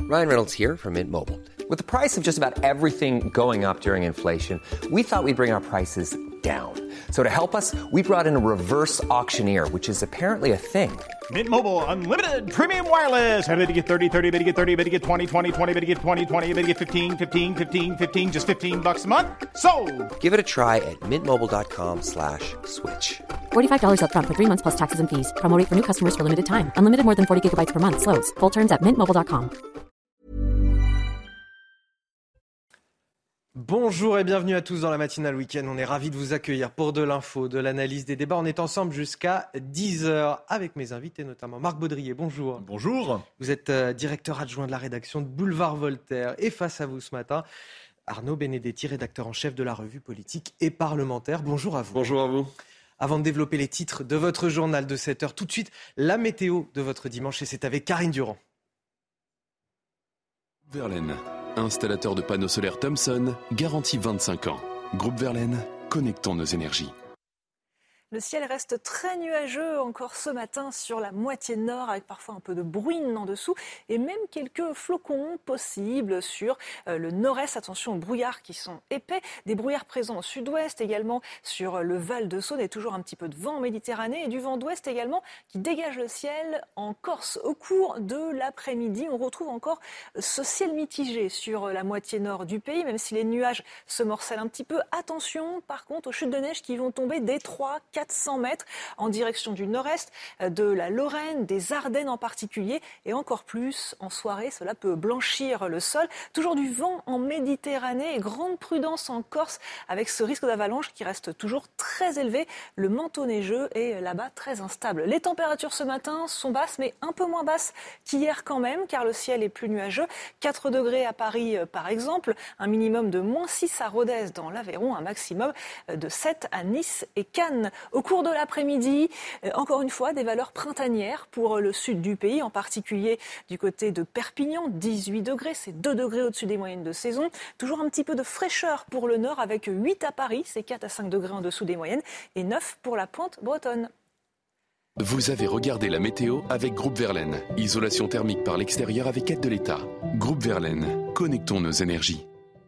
Ryan Reynolds here from Mint Mobile. With the price of just about everything going up during inflation, we thought we'd bring our prices down. So to help us, we brought in a reverse auctioneer, which is apparently a thing. Mint Mobile Unlimited Premium Wireless. How to get 30, 30, bit to get 30, bit to get 20, 20, 20, bit to get 20, 20, bit to get 15, 15, 15, 15, just $15 a month? Sold! Give it a try at mintmobile.com/switch. $45 up front for 3 months plus taxes and fees. Promo rate for new customers for limited time. Unlimited more than 40 gigabytes per month. Slows full terms at mintmobile.com. Bonjour et bienvenue à tous dans la matinale week-end. On est ravis de vous accueillir pour de l'info, de l'analyse, des débats. On est ensemble jusqu'à 10h avec mes invités, notamment Marc Baudrier. Bonjour. Bonjour. Vous êtes directeur adjoint de la rédaction de Boulevard Voltaire. Et face à vous ce matin, Arnaud Benedetti, rédacteur en chef de la revue politique et parlementaire. Bonjour à vous. Bonjour à vous. Avant de développer les titres de votre journal de 7h, tout de suite, la météo de votre dimanche. Et c'est avec Karine Durand. Verlaine, installateur de panneaux solaires Thomson, garantie 25 ans. Groupe Verlaine, connectons nos énergies. Le ciel reste très nuageux encore ce matin sur la moitié nord avec parfois un peu de bruine en dessous et même quelques flocons possibles sur le nord-est. Attention aux brouillards qui sont épais. Des brouillards présents au sud-ouest également sur le Val-de-Saône et toujours un petit peu de vent en Méditerranée et du vent d'ouest également qui dégage le ciel en Corse. Au cours de l'après-midi, on retrouve encore ce ciel mitigé sur la moitié nord du pays, même si les nuages se morcellent un petit peu. Attention par contre aux chutes de neige qui vont tomber des 400 mètres en direction du nord-est, de la Lorraine, des Ardennes en particulier, et encore plus en soirée, cela peut blanchir le sol. Toujours du vent en Méditerranée et grande prudence en Corse avec ce risque d'avalanche qui reste toujours très élevé. Le manteau neigeux est là-bas très instable. Les températures ce matin sont basses, mais un peu moins basses qu'hier quand même, car le ciel est plus nuageux. 4 degrés à Paris par exemple, un minimum de -6 à Rodez dans l'Aveyron, un maximum de 7 à Nice et Cannes. Au cours de l'après-midi, encore une fois, des valeurs printanières pour le sud du pays, en particulier du côté de Perpignan, 18 degrés, c'est 2 degrés au-dessus des moyennes de saison. Toujours un petit peu de fraîcheur pour le nord avec 8 à Paris, c'est 4 à 5 degrés en dessous des moyennes et 9 pour la pointe bretonne. Vous avez regardé la météo avec Groupe Verlaine. Isolation thermique par l'extérieur avec aide de l'État. Groupe Verlaine, connectons nos énergies.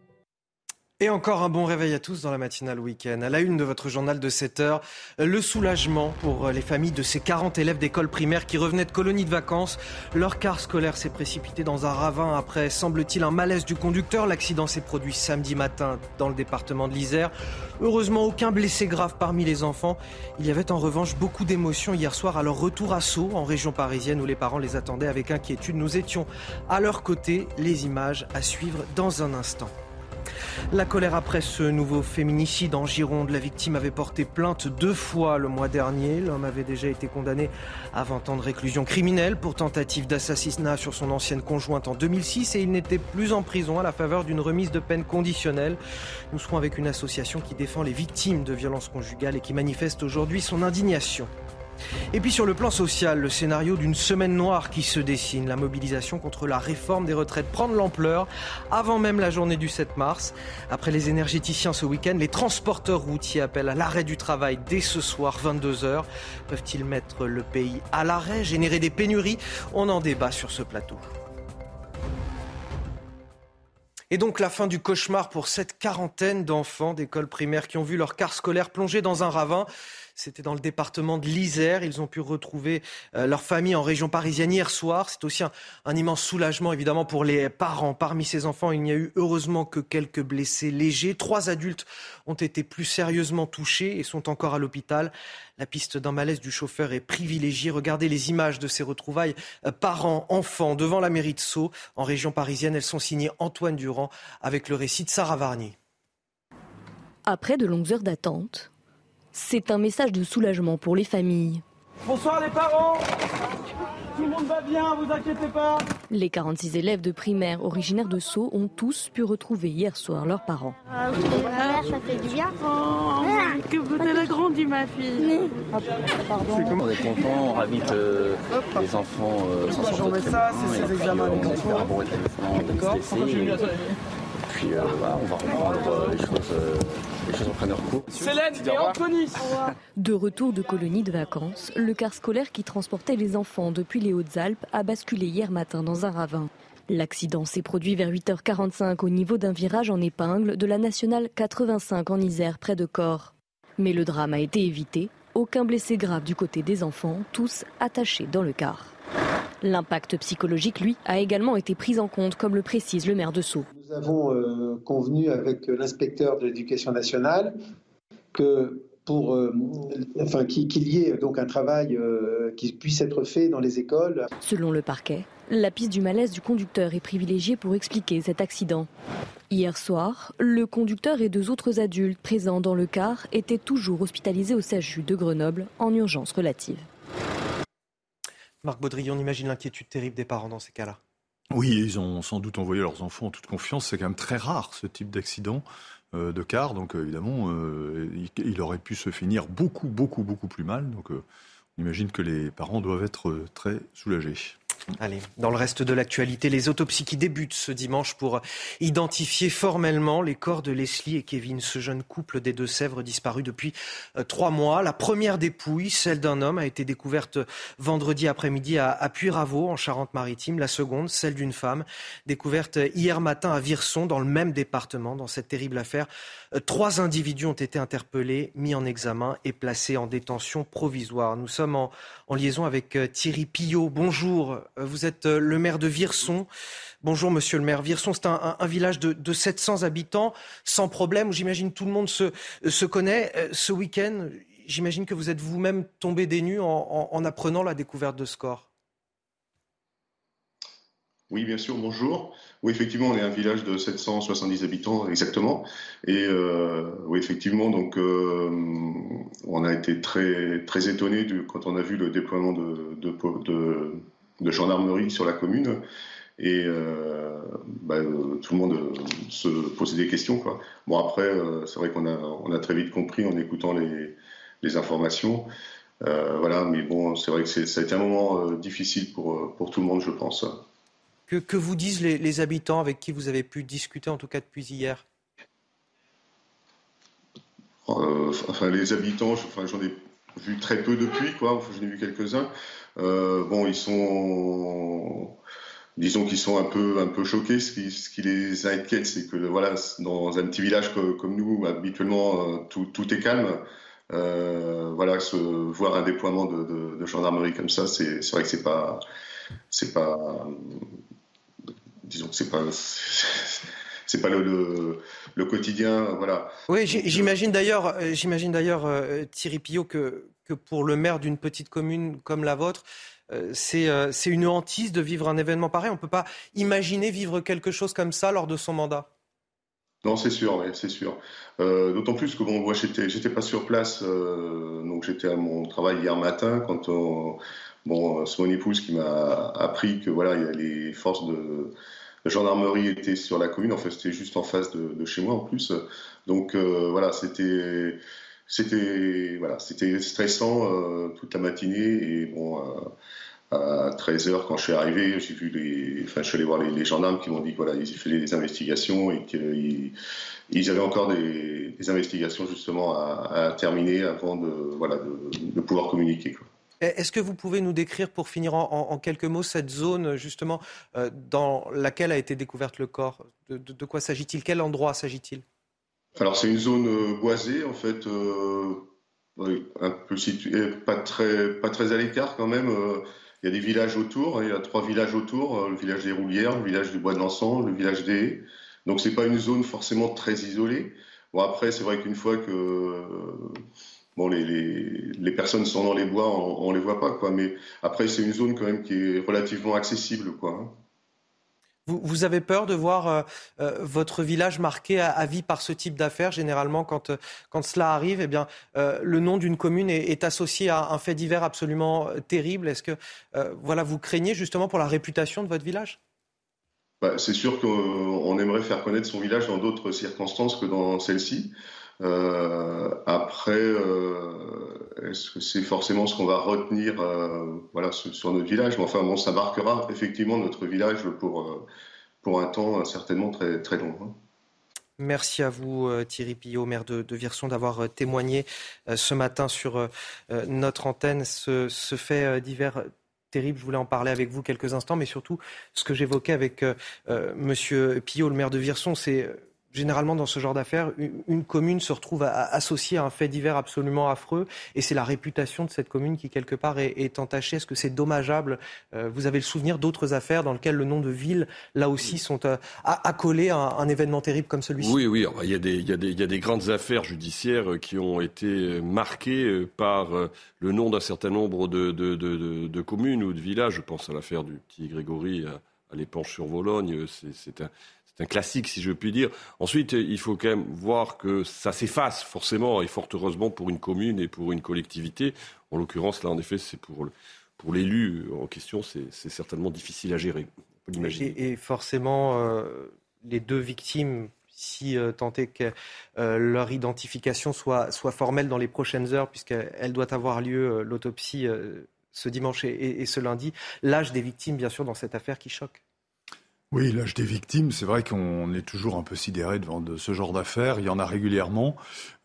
Et encore un bon réveil à tous dans la matinale week-end. À la une de votre journal de 7h, le soulagement pour les familles de ces 40 élèves d'école primaire qui revenaient de colonies de vacances. Leur car scolaire s'est précipité dans un ravin après, semble-t-il, un malaise du conducteur. L'accident s'est produit samedi matin dans le département de l'Isère. Heureusement, aucun blessé grave parmi les enfants. Il y avait en revanche beaucoup d'émotions hier soir à leur retour à Sceaux, en région parisienne, où les parents les attendaient avec inquiétude. Nous étions à leur côté. Les images à suivre dans un instant. La colère après ce nouveau féminicide en Gironde. La victime avait porté plainte 2 fois le mois dernier. L'homme avait déjà été condamné à 20 ans de réclusion criminelle pour tentative d'assassinat sur son ancienne conjointe en 2006 et il n'était plus en prison à la faveur d'une remise de peine conditionnelle. Nous serons avec une association qui défend les victimes de violences conjugales et qui manifeste aujourd'hui son indignation. Et puis sur le plan social, le scénario d'une semaine noire qui se dessine. La mobilisation contre la réforme des retraites prend de l'ampleur avant même la journée du 7 mars. Après les énergéticiens ce week-end, les transporteurs routiers appellent à l'arrêt du travail dès ce soir 22h. Peuvent-ils mettre le pays à l'arrêt, générer des pénuries ? On en débat sur ce plateau. Et donc la fin du cauchemar pour cette quarantaine d'enfants d'école primaire qui ont vu leur car scolaire plonger dans un ravin. C'était dans le département de l'Isère. Ils ont pu retrouver leur famille en région parisienne hier soir. C'est aussi un immense soulagement évidemment pour les parents. Parmi ces enfants, il n'y a eu heureusement que quelques blessés légers. 3 adultes ont été plus sérieusement touchés et sont encore à l'hôpital. La piste d'un malaise du chauffeur est privilégiée. Regardez les images de ces retrouvailles parents-enfants devant la mairie de Sceaux. En région parisienne, elles sont signées Antoine Durand avec le récit de Sarah Varnier. Après de longues heures d'attente, c'est un message de soulagement pour les familles. Bonsoir les parents. Tout le monde va bien, vous inquiétez pas. Les 46 élèves de primaire originaires de Sceaux ont tous pu retrouver hier soir leurs parents. Ah oui, ça fait du bien. Oh, que vous avez grandi ma fille. Pardon. On est content, ravis que les enfants s'en sortent très bien. C'est ces examens avec on espère avoir été D'accord. Puis on va reprendre les choses reprennent leur cours. Célène et Anthony. De retour de colonie de vacances, le car scolaire qui transportait les enfants depuis les Hautes-Alpes a basculé hier matin dans un ravin. L'accident s'est produit vers 8h45 au niveau d'un virage en épingle de la nationale 85 en Isère, près de Corps. Mais le drame a été évité. Aucun blessé grave du côté des enfants, tous attachés dans le car. L'impact psychologique, lui, a également été pris en compte, comme le précise le maire de Sceaux. Nous avons convenu avec l'inspecteur de l'Éducation nationale que qu'il y ait donc un travail qui puisse être fait dans les écoles. Selon le parquet, la piste du malaise du conducteur est privilégiée pour expliquer cet accident. Hier soir, le conducteur et 2 autres adultes présents dans le car étaient toujours hospitalisés au CHU de Grenoble en urgence relative. Marc Baudry, on imagine l'inquiétude terrible des parents dans ces cas-là. Oui, ils ont sans doute envoyé leurs enfants en toute confiance. C'est quand même très rare ce type d'accident de car. Donc évidemment, il aurait pu se finir beaucoup plus mal. Donc on imagine que les parents doivent être très soulagés. Allez, dans le reste de l'actualité, les autopsies qui débutent ce dimanche pour identifier formellement les corps de Leslie et Kevin, ce jeune couple des Deux-Sèvres disparu depuis 3 mois. La première dépouille, celle d'un homme, a été découverte vendredi après-midi à Puyraveau, en Charente-Maritime. La seconde, celle d'une femme, découverte hier matin à Virson, dans le même département. Dans cette terrible affaire, 3 individus ont été interpellés, mis en examen et placés en détention provisoire. Nous sommes en liaison avec Thierry Pillot. Bonjour. Vous êtes le maire de Virson. Bonjour monsieur le maire. Virson, c'est un village de 700 habitants, sans problème, où j'imagine tout le monde se connaît. Ce week-end, j'imagine que vous êtes vous-même tombé des nues en apprenant la découverte de ce corps. Oui, bien sûr, bonjour. Oui, effectivement, on est un village de 770 habitants exactement. Et oui, effectivement, donc on a été très étonnés quand on a vu le déploiement de gendarmerie sur la commune. Et tout le monde se posait des questions, quoi. Bon, après, c'est vrai qu'on a très vite compris en écoutant les informations. Voilà, mais bon, c'est vrai que ça a été un moment difficile pour tout le monde, je pense. Que vous disent les habitants avec qui vous avez pu discuter, en tout cas depuis hier ? Les habitants, j'en ai vu très peu depuis, quoi. J'en ai vu quelques-uns. Disons qu'ils sont un peu choqués. Ce qui les inquiète, c'est que voilà, dans un petit village comme nous, habituellement, tout est calme. Voir un déploiement de gendarmerie comme ça, c'est vrai que c'est pas disons que c'est pas le quotidien, voilà. Oui, j'imagine d'ailleurs, Thierry Pillot, que pour le maire d'une petite commune comme la vôtre, c'est une hantise de vivre un événement pareil. On ne peut pas imaginer vivre quelque chose comme ça lors de son mandat. Non, c'est sûr, oui, c'est sûr. D'autant plus que moi, j'étais pas sur place, donc j'étais à mon travail hier matin quand c'est mon épouse qui m'a appris que voilà, les forces de gendarmerie étaient sur la commune. En fait, c'était juste en face de chez moi en plus. Donc c'était stressant toute la matinée. Et à 13h, quand je suis arrivé, je suis allé voir les gendarmes qui m'ont dit qu'ils faisaient des investigations et qu'ils avaient encore des investigations justement à terminer avant de pouvoir communiquer, quoi. Est-ce que vous pouvez nous décrire, pour finir en quelques mots, cette zone justement dans laquelle a été découverte le corps ? De quoi s'agit-il ? Quel endroit s'agit-il ? Alors c'est une zone boisée en fait, un peu située, pas très à l'écart quand même. Il y a des villages autour, il y a 3 villages autour, le village des Roulières, le village du Bois de l'Encens, le village des Haies. Donc c'est pas une zone forcément très isolée. Bon, après c'est vrai qu'une fois que les personnes sont dans les bois, on les voit pas, quoi. Mais après, c'est une zone quand même qui est relativement accessible, quoi. Vous avez peur de voir votre village marqué à vie par ce type d'affaires ? Généralement, quand cela arrive, eh bien, le nom d'une commune est associé à un fait divers absolument terrible. Est-ce que vous craignez justement pour la réputation de votre village ? C'est sûr qu'on aimerait faire connaître son village dans d'autres circonstances que dans celle-ci. Après, est-ce que c'est forcément ce qu'on va retenir sur notre village ? Mais enfin, ça marquera effectivement notre village pour un temps certainement très, très long. Merci à vous Thierry Pillot, maire de Virson, d'avoir témoigné ce matin sur notre antenne ce fait divers terrible. Je voulais en parler avec vous quelques instants, mais surtout, ce que j'évoquais avec Monsieur Pillot, le maire de Virson, c'est... Généralement, dans ce genre d'affaires, une commune se retrouve associée à un fait divers absolument affreux, et c'est la réputation de cette commune qui, quelque part, est entachée. Est-ce que c'est dommageable ? Vous avez le souvenir d'autres affaires dans lesquelles le nom de ville, là aussi, sont accolés à un événement terrible comme celui-ci ? Oui. Il y a des grandes affaires judiciaires qui ont été marquées par le nom d'un certain nombre de communes ou de villages. Je pense à l'affaire du petit Grégory à l'Épanche-sur-Vologne. C'est un classique, si je puis dire. Ensuite, il faut quand même voir que ça s'efface forcément, et fort heureusement pour une commune et pour une collectivité. En l'occurrence, là, en effet, c'est pour l'élu en question, c'est certainement difficile à gérer. On peut l'imaginer. Et forcément, les deux victimes, si tant est que leur identification soit formelle dans les prochaines heures, puisqu'elle doit avoir lieu, l'autopsie, ce dimanche et ce lundi, l'âge des victimes, bien sûr, dans cette affaire qui choque. Oui, l'âge des victimes, c'est vrai qu'on est toujours un peu sidéré devant ce genre d'affaires. Il y en a régulièrement.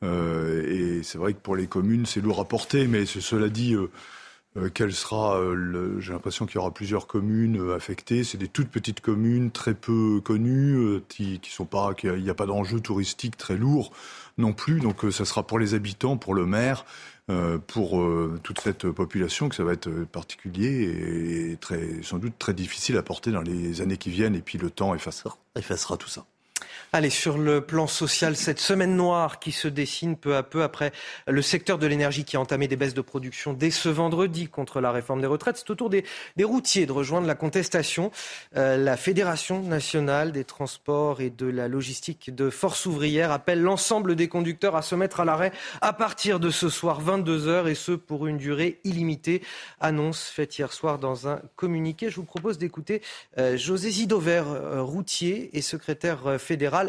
Et c'est vrai que pour les communes, c'est lourd à porter. Mais cela dit, quel sera j'ai l'impression qu'il y aura plusieurs communes affectées. C'est des toutes petites communes, très peu connues, qui sont pas, qu'il n'y a pas d'enjeu touristique très lourd non plus. Donc ça sera pour les habitants, pour le maire, pour toute cette population que ça va être particulier et sans doute très difficile à porter dans les années qui viennent. Et puis le temps effacera tout ça. Allez, sur le plan social, cette semaine noire qui se dessine peu à peu après le secteur de l'énergie qui a entamé des baisses de production dès ce vendredi contre la réforme des retraites. C'est au tour des routiers de rejoindre la contestation. La Fédération nationale des transports et de la logistique de Force ouvrière appelle l'ensemble des conducteurs à se mettre à l'arrêt à partir de ce soir 22h et ce pour une durée illimitée. Annonce faite hier soir dans un communiqué. Je vous propose d'écouter José Zidover, routier et secrétaire fédéral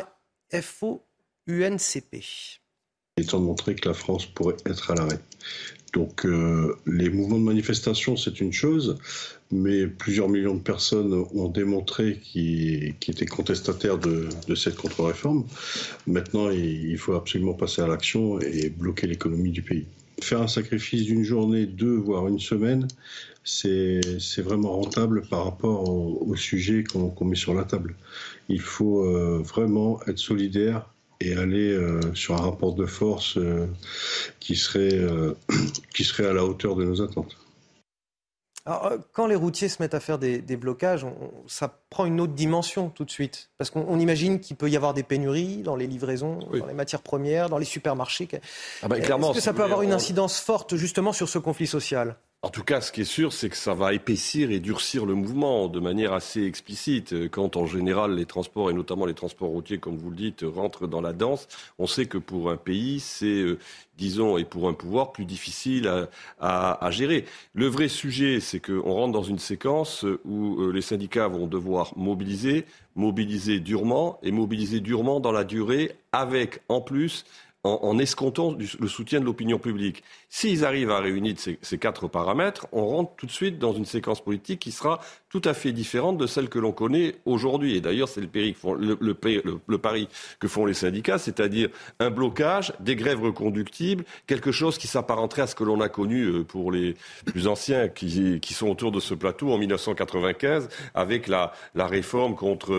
FO-UNCP. Il est temps de montrer que la France pourrait être à l'arrêt. Donc les mouvements de manifestation, c'est une chose, mais plusieurs millions de personnes ont démontré qu'ils étaient contestataires de cette contre-réforme. Maintenant, il faut absolument passer à l'action et bloquer l'économie du pays. Faire un sacrifice d'une journée, 2, voire une semaine, c'est vraiment rentable par rapport au sujet qu'on met sur la table. Il faut vraiment être solidaire et aller sur un rapport de force qui serait à la hauteur de nos attentes. Alors, quand les routiers se mettent à faire des blocages, ça prend une autre dimension tout de suite. Parce qu'on imagine qu'il peut y avoir des pénuries dans les livraisons, dans les matières premières, dans les supermarchés. Clairement, est-ce que ça peut avoir une incidence forte justement sur ce conflit social ? En tout cas, ce qui est sûr, c'est que ça va épaissir et durcir le mouvement de manière assez explicite. Quand, en général, les transports, et notamment les transports routiers, comme vous le dites, rentrent dans la danse, on sait que pour un pays, c'est, et pour un pouvoir, plus difficile à gérer. Le vrai sujet, c'est qu'on rentre dans une séquence où les syndicats vont devoir mobiliser durement, et mobiliser durement dans la durée, avec, en plus, en escomptant le soutien de l'opinion publique. S'ils arrivent à réunir ces 4 paramètres, on rentre tout de suite dans une séquence politique qui sera tout à fait différente de celle que l'on connaît aujourd'hui. Et d'ailleurs, c'est le pari que font les syndicats, c'est-à-dire un blocage, des grèves reconductibles, quelque chose qui s'apparenterait à ce que l'on a connu pour les plus anciens qui sont autour de ce plateau en 1995, avec la réforme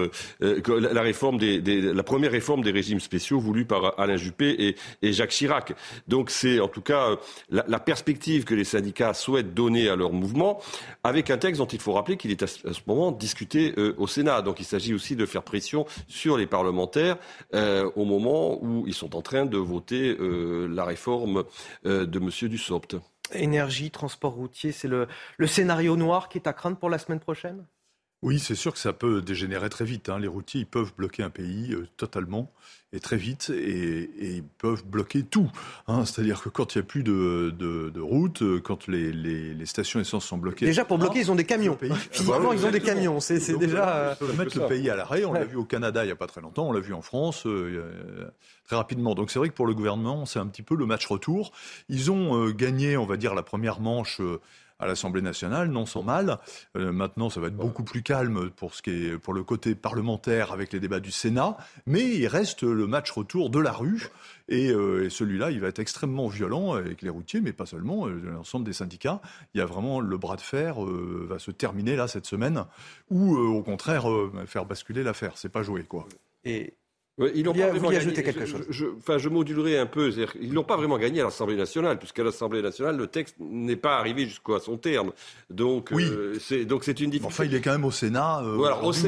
la première réforme des régimes spéciaux voulue par Alain Juppé et Jacques Chirac. Donc c'est en tout cas la perspective que les syndicats souhaitent donner à leur mouvement, avec un texte dont il faut rappeler qu'il est à ce moment discuté au Sénat. Donc il s'agit aussi de faire pression sur les parlementaires au moment où ils sont en train de voter la réforme de M. Dussopt. Énergie, transport routier, c'est le scénario noir qui est à craindre pour la semaine prochaine ? Oui, c'est sûr que ça peut dégénérer très vite. Les routiers, ils peuvent bloquer un pays totalement et très vite, et ils peuvent bloquer tout. C'est-à-dire que quand il n'y a plus de route, quand les stations essence sont bloquées... Déjà, pour bloquer, ils ont des camions. Physiquement, ils ont des camions. C'est déjà... Ils peuvent mettre le pays à l'arrêt. On l'a vu au Canada il n'y a pas très longtemps. On l'a vu en France très rapidement. Donc c'est vrai que pour le gouvernement, c'est un petit peu le match retour. Ils ont gagné, on va dire, la première manche à l'Assemblée nationale, non sans mal. Maintenant, ça va être beaucoup plus calme pour le côté parlementaire avec les débats du Sénat, mais il reste le match retour de la rue, et celui-là, il va être extrêmement violent avec les routiers, mais pas seulement, l'ensemble des syndicats. Il y a vraiment le bras de fer va se terminer là cette semaine, ou au contraire faire basculer l'affaire. C'est pas joué, quoi. Et ils n'ont pas vraiment ajouter quelque chose. Je modulerai un peu. Ils n'ont pas vraiment gagné à l'Assemblée nationale, puisqu'à l'Assemblée nationale, le texte n'est pas arrivé jusqu'à son terme. Donc, c'est une difficulté. Enfin, il est quand même au Sénat. Alors, au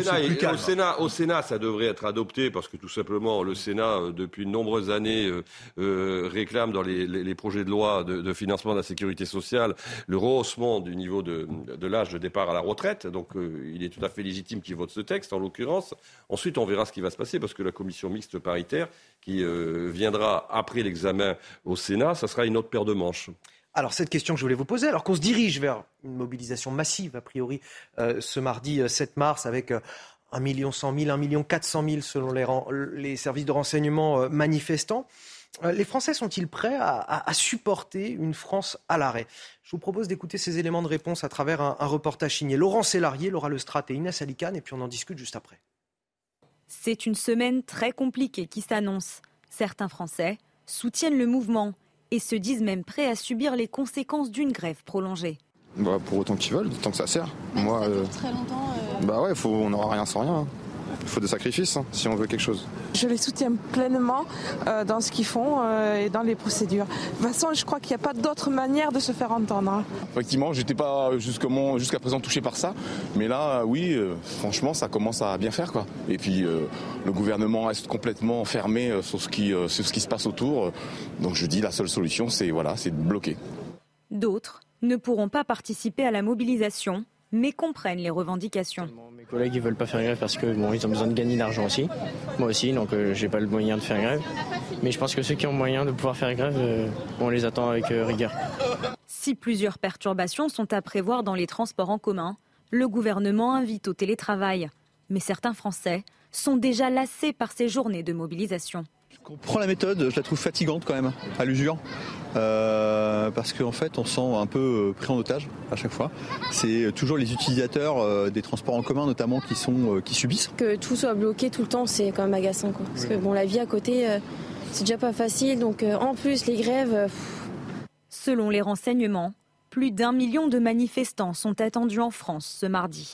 Sénat, ça devrait être adopté, parce que tout simplement, le Sénat, depuis de nombreuses années, réclame dans les projets de loi de financement de la sécurité sociale le rehaussement du niveau de l'âge de départ à la retraite. Donc, il est tout à fait légitime qu'il vote ce texte, en l'occurrence. Ensuite, on verra ce qui va se passer, parce que la commission mixte paritaire qui viendra après l'examen au Sénat, ça sera une autre paire de manches. Alors, cette question que je voulais vous poser, alors qu'on se dirige vers une mobilisation massive, a priori, ce mardi 7 mars, avec 1 100 000, 1 400 000 selon les services de renseignement manifestants, les Français sont-ils prêts à supporter une France à l'arrêt ? Je vous propose d'écouter ces éléments de réponse à travers un reportage signé Laurent Sélarié, Laura Lestrade et Inès Alicane, et puis on en discute juste après. C'est une semaine très compliquée qui s'annonce. Certains Français soutiennent le mouvement et se disent même prêts à subir les conséquences d'une grève prolongée. Pour autant qu'ils veulent, tant que ça sert. Moi, très longtemps. On n'aura rien sans rien. Il faut des sacrifices si on veut quelque chose. Je les soutiens pleinement dans ce qu'ils font et dans les procédures. De toute façon, je crois qu'il n'y a pas d'autre manière de se faire entendre. Effectivement, je n'étais pas jusqu'à présent touché par ça. Mais là, oui, franchement, ça commence à bien faire, quoi. Et puis, le gouvernement reste complètement fermé sur ce qui se passe autour. Donc je dis, la seule solution, c'est de bloquer. D'autres ne pourront pas participer à la mobilisation, mais comprennent les revendications. Mes collègues ne veulent pas faire grève parce que ils ont besoin de gagner de l'argent aussi. Moi aussi, donc j'ai pas le moyen de faire grève. Mais je pense que ceux qui ont moyen de pouvoir faire grève, on les attend avec rigueur. Si plusieurs perturbations sont à prévoir dans les transports en commun, le gouvernement invite au télétravail. Mais certains Français sont déjà lassés par ces journées de mobilisation. Je comprends la méthode, je la trouve fatigante quand même, à l'usure. Parce qu'en fait, on se sent un peu pris en otage à chaque fois. C'est toujours les utilisateurs des transports en commun, notamment, qui subissent. Que tout soit bloqué tout le temps, c'est quand même agaçant, quoi. Parce que la vie à côté, c'est déjà pas facile. Donc en plus, les grèves... Selon les renseignements, plus d'1 million de manifestants sont attendus en France ce mardi.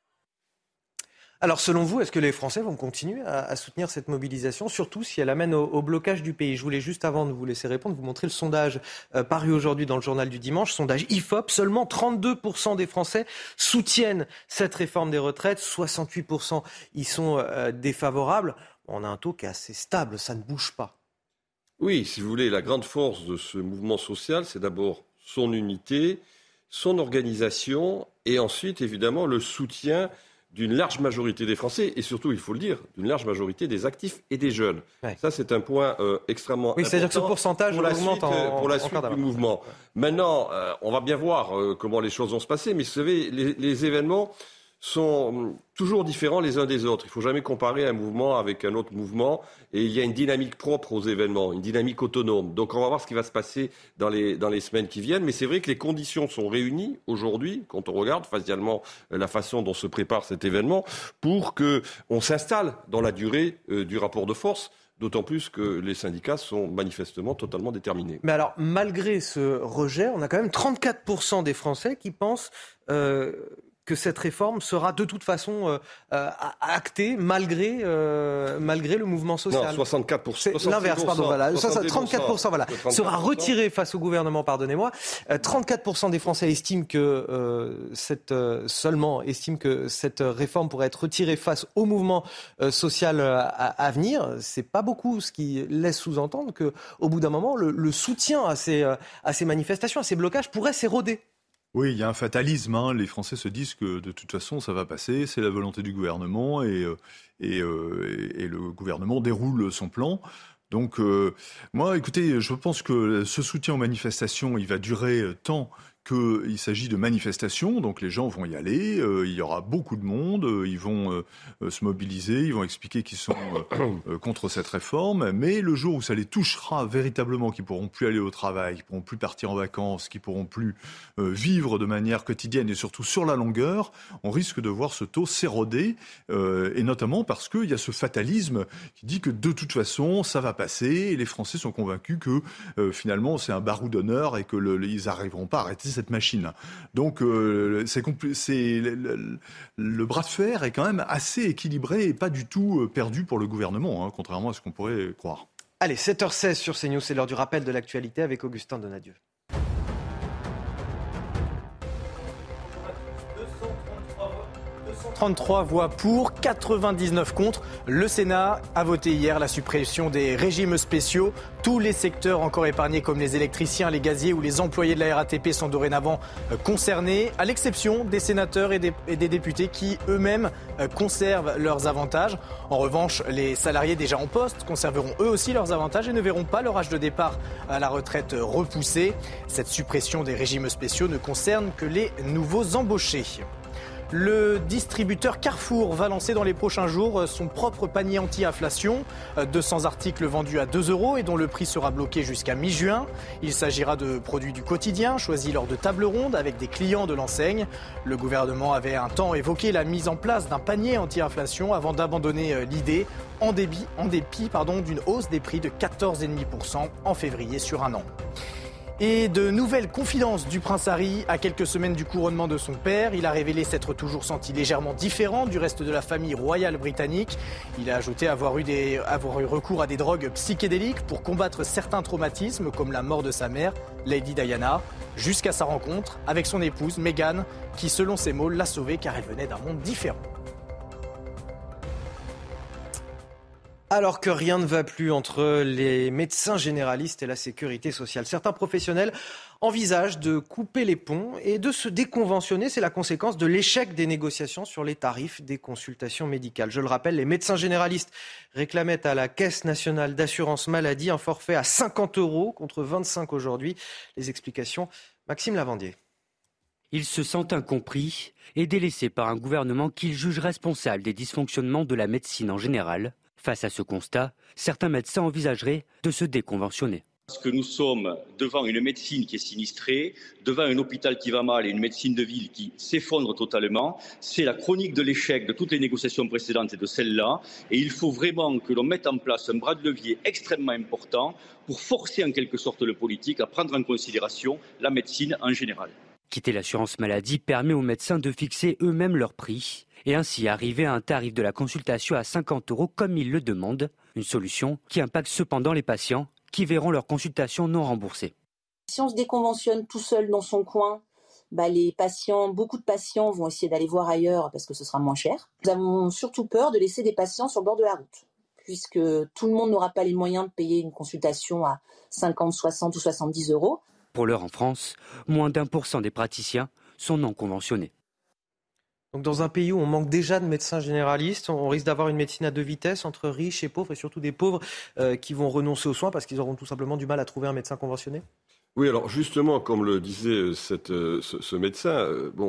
Alors, selon vous, est-ce que les Français vont continuer à soutenir cette mobilisation, surtout si elle amène au blocage du pays ? Je voulais juste, avant de vous laisser répondre, vous montrer le sondage paru aujourd'hui dans le journal du dimanche, sondage IFOP. Seulement 32% des Français soutiennent cette réforme des retraites, 68% y sont défavorables. On a un taux qui est assez stable, ça ne bouge pas. Oui, si vous voulez, la grande force de ce mouvement social, c'est d'abord son unité, son organisation et ensuite, évidemment, le soutien d'une large majorité des Français et surtout, il faut le dire, d'une large majorité des actifs et des jeunes. Ouais. Ça, c'est un point extrêmement important. C'est-à-dire que ce pourcentage augmente pour la suite du mouvement. Maintenant, on va bien voir comment les choses vont se passer, mais vous savez, les événements sont toujours différents les uns des autres. Il ne faut jamais comparer un mouvement avec un autre mouvement. Et il y a une dynamique propre aux événements, une dynamique autonome. Donc on va voir ce qui va se passer dans les semaines qui viennent. Mais c'est vrai que les conditions sont réunies aujourd'hui, quand on regarde facialement la façon dont se prépare cet événement, pour qu'on s'installe dans la durée du rapport de force. D'autant plus que les syndicats sont manifestement totalement déterminés. Mais alors, malgré ce rejet, on a quand même 34% des Français qui pensent que cette réforme sera de toute façon actée malgré le mouvement social. Non, 64%. C'est l'inverse, pardon. Voilà. 34%, voilà. Sera retiré face au gouvernement, pardonnez-moi. 34% des Français estiment que cette réforme pourrait être retirée face au mouvement social à venir. C'est pas beaucoup, ce qui laisse sous-entendre qu'au bout d'un moment, le soutien à ces manifestations, à ces blocages pourrait s'éroder. Oui, il y a un fatalisme. Les Français se disent que de toute façon, ça va passer. C'est la volonté du gouvernement et le gouvernement déroule son plan. Donc, moi, écoutez, je pense que ce soutien aux manifestations, il va durer tant qu'il s'agit de manifestations, donc les gens vont y aller, il y aura beaucoup de monde, ils vont se mobiliser, ils vont expliquer qu'ils sont contre cette réforme, mais le jour où ça les touchera véritablement, qu'ils pourront plus aller au travail, qu'ils pourront plus partir en vacances, qu'ils pourront plus vivre de manière quotidienne et surtout sur la longueur, on risque de voir ce taux s'éroder, et notamment parce qu'il y a ce fatalisme qui dit que de toute façon ça va passer, et les Français sont convaincus que finalement c'est un barou d'honneur et que ils n'arriveront pas à arrêter cette machine. Donc le bras de fer est quand même assez équilibré et pas du tout perdu pour le gouvernement, hein, contrairement à ce qu'on pourrait croire. Allez, 7h16 sur CNews, c'est l'heure du rappel de l'actualité avec Augustin Donadieu. 33 voix pour, 99 contre. Le Sénat a voté hier la suppression des régimes spéciaux. Tous les secteurs encore épargnés comme les électriciens, les gaziers ou les employés de la RATP sont dorénavant concernés, à l'exception des sénateurs et des députés qui eux-mêmes conservent leurs avantages. En revanche, les salariés déjà en poste conserveront eux aussi leurs avantages et ne verront pas leur âge de départ à la retraite repoussé. Cette suppression des régimes spéciaux ne concerne que les nouveaux embauchés. Le distributeur Carrefour va lancer dans les prochains jours son propre panier anti-inflation. 200 articles vendus à 2 € et dont le prix sera bloqué jusqu'à mi-juin. Il s'agira de produits du quotidien choisis lors de tables rondes avec des clients de l'enseigne. Le gouvernement avait un temps évoqué la mise en place d'un panier anti-inflation avant d'abandonner l'idée en dépit d'une hausse des prix de 14,5% en février sur un an. Et de nouvelles confidences du prince Harry à quelques semaines du couronnement de son père. Il a révélé s'être toujours senti légèrement différent du reste de la famille royale britannique. Il a ajouté avoir eu recours à des drogues psychédéliques pour combattre certains traumatismes comme la mort de sa mère, Lady Diana, jusqu'à sa rencontre avec son épouse Meghan, qui selon ses mots l'a sauvée car elle venait d'un monde différent. Alors que rien ne va plus entre les médecins généralistes et la sécurité sociale, certains professionnels envisagent de couper les ponts et de se déconventionner. C'est la conséquence de l'échec des négociations sur les tarifs des consultations médicales. Je le rappelle, les médecins généralistes réclamaient à la Caisse nationale d'assurance maladie un forfait à 50 € contre 25 aujourd'hui. Les explications, Maxime Lavandier. Ils se sentent incompris et délaissés par un gouvernement qu'ils jugent responsable des dysfonctionnements de la médecine en général. Face à ce constat, certains médecins envisageraient de se déconventionner. Parce que nous sommes devant une médecine qui est sinistrée, devant un hôpital qui va mal et une médecine de ville qui s'effondre totalement. C'est la chronique de l'échec de toutes les négociations précédentes et de celle-là. Et il faut vraiment que l'on mette en place un bras de levier extrêmement important pour forcer en quelque sorte le politique à prendre en considération la médecine en général. Quitter l'assurance maladie permet aux médecins de fixer eux-mêmes leur prix et ainsi arriver à un tarif de la consultation à 50 € comme ils le demandent. Une solution qui impacte cependant les patients qui verront leur consultation non remboursée. Si on se déconventionne tout seul dans son coin, beaucoup de patients vont essayer d'aller voir ailleurs parce que ce sera moins cher. Nous avons surtout peur de laisser des patients sur le bord de la route, puisque tout le monde n'aura pas les moyens de payer une consultation à 50, 60 ou 70 €. Pour l'heure en France, moins d'1% des praticiens sont non conventionnés. Donc dans un pays où on manque déjà de médecins généralistes, on risque d'avoir une médecine à deux vitesses entre riches et pauvres, et surtout des pauvres qui vont renoncer aux soins parce qu'ils auront tout simplement du mal à trouver un médecin conventionné. Oui, alors justement, comme le disait ce médecin,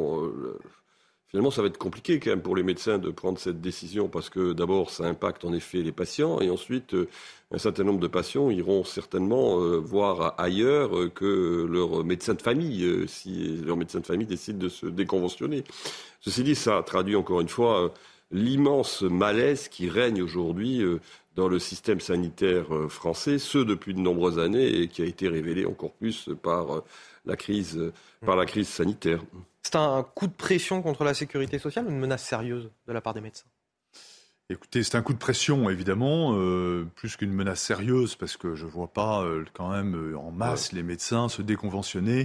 finalement ça va être compliqué quand même pour les médecins de prendre cette décision parce que d'abord ça impacte en effet les patients et ensuite un certain nombre de patients iront certainement voir ailleurs que leur médecin de famille si leur médecin de famille décide de se déconventionner. Ceci dit, ça traduit encore une fois l'immense malaise qui règne aujourd'hui dans le système sanitaire français, ce depuis de nombreuses années et qui a été révélé encore plus par la crise sanitaire. C'est un coup de pression contre la sécurité sociale ou une menace sérieuse de la part des médecins ? Écoutez, c'est un coup de pression, évidemment, plus qu'une menace sérieuse, parce que je ne vois pas quand même en masse les médecins se déconventionner.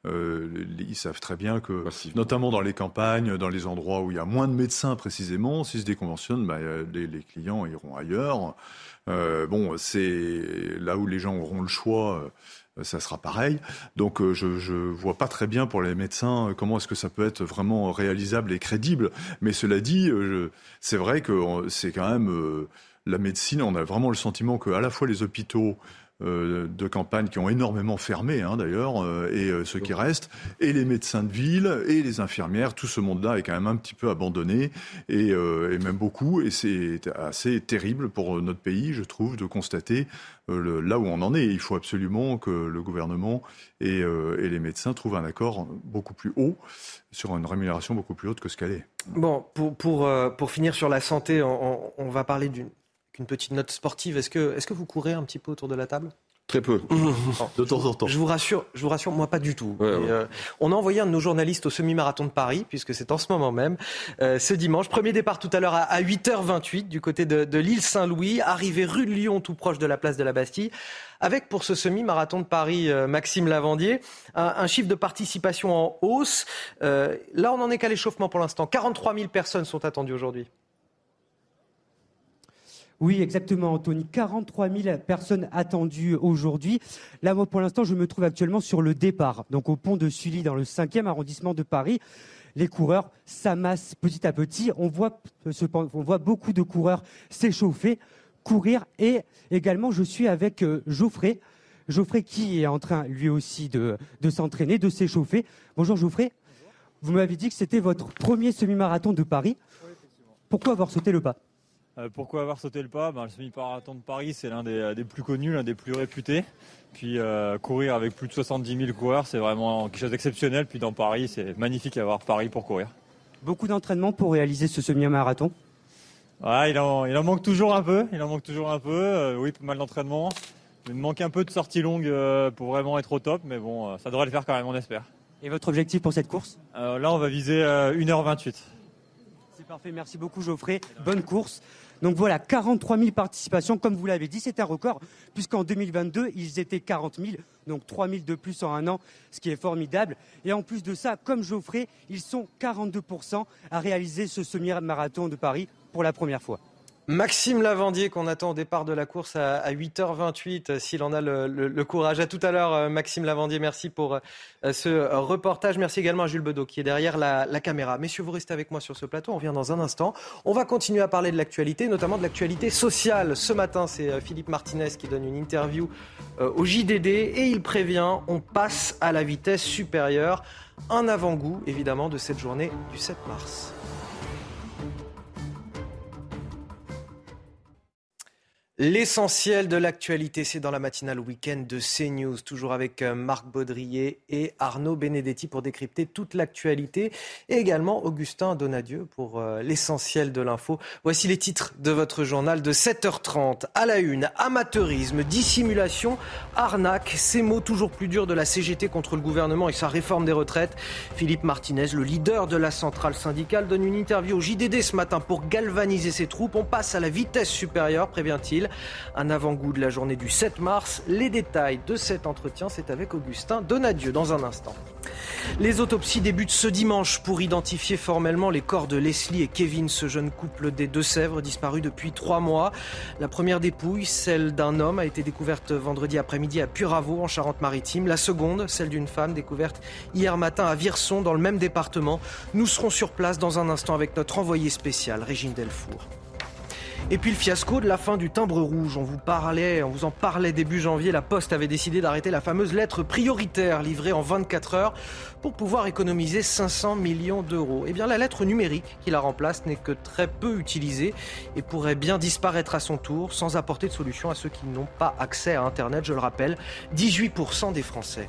Ils savent très bien que, notamment dans les campagnes, dans les endroits où il y a moins de médecins précisément, s'ils se déconventionnent, les clients iront ailleurs. C'est là où les gens auront le choix. Ça sera pareil. Donc je vois pas très bien pour les médecins comment est-ce que ça peut être vraiment réalisable et crédible. Mais cela dit, c'est vrai que c'est quand même la médecine, on a vraiment le sentiment qu'à la fois les hôpitaux de campagne qui ont énormément fermé, d'ailleurs, et ceux qui restent, et les médecins de ville, et les infirmières, tout ce monde-là est quand même un petit peu abandonné, et même beaucoup, et c'est assez terrible pour notre pays, je trouve, de constater là où on en est. Il faut absolument que le gouvernement et les médecins trouvent un accord beaucoup plus haut, sur une rémunération beaucoup plus haute que ce qu'elle est. Bon, pour finir sur la santé, on va parler d'une petite note sportive. Est-ce que vous courez un petit peu autour de la table ? Très peu, de temps en temps. Je vous rassure, moi pas du tout. Ouais. On a envoyé un de nos journalistes au semi-marathon de Paris, puisque c'est en ce moment même, ce dimanche. Premier départ tout à l'heure à 8h28 du côté de l'île Saint-Louis, arrivé rue de Lyon, tout proche de la place de la Bastille. Avec pour ce semi-marathon de Paris, Maxime Lavandier, un chiffre de participation en hausse. Là, on n'en est qu'à l'échauffement pour l'instant. 43 000 personnes sont attendues aujourd'hui. Oui, exactement, Anthony. 43 000 personnes attendues aujourd'hui. Là, moi, pour l'instant, je me trouve actuellement sur le départ, donc au pont de Sully, dans le 5e arrondissement de Paris. Les coureurs s'amassent petit à petit. On voit beaucoup de coureurs s'échauffer, courir. Et également, je suis avec Geoffrey. Geoffrey qui est en train, lui aussi, de s'entraîner, de s'échauffer. Bonjour, Geoffrey. Vous m'avez dit que c'était votre premier semi-marathon de Paris. Oui, effectivement. Pourquoi avoir sauté le pas ? Pourquoi avoir sauté le pas ? Le semi-marathon de Paris, c'est l'un des plus connus, l'un des plus réputés. Puis courir avec plus de 70 000 coureurs, c'est vraiment quelque chose d'exceptionnel. Puis dans Paris, c'est magnifique d'avoir Paris pour courir. Beaucoup d'entraînement pour réaliser ce semi-marathon ? Ouais, il en manque toujours un peu. Oui, pas mal d'entraînement. Il me manque un peu de sorties longues pour vraiment être au top. Mais bon, ça devrait le faire quand même, on espère. Et votre objectif pour cette course ? Là, on va viser 1h28. C'est parfait, merci beaucoup Geoffrey. Bonne course. Donc voilà, 43 000 participations, comme vous l'avez dit, c'est un record, puisqu'en 2022, ils étaient 40 000, donc 3 000 de plus en un an, ce qui est formidable. Et en plus de ça, comme Geoffrey, ils sont 42% à réaliser ce semi-marathon de Paris pour la première fois. Maxime Lavandier, qu'on attend au départ de la course à 8h28, s'il en a le courage. À tout à l'heure, Maxime Lavandier. Merci pour ce reportage. Merci également à Jules Bedeau, qui est derrière la caméra. Messieurs, vous restez avec moi sur ce plateau. On revient dans un instant. On va continuer à parler de l'actualité, notamment de l'actualité sociale. Ce matin, c'est Philippe Martinez qui donne une interview au JDD et il prévient, on passe à la vitesse supérieure. Un avant-goût, évidemment, de cette journée du 7 mars. L'essentiel de l'actualité, c'est dans la matinale week-end de CNews, toujours avec Marc Baudrier et Arnaud Benedetti pour décrypter toute l'actualité, et également Augustin Donadieu pour l'essentiel de l'info. Voici les titres de votre journal de 7h30. À la une, amateurisme, dissimulation, arnaque, ces mots toujours plus durs de la CGT contre le gouvernement et sa réforme des retraites. Philippe Martinez, le leader de la centrale syndicale, donne une interview au JDD ce matin pour galvaniser ses troupes. On passe à la vitesse supérieure, prévient-il. Un avant-goût de la journée du 7 mars. Les détails de cet entretien, c'est avec Augustin Donadieu dans un instant. Les autopsies débutent ce dimanche pour identifier formellement les corps de Leslie et Kevin, ce jeune couple des Deux-Sèvres disparu depuis 3 mois. La première dépouille, celle d'un homme, a été découverte vendredi après-midi à Puraveau en Charente-Maritime. La seconde, celle d'une femme, découverte hier matin à Virson dans le même département. Nous serons sur place dans un instant avec notre envoyé spécial, Régine Delfour. Et puis le fiasco de la fin du timbre rouge. On vous en parlait début janvier. La Poste avait décidé d'arrêter la fameuse lettre prioritaire livrée en 24 heures pour pouvoir économiser 500 millions d'euros. Eh bien, la lettre numérique qui la remplace n'est que très peu utilisée et pourrait bien disparaître à son tour sans apporter de solution à ceux qui n'ont pas accès à Internet. Je le rappelle, 18% des Français.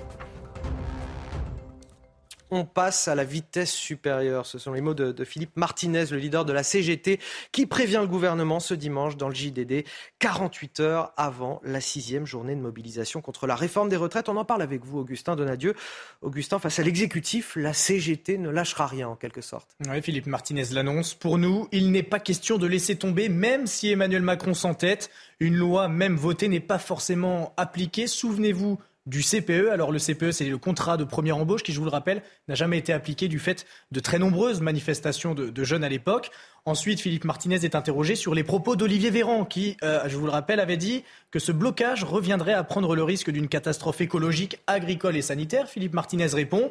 On passe à la vitesse supérieure. Ce sont les mots de Philippe Martinez, le leader de la CGT, qui prévient le gouvernement ce dimanche dans le JDD, 48 heures avant la 6e journée de mobilisation contre la réforme des retraites. On en parle avec vous, Augustin Donadieu. Augustin, face à l'exécutif, la CGT ne lâchera rien, en quelque sorte. Oui, Philippe Martinez l'annonce. Pour nous, il n'est pas question de laisser tomber, même si Emmanuel Macron s'entête. Une loi, même votée, n'est pas forcément appliquée. Souvenez-vous du CPE. Alors le CPE, c'est le contrat de première embauche qui, je vous le rappelle, n'a jamais été appliqué du fait de très nombreuses manifestations de jeunes à l'époque. Ensuite, Philippe Martinez est interrogé sur les propos d'Olivier Véran qui, je vous le rappelle, avait dit que ce blocage reviendrait à prendre le risque d'une catastrophe écologique, agricole et sanitaire. Philippe Martinez répond: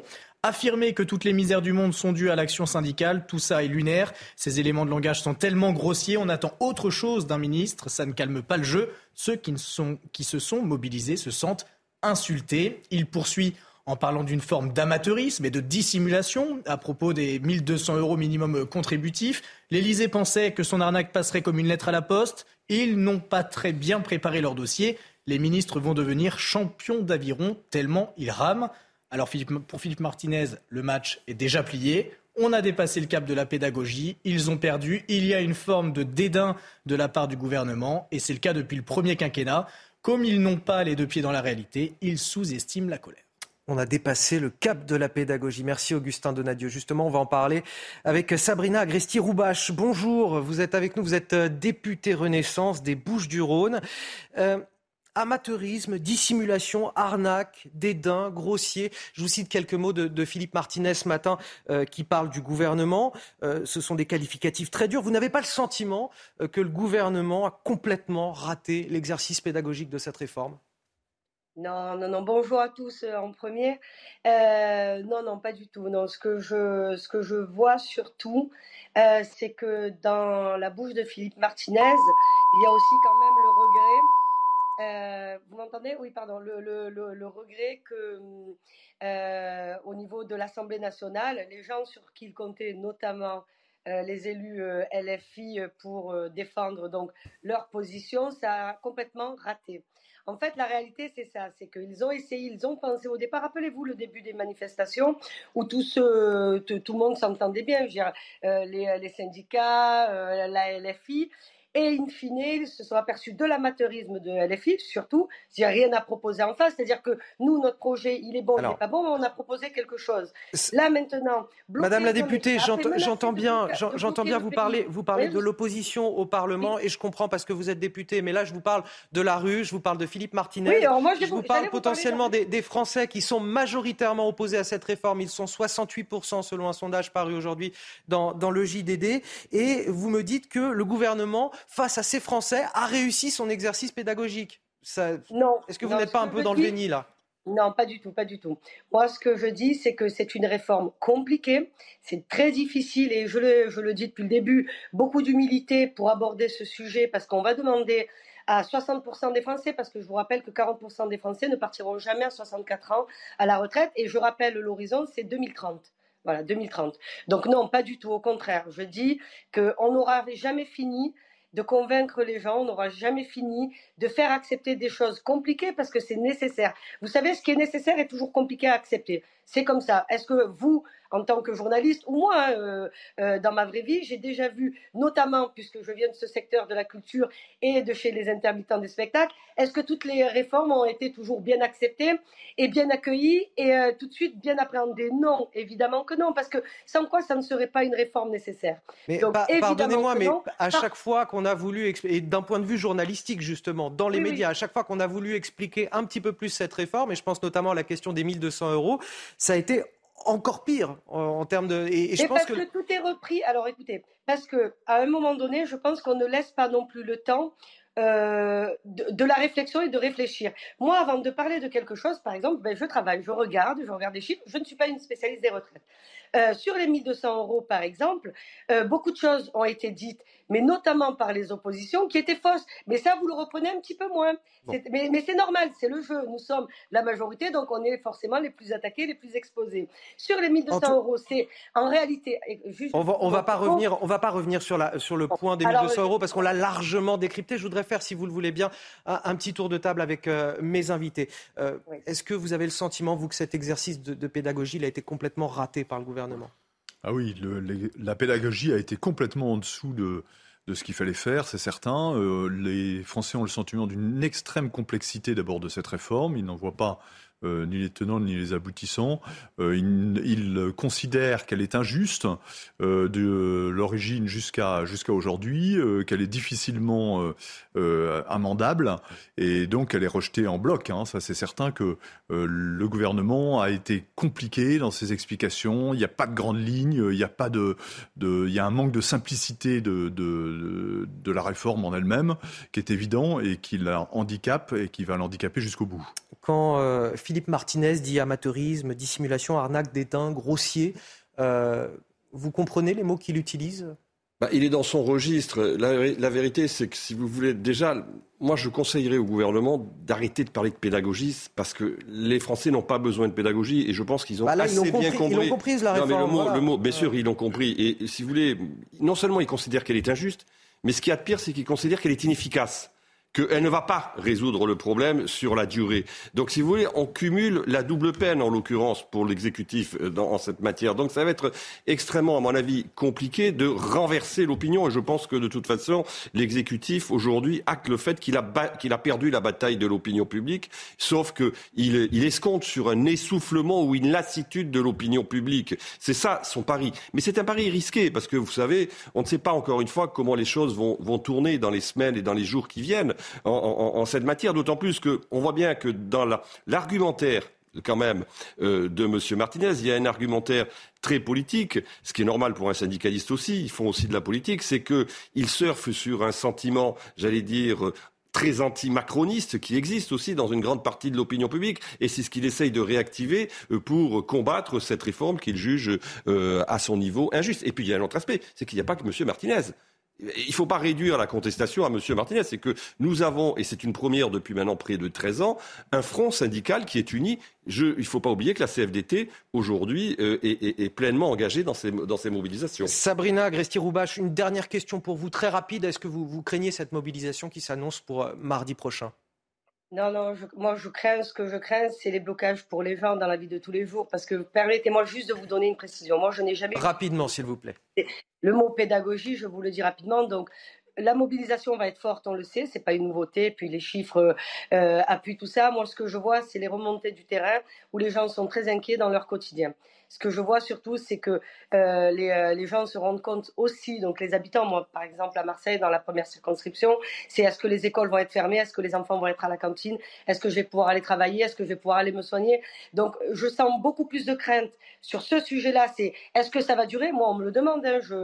Affirmer que toutes les misères du monde sont dues à l'action syndicale, tout ça est lunaire. Ces éléments de langage sont tellement grossiers, on attend autre chose d'un ministre. Ça ne calme pas le jeu. Ceux qui se sont mobilisés se sentent insultés. Il poursuit en parlant d'une forme d'amateurisme et de dissimulation à propos des 1 200 € minimum contributifs. L'Élysée pensait que son arnaque passerait comme une lettre à la poste. Ils n'ont pas très bien préparé leur dossier. Les ministres vont devenir champions d'aviron tellement ils rament. Alors pour Philippe Martinez, le match est déjà plié. On a dépassé le cap de la pédagogie. Ils ont perdu. Il y a une forme de dédain de la part du gouvernement. Et c'est le cas depuis le premier quinquennat. Comme ils n'ont pas les deux pieds dans la réalité, ils sous-estiment la colère. On a dépassé le cap de la pédagogie. Merci Augustin Donadieu. Justement, on va en parler avec Sabrina Agresti-Roubache. Bonjour, vous êtes avec nous, vous êtes députée Renaissance des Bouches-du-Rhône. Amateurisme, dissimulation, arnaque, dédain, grossier. Je vous cite quelques mots de Philippe Martinez ce matin qui parle du gouvernement. Ce sont des qualificatifs très durs. Vous n'avez pas le sentiment que le gouvernement a complètement raté l'exercice pédagogique de cette réforme ? Non. Bonjour à tous en premier. Non, pas du tout. Non, ce que je vois surtout, c'est que dans la bouche de Philippe Martinez, il y a aussi quand même le regret. Vous m'entendez ? Oui, pardon. Le regret que, au niveau de l'Assemblée nationale, les gens sur qui il comptait, notamment les élus LFI, pour défendre donc leur position, ça a complètement raté. En fait, la réalité, c'est ça, c'est qu'ils ont essayé, ils ont pensé au départ, rappelez-vous le début des manifestations où tout le monde s'entendait bien, je veux dire, les syndicats, la LFI. Et in fine, ils se sont aperçus de l'amateurisme de LFI, surtout, il n'y a rien à proposer en face. C'est-à-dire que nous, notre projet, il est bon, il n'est pas bon, mais on a proposé quelque chose. Là, maintenant... Madame la députée, j'entends bien vous parler de l'opposition au Parlement, et je comprends parce que vous êtes députée, mais là, je vous parle de la rue, je vous parle de Philippe Martinez, oui, alors moi, je vous parle potentiellement des Français qui sont majoritairement opposés à cette réforme. Ils sont 68% selon un sondage paru aujourd'hui dans le JDD, et vous me dites que le gouvernement, face à ces Français, a réussi son exercice pédagogique. Non. Est-ce que vous n'êtes pas un peu dans le déni, là ? Non, pas du tout. Moi, ce que je dis, c'est que c'est une réforme compliquée, c'est très difficile, et je le dis depuis le début, beaucoup d'humilité pour aborder ce sujet, parce qu'on va demander à 60% des Français, parce que je vous rappelle que 40% des Français ne partiront jamais à 64 ans à la retraite, et je rappelle l'horizon, c'est 2030. Voilà, 2030. Donc non, pas du tout, au contraire. Je dis qu'on n'aura jamais fini de convaincre les gens, on n'aura jamais fini de faire accepter des choses compliquées parce que c'est nécessaire. Vous savez, ce qui est nécessaire est toujours compliqué à accepter. C'est comme ça. Est-ce que vous, en tant que journaliste, ou moi, dans ma vraie vie, j'ai déjà vu, notamment puisque je viens de ce secteur de la culture et de chez les intermittents des spectacles, est-ce que toutes les réformes ont été toujours bien acceptées et bien accueillies et tout de suite bien appréhendées ? Non, évidemment que non, parce que sans quoi ça ne serait pas une réforme nécessaire. Mais donc, pardonnez-moi, mais à chaque fois qu'on a voulu, et d'un point de vue journalistique justement, dans les médias, à chaque fois qu'on a voulu expliquer un petit peu plus cette réforme, et je pense notamment à la question des 1 200 €, ça a été encore pire en termes de... Et je pense parce que tout est repris. Alors écoutez, parce qu'à un moment donné, je pense qu'on ne laisse pas non plus le temps de la réflexion et de réfléchir. Moi, avant de parler de quelque chose, par exemple, je travaille, je regarde des chiffres. Je ne suis pas une spécialiste des retraites. Sur les 1 200 €, par exemple, beaucoup de choses ont été dites, mais notamment par les oppositions, qui étaient fausses. Mais ça, vous le reprenez un petit peu moins. Bon. Mais c'est normal, c'est le jeu. Nous sommes la majorité, donc on est forcément les plus attaqués, les plus exposés. Sur les 1 200 €, c'est en réalité... On va pas revenir sur le point des 1 200 € parce qu'on l'a largement décrypté. Je voudrais faire, si vous le voulez bien, un petit tour de table avec mes invités. Oui. Est-ce que vous avez le sentiment, vous, que cet exercice de pédagogie il a été complètement raté par le gouvernement ? Ah oui, la pédagogie a été complètement en dessous de ce qu'il fallait faire, c'est certain. Les Français ont le sentiment d'une extrême complexité d'abord de cette réforme. Ils n'en voient pas ni les tenants ni les aboutissants. Ils considèrent qu'elle est injuste de l'origine jusqu'à aujourd'hui, qu'elle est difficilement amendable et donc elle est rejetée en bloc. Ça, c'est certain que le gouvernement a été compliqué dans ses explications. Il n'y a pas de grande ligne, il y a un manque de simplicité de la réforme en elle-même qui est évident et qui la handicape et qui va l'handicaper jusqu'au bout. quand Philippe Martinez dit amateurisme, dissimulation, arnaque, dédain, grossier. Vous comprenez les mots qu'il utilise ? Il est dans son registre. La vérité, c'est que si vous voulez, déjà, moi je conseillerais au gouvernement d'arrêter de parler de pédagogie parce que les Français n'ont pas besoin de pédagogie et je pense qu'ils ont assez bien compris. Ils l'ont compris, la réforme. Le mot, bien sûr, ils l'ont compris. Et si vous voulez, non seulement ils considèrent qu'elle est injuste, mais ce qu'il y a de pire, c'est qu'ils considèrent qu'elle est inefficace. Qu'elle ne va pas résoudre le problème sur la durée. Donc, si vous voulez, on cumule la double peine, en l'occurrence, pour l'exécutif en cette matière. Donc, ça va être extrêmement, à mon avis, compliqué de renverser l'opinion. Et je pense que, de toute façon, l'exécutif, aujourd'hui, acte le fait qu'il a perdu la bataille de l'opinion publique, sauf qu'il escompte sur un essoufflement ou une lassitude de l'opinion publique. C'est ça, son pari. Mais c'est un pari risqué, parce que, vous savez, on ne sait pas, encore une fois, comment les choses vont tourner dans les semaines et dans les jours qui viennent. En cette matière, d'autant plus qu'on voit bien que dans l'argumentaire quand même de M. Martinez, il y a un argumentaire très politique, ce qui est normal pour un syndicaliste aussi, ils font aussi de la politique, c'est qu'ils surfent sur un sentiment, j'allais dire, très anti-macroniste qui existe aussi dans une grande partie de l'opinion publique et c'est ce qu'il essaye de réactiver pour combattre cette réforme qu'il juge à son niveau injuste. Et puis il y a un autre aspect, c'est qu'il n'y a pas que M. Martinez. Il ne faut pas réduire la contestation à M. Martinez. C'est que nous avons, et c'est une première depuis maintenant près de 13 ans, un front syndical qui est uni. Il ne faut pas oublier que la CFDT, aujourd'hui, est pleinement engagée dans ces mobilisations. Sabrina Agresti-Roubache, une dernière question pour vous, très rapide. Est-ce que vous craignez cette mobilisation qui s'annonce pour mardi prochain ? Non, je crains, ce que je crains, c'est les blocages pour les gens dans la vie de tous les jours. Parce que permettez-moi juste de vous donner une précision. Moi, je n'ai jamais... Rapidement, s'il vous plaît. Le mot pédagogie, je vous le dis rapidement. Donc, la mobilisation va être forte, on le sait, c'est pas une nouveauté. Puis les chiffres appuient tout ça. Moi, ce que je vois, c'est les remontées du terrain où les gens sont très inquiets dans leur quotidien. Ce que je vois surtout, c'est que les gens se rendent compte aussi, donc les habitants, moi par exemple à Marseille, dans la première circonscription, c'est est-ce que les écoles vont être fermées, est-ce que les enfants vont être à la cantine, est-ce que je vais pouvoir aller travailler, est-ce que je vais pouvoir aller me soigner. Donc je sens beaucoup plus de crainte sur ce sujet-là, c'est est-ce que ça va durer. Moi on me le demande,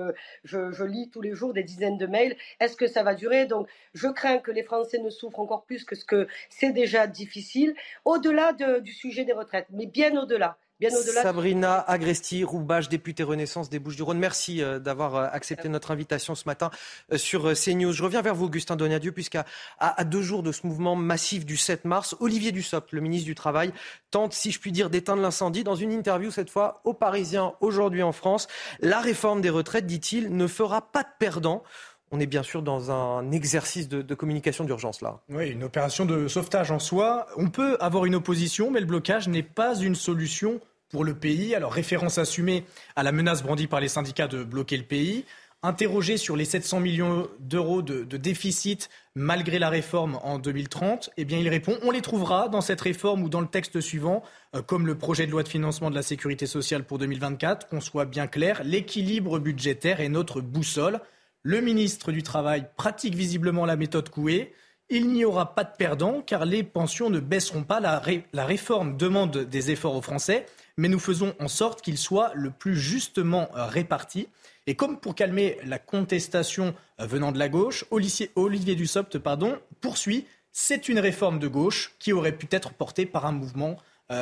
je lis tous les jours des dizaines de mails, est-ce que ça va durer. Donc je crains que les Français ne souffrent encore plus que ce que c'est déjà difficile, au-delà du sujet des retraites, mais bien au-delà. Sabrina Agresti-Roubache, députée Renaissance des Bouches-du-Rhône, merci d'avoir accepté notre invitation ce matin sur CNews. Je reviens vers vous, Augustin Donadieu, puisqu'à 2 jours de ce mouvement massif du 7 mars, Olivier Dussopt, le ministre du Travail, tente, si je puis dire, d'éteindre l'incendie. Dans une interview, cette fois, aux Parisiens, aujourd'hui en France, la réforme des retraites, dit-il, ne fera pas de perdants. On est bien sûr dans un exercice de communication d'urgence là. Oui, une opération de sauvetage en soi. On peut avoir une opposition, mais le blocage n'est pas une solution pour le pays. Alors, référence assumée à la menace brandie par les syndicats de bloquer le pays. Interrogé sur les 700 millions d'euros de déficit malgré la réforme en 2030, eh bien, il répond « On les trouvera dans cette réforme ou dans le texte suivant, comme le projet de loi de financement de la sécurité sociale pour 2024. Qu'on soit bien clair, l'équilibre budgétaire est notre boussole. Le ministre du Travail pratique visiblement la méthode Coué. Il n'y aura pas de perdants car les pensions ne baisseront pas. La réforme demande des efforts aux Français, mais nous faisons en sorte qu'ils soient le plus justement répartis. » Et comme pour calmer la contestation venant de la gauche, Olivier Dussopt poursuit. C'est une réforme de gauche qui aurait pu être portée par un mouvement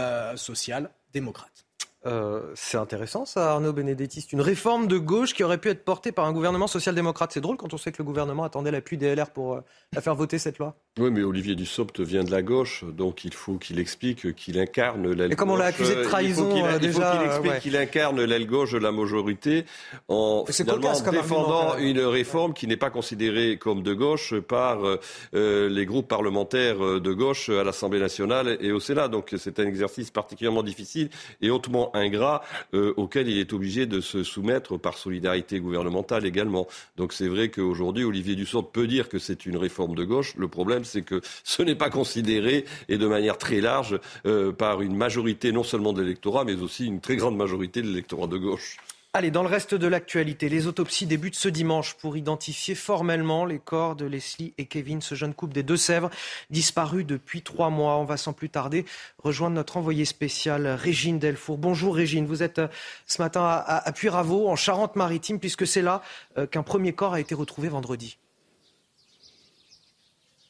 social-démocrate. C'est intéressant ça, Arnaud Benedetti. C'est une réforme de gauche qui aurait pu être portée par un gouvernement social-démocrate. C'est drôle quand on sait que le gouvernement attendait l'appui des LR pour la faire voter cette loi. Oui, mais Olivier Dussopt vient de la gauche, donc il faut qu'il explique qu'il incarne l'aile gauche. Et comme on l'a accusé de trahison il faut qu'il explique qu'il incarne l'aile gauche de la majorité en finalement défendant une réforme qui n'est pas considérée comme de gauche par les groupes parlementaires de gauche à l'Assemblée nationale et au Sénat. Donc c'est un exercice particulièrement difficile et hautement ingrat auquel il est obligé de se soumettre par solidarité gouvernementale également. Donc c'est vrai qu'aujourd'hui, Olivier Dussopt peut dire que c'est une réforme de gauche. Le problème, c'est que ce n'est pas considéré, et de manière très large, par une majorité non seulement de l'électorat, mais aussi une très grande majorité de l'électorat de gauche. Allez, dans le reste de l'actualité, les autopsies débutent ce dimanche pour identifier formellement les corps de Leslie et Kevin, ce jeune couple des Deux-Sèvres, disparu depuis 3 mois. On va sans plus tarder rejoindre notre envoyée spéciale, Régine Delfour. Bonjour Régine, vous êtes ce matin à Puyraveau, en Charente-Maritime, puisque c'est là qu'un premier corps a été retrouvé vendredi.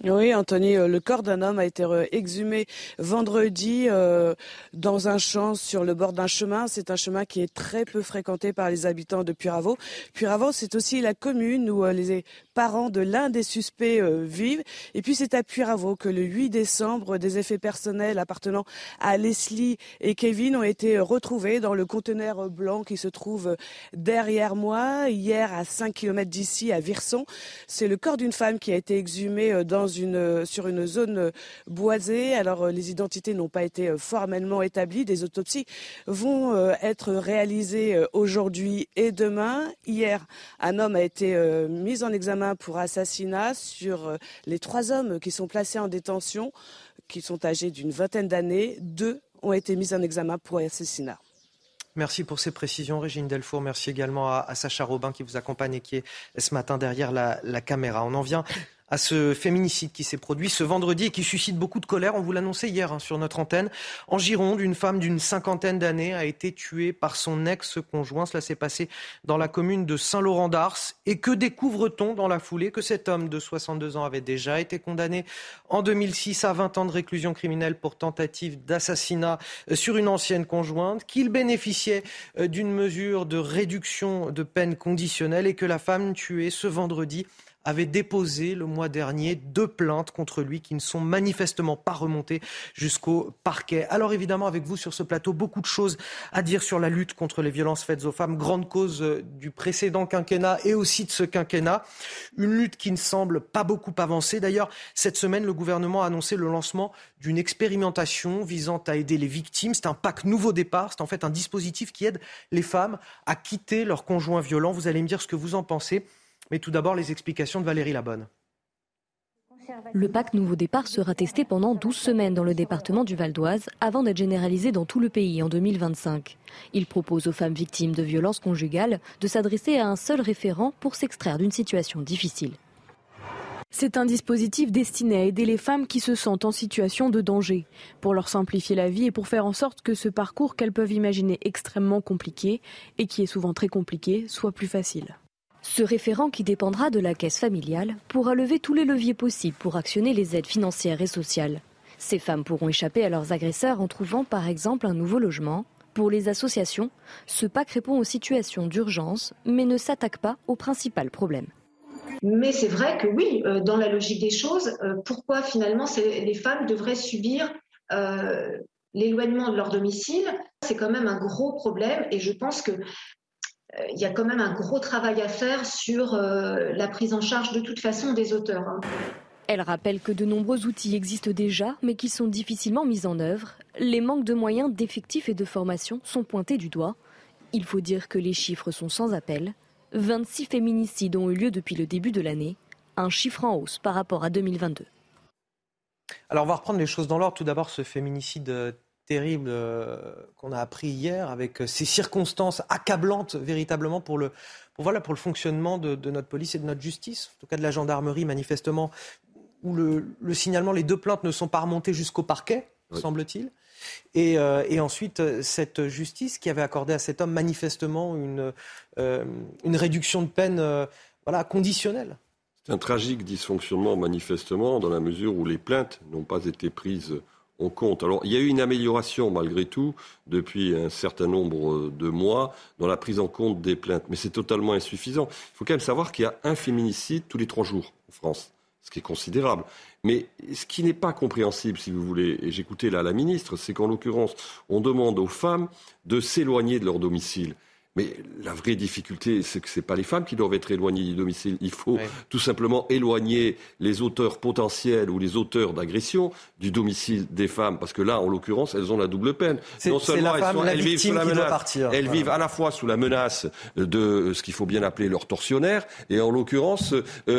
Oui, Anthony, le corps d'un homme a été exhumé vendredi dans un champ sur le bord d'un chemin. C'est un chemin qui est très peu fréquenté par les habitants de Puyraveau. Puyraveau, c'est aussi la commune où les parents de l'un des suspects vivent. Et puis c'est à Puyraveau que le 8 décembre, des effets personnels appartenant à Leslie et Kevin ont été retrouvés dans le conteneur blanc qui se trouve derrière moi. Hier, à 5 km d'ici, à Virson, c'est le corps d'une femme qui a été exhumé sur une zone boisée. Alors les identités n'ont pas été formellement établies. Des autopsies vont être réalisées aujourd'hui et demain. Hier, un homme a été mis en examen pour assassinat. Sur les 3 hommes qui sont placés en détention, qui sont âgés d'une vingtaine d'années, 2 ont été mis en examen pour assassinat. Merci pour ces précisions, Régine Delfour. Merci également à Sacha Robin qui vous accompagne et qui est ce matin derrière la caméra. On en vient à ce féminicide qui s'est produit ce vendredi et qui suscite beaucoup de colère. On vous l'annonçait hier sur notre antenne. En Gironde, une femme d'une 50aine d'années a été tuée par son ex-conjoint. Cela s'est passé dans la commune de Saint-Laurent-d'Ars. Et que découvre-t-on dans la foulée? Que cet homme de 62 ans avait déjà été condamné en 2006 à 20 ans de réclusion criminelle pour tentative d'assassinat sur une ancienne conjointe, qu'il bénéficiait d'une mesure de réduction de peine conditionnelle et que la femme tuée ce vendredi avait déposé le mois dernier 2 plaintes contre lui qui ne sont manifestement pas remontées jusqu'au parquet. Alors évidemment, avec vous sur ce plateau, beaucoup de choses à dire sur la lutte contre les violences faites aux femmes, grande cause du précédent quinquennat et aussi de ce quinquennat. Une lutte qui ne semble pas beaucoup avancer. D'ailleurs, cette semaine, le gouvernement a annoncé le lancement d'une expérimentation visant à aider les victimes. C'est un pack Nouveau Départ. C'est en fait un dispositif qui aide les femmes à quitter leur conjoint violent. Vous allez me dire ce que vous en pensez. Mais tout d'abord, les explications de Valérie Labonne. Le pack Nouveau Départ sera testé pendant 12 semaines dans le département du Val d'Oise avant d'être généralisé dans tout le pays en 2025. Il propose aux femmes victimes de violences conjugales de s'adresser à un seul référent pour s'extraire d'une situation difficile. C'est un dispositif destiné à aider les femmes qui se sentent en situation de danger, pour leur simplifier la vie et pour faire en sorte que ce parcours qu'elles peuvent imaginer extrêmement compliqué et qui est souvent très compliqué soit plus facile. Ce référent, qui dépendra de la caisse familiale, pourra lever tous les leviers possibles pour actionner les aides financières et sociales. Ces femmes pourront échapper à leurs agresseurs en trouvant par exemple un nouveau logement. Pour les associations, ce pack répond aux situations d'urgence, mais ne s'attaque pas au principal problème. Mais c'est vrai que oui, dans la logique des choses, pourquoi finalement les femmes devraient subir l'éloignement de leur domicile? C'est quand même un gros problème et je pense que il y a quand même un gros travail à faire sur la prise en charge de toute façon des auteurs. Elle rappelle que de nombreux outils existent déjà, mais qui sont difficilement mis en œuvre. Les manques de moyens, d'effectifs et de formation sont pointés du doigt. Il faut dire que les chiffres sont sans appel. 26 féminicides ont eu lieu depuis le début de l'année, un chiffre en hausse par rapport à 2022. Alors on va reprendre les choses dans l'ordre. Tout d'abord, ce féminicide terrible qu'on a appris hier, avec ces circonstances accablantes véritablement pour le fonctionnement de notre police et de notre justice, en tout cas de la gendarmerie manifestement, où le signalement, les 2 plaintes ne sont pas remontées jusqu'au parquet, semble-t-il. Et ensuite, cette justice qui avait accordé à cet homme manifestement une réduction de peine conditionnelle. C'est un tragique dysfonctionnement manifestement dans la mesure où les plaintes n'ont pas été prises en compte. Alors, il y a eu une amélioration malgré tout depuis un certain nombre de mois dans la prise en compte des plaintes, mais c'est totalement insuffisant. Il faut quand même savoir qu'il y a un féminicide tous les 3 jours en France, ce qui est considérable. Mais ce qui n'est pas compréhensible, si vous voulez, et j'écoutais là la ministre, c'est qu'en l'occurrence, on demande aux femmes de s'éloigner de leur domicile. Mais la vraie difficulté, c'est que ce n'est pas les femmes qui doivent être éloignées du domicile. Il faut tout simplement éloigner les auteurs potentiels ou les auteurs d'agression du domicile des femmes. Parce que là, en l'occurrence, elles ont la double peine. Non seulement elles vivent sous la menace, elles vivent à la fois sous la menace de ce qu'il faut bien appeler leurs tortionnaires, et en l'occurrence,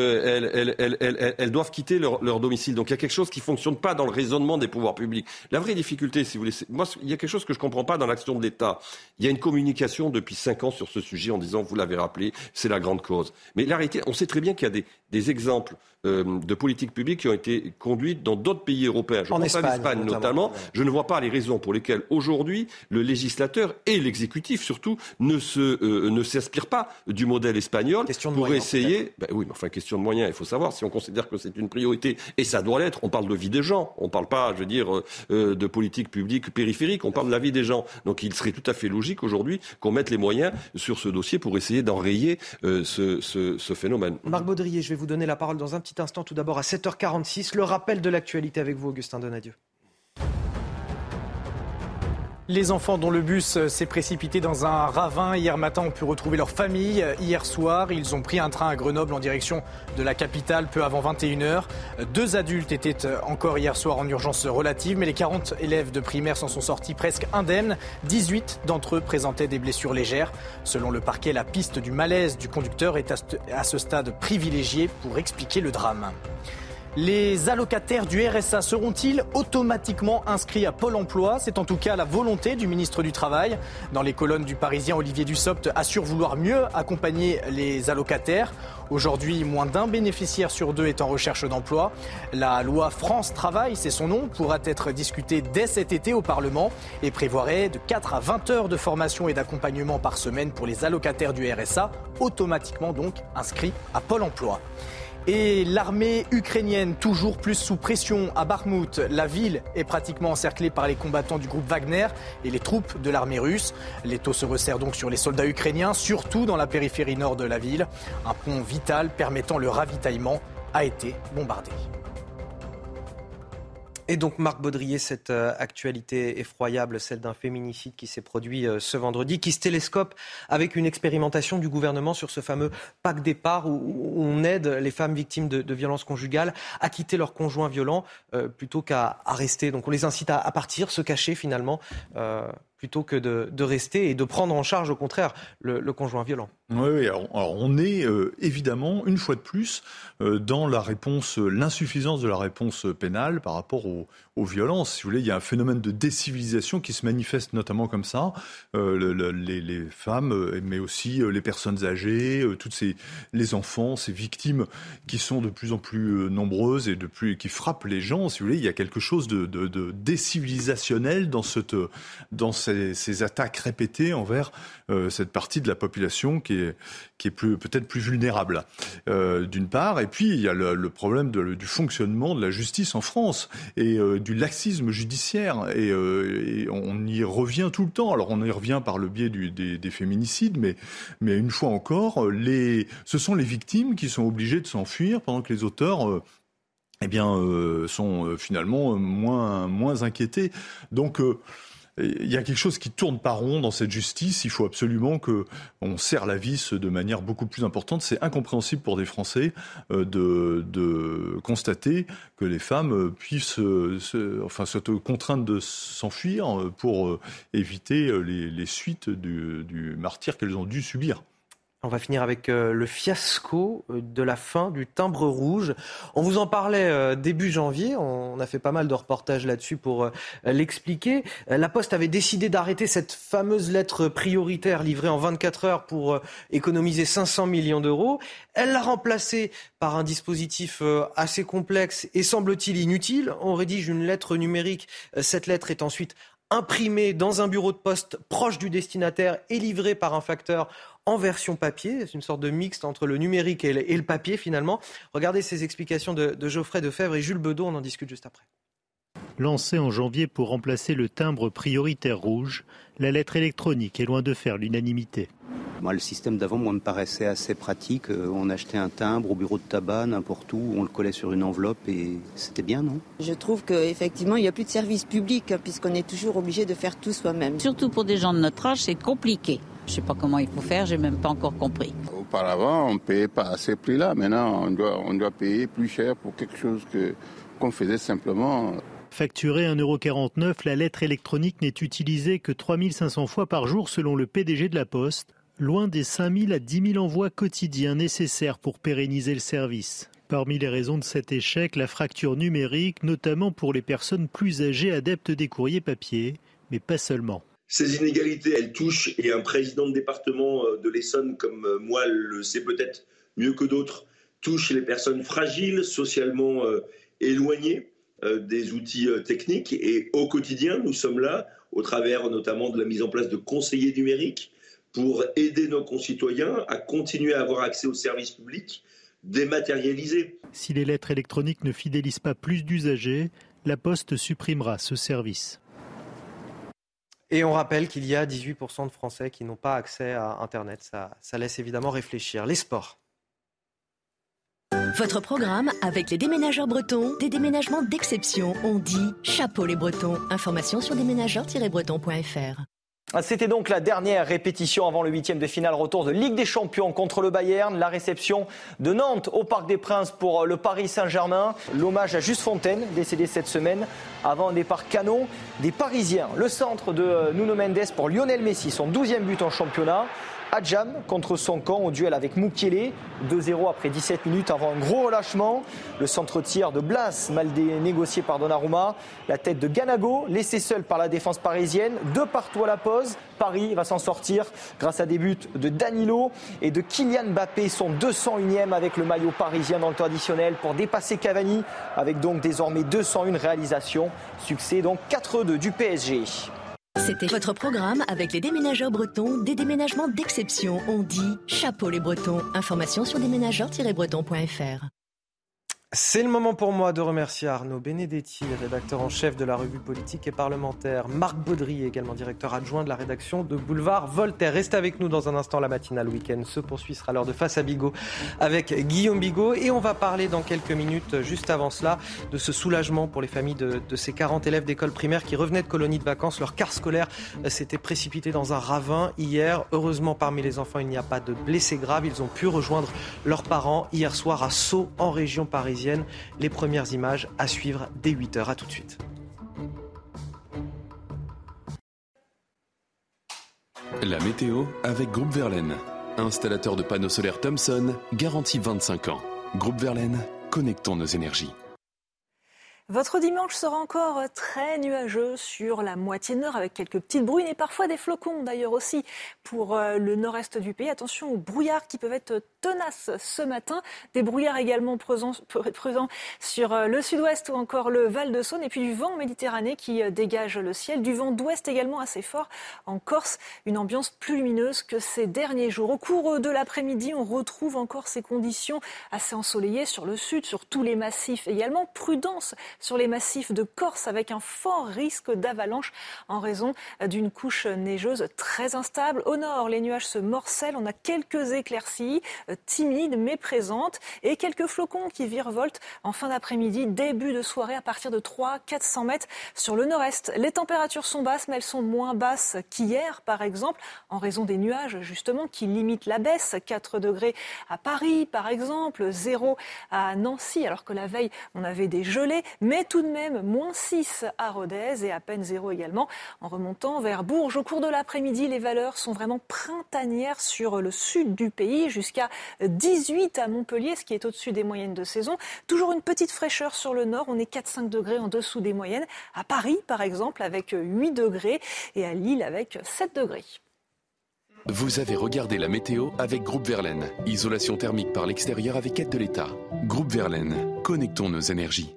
elles doivent quitter leur domicile. Donc il y a quelque chose qui ne fonctionne pas dans le raisonnement des pouvoirs publics. La vraie difficulté, si vous voulez, moi, il y a quelque chose que je ne comprends pas dans l'action de l'État. Il y a une communication depuis 5 ans sur ce sujet en disant, vous l'avez rappelé, c'est la grande cause. Mais la réalité, on sait très bien qu'il y a des exemples de politiques publiques qui ont été conduites dans d'autres pays européens. Je pense à l'Espagne notamment. Je ne vois pas les raisons pour lesquelles aujourd'hui le législateur et l'exécutif surtout ne s'inspirent pas du modèle espagnol pour essayer. Oui, mais enfin question de moyens. Il faut savoir si on considère que c'est une priorité et ça doit l'être. On parle de vie des gens. On ne parle pas, je veux dire, de politique publique périphérique. On parle de la vie des gens. Donc il serait tout à fait logique aujourd'hui qu'on mette les moyens sur ce dossier pour essayer d'enrayer ce phénomène. Marc Baudrier, je vais vous donner la parole dans un petit instant. Tout d'abord à 7h46, le rappel de l'actualité avec vous, Augustin Donadieu. Les enfants dont le bus s'est précipité dans un ravin hier matin ont pu retrouver leur famille. Hier soir, ils ont pris un train à Grenoble en direction de la capitale peu avant 21h. 2 adultes étaient encore hier soir en urgence relative, mais les 40 élèves de primaire s'en sont sortis presque indemnes. 18 d'entre eux présentaient des blessures légères. Selon le parquet, la piste du malaise du conducteur est à ce stade privilégiée pour expliquer le drame. Les allocataires du RSA seront-ils automatiquement inscrits à Pôle emploi ? C'est en tout cas la volonté du ministre du Travail. Dans les colonnes du Parisien, Olivier Dussopt assure vouloir mieux accompagner les allocataires. Aujourd'hui, moins d'un bénéficiaire sur 2 est en recherche d'emploi. La loi France Travail, c'est son nom, pourra être discutée dès cet été au Parlement et prévoirait de 4 à 20 heures de formation et d'accompagnement par semaine pour les allocataires du RSA, automatiquement donc inscrits à Pôle emploi. Et l'armée ukrainienne toujours plus sous pression à Bakhmout. La ville est pratiquement encerclée par les combattants du groupe Wagner et les troupes de l'armée russe. L'étau se resserre donc sur les soldats ukrainiens, surtout dans la périphérie nord de la ville. Un pont vital permettant le ravitaillement a été bombardé. Et donc Marc Baudrier, cette actualité effroyable, celle d'un féminicide qui s'est produit ce vendredi, qui se télescope avec une expérimentation du gouvernement sur ce fameux pack départ où on aide les femmes victimes de violences conjugales à quitter leur conjoint violent plutôt qu'à rester. Donc on les incite à partir, se cacher finalement, plutôt que de rester et de prendre en charge au contraire le conjoint violent. Oui, alors on est évidemment, une fois de plus, dans l'insuffisance de la réponse pénale par rapport aux violences. Si vous voulez, il y a un phénomène de décivilisation qui se manifeste notamment comme ça. Les femmes, mais aussi les personnes âgées, les enfants, ces victimes qui sont de plus en plus nombreuses et qui frappent les gens. Si vous voulez, il y a quelque chose de décivilisationnel dans ces attaques répétées envers cette partie de la population qui est peut-être plus vulnérable, d'une part. Et puis, il y a le problème du fonctionnement de la justice en France et du laxisme judiciaire. Et on y revient tout le temps. Alors, on y revient par le biais des féminicides, mais une fois encore, ce sont les victimes qui sont obligées de s'enfuir pendant que les auteurs sont finalement moins inquiétés. Donc, il y a quelque chose qui tourne pas rond dans cette justice. Il faut absolument qu'on serre la vis de manière beaucoup plus importante. C'est incompréhensible pour des Français de constater que les femmes puissent se contraindre de s'enfuir pour éviter les suites du martyre qu'elles ont dû subir. On va finir avec le fiasco de la fin du timbre rouge. On vous en parlait début janvier, on a fait pas mal de reportages là-dessus pour l'expliquer. La Poste avait décidé d'arrêter cette fameuse lettre prioritaire livrée en 24 heures pour économiser 500 millions d'euros. Elle l'a remplacée par un dispositif assez complexe et semble-t-il inutile. On rédige une lettre numérique, cette lettre est ensuite imprimée dans un bureau de poste proche du destinataire et livrée par un facteur en version papier. C'est une sorte de mixte entre le numérique et le papier finalement. Regardez ces explications de Geoffrey Defebvre et Jules Bedeau, on en discute juste après. Lancée en janvier pour remplacer le timbre prioritaire rouge, la lettre électronique est loin de faire l'unanimité. Moi, le système d'avant, me paraissait assez pratique. On achetait un timbre au bureau de tabac, n'importe où, on le collait sur une enveloppe et c'était bien, non ? Je trouve qu'effectivement, il n'y a plus de service public puisqu'on est toujours obligé de faire tout soi-même. Surtout pour des gens de notre âge, c'est compliqué. Je ne sais pas comment il faut faire, je n'ai même pas encore compris. Auparavant, on ne payait pas à ces prix-là. Maintenant, on doit payer plus cher pour quelque chose qu'on faisait simplement. Facturée 1,49 €, la lettre électronique n'est utilisée que 3500 fois par jour selon le PDG de la Poste, loin des 5000 à 10 000 envois quotidiens nécessaires pour pérenniser le service. Parmi les raisons de cet échec, la fracture numérique, notamment pour les personnes plus âgées adeptes des courriers papier, mais pas seulement. Ces inégalités, elles touchent, et un président de département de l'Essonne comme moi le sait peut-être mieux que d'autres, touchent les personnes fragiles, socialement éloignées des outils techniques. Et au quotidien, nous sommes là, au travers notamment de la mise en place de conseillers numériques, pour aider nos concitoyens à continuer à avoir accès aux services publics dématérialisés. Si les lettres électroniques ne fidélisent pas plus d'usagers, la Poste supprimera ce service. Et on rappelle qu'il y a 18% de Français qui n'ont pas accès à Internet. Ça laisse évidemment réfléchir. Les sports. Votre programme avec les déménageurs bretons, des déménagements d'exception. On dit chapeau les Bretons. Information sur déménageurs-bretons.fr. C'était donc la dernière répétition avant le 8e de finale retour de Ligue des Champions contre le Bayern. La réception de Nantes au Parc des Princes pour le Paris Saint-Germain. L'hommage à Just Fontaine, décédé cette semaine avant un départ canon des Parisiens. Le centre de Nuno Mendes pour Lionel Messi, son 12e but en championnat. Adjam contre son camp au duel avec Mukiele, 2-0 après 17 minutes avant un gros relâchement. Le centre-tir de Blas, mal négocié par Donnarumma. La tête de Ganago, laissé seul par la défense parisienne. 2-2 à la pause. Paris va s'en sortir grâce à des buts de Danilo et de Kylian Mbappé, son 201e avec le maillot parisien dans le temps additionnel pour dépasser Cavani, avec donc désormais 201 réalisations. Succès donc 4-2 du PSG. C'était votre programme avec les déménageurs bretons, des déménagements d'exception. On dit chapeau les Bretons. Information sur déménageurs-bretons.fr. C'est le moment pour moi de remercier Arnaud Benedetti, rédacteur en chef de la revue politique et parlementaire. Marc Baudry, également directeur adjoint de la rédaction de Boulevard Voltaire. Restez avec nous dans un instant, la matinale week-end se poursuit, sera l'heure de Face à Bigot avec Guillaume Bigot. Et on va parler dans quelques minutes, juste avant cela, de ce soulagement pour les familles de ces 40 élèves d'école primaire qui revenaient de colonies de vacances. Leur car scolaire s'était précipité dans un ravin hier. Heureusement, parmi les enfants, il n'y a pas de blessés graves. Ils ont pu rejoindre leurs parents hier soir à Sceaux, en région parisienne. Les premières images à suivre dès 8h. À tout de suite. La météo avec Groupe Verlaine. Installateur de panneaux solaires Thomson, garantie 25 ans. Groupe Verlaine, connectons nos énergies. Votre dimanche sera encore très nuageux sur la moitié nord avec quelques petites bruines et parfois des flocons d'ailleurs aussi pour le nord-est du pays. Attention aux brouillards qui peuvent être tenaces ce matin. Des brouillards également présents sur le sud-ouest ou encore le Val-de-Saône et puis du vent en Méditerranée qui dégage le ciel. Du vent d'ouest également assez fort en Corse. Une ambiance plus lumineuse que ces derniers jours. Au cours de l'après-midi, on retrouve encore ces conditions assez ensoleillées sur le sud, sur tous les massifs également. Prudence sur les massifs de Corse avec un fort risque d'avalanche en raison d'une couche neigeuse très instable. Au nord, les nuages se morcellent. On a quelques éclaircies timides mais présentes et quelques flocons qui virevoltent en fin d'après-midi, début de soirée à partir de 300-400 mètres sur le nord-est. Les températures sont basses mais elles sont moins basses qu'hier par exemple en raison des nuages justement qui limitent la baisse. 4 degrés à Paris par exemple, 0 à Nancy alors que la veille on avait des gelées. Mais tout de même, moins 6 à Rodez et à peine 0 également en remontant vers Bourges. Au cours de l'après-midi, les valeurs sont vraiment printanières sur le sud du pays, jusqu'à 18 à Montpellier, ce qui est au-dessus des moyennes de saison. Toujours une petite fraîcheur sur le nord, on est 4-5 degrés en dessous des moyennes. À Paris, par exemple, avec 8 degrés et à Lille avec 7 degrés. Vous avez regardé la météo avec Groupe Verlaine. Isolation thermique par l'extérieur avec aide de l'État. Groupe Verlaine, connectons nos énergies.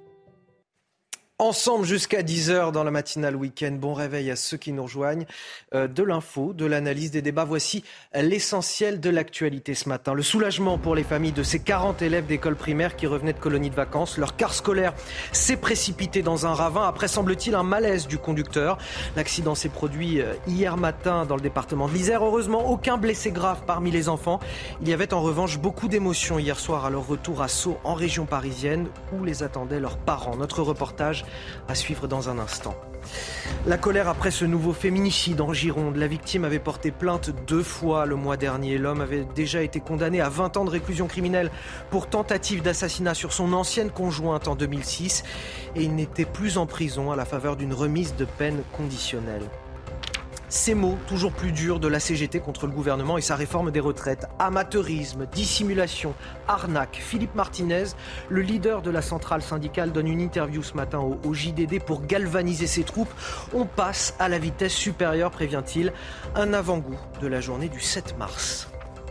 Ensemble jusqu'à 10h dans la matinale week-end. Bon réveil à ceux qui nous rejoignent. De l'info, de l'analyse, des débats. Voici l'essentiel de l'actualité ce matin. Le soulagement pour les familles de ces 40 élèves d'école primaire qui revenaient de colonies de vacances. Leur car scolaire s'est précipité dans un ravin après, semble-t-il, un malaise du conducteur. L'accident s'est produit hier matin dans le département de l'Isère. Heureusement, aucun blessé grave parmi les enfants. Il y avait en revanche beaucoup d'émotions hier soir à leur retour à Sceaux, en région parisienne, où les attendaient leurs parents. Notre reportage à suivre dans un instant. La colère après ce nouveau féminicide en Gironde. La victime avait porté plainte 2 fois le mois dernier. L'homme avait déjà été condamné à 20 ans de réclusion criminelle pour tentative d'assassinat sur son ancienne conjointe en 2006 et il n'était plus en prison à la faveur d'une remise de peine conditionnelle. Ces mots toujours plus durs de la CGT contre le gouvernement et sa réforme des retraites. Amateurisme, dissimulation, arnaque. Philippe Martinez, le leader de la centrale syndicale, donne une interview ce matin au JDD pour galvaniser ses troupes. On passe à la vitesse supérieure, prévient-il. Un avant-goût de la journée du 7 mars.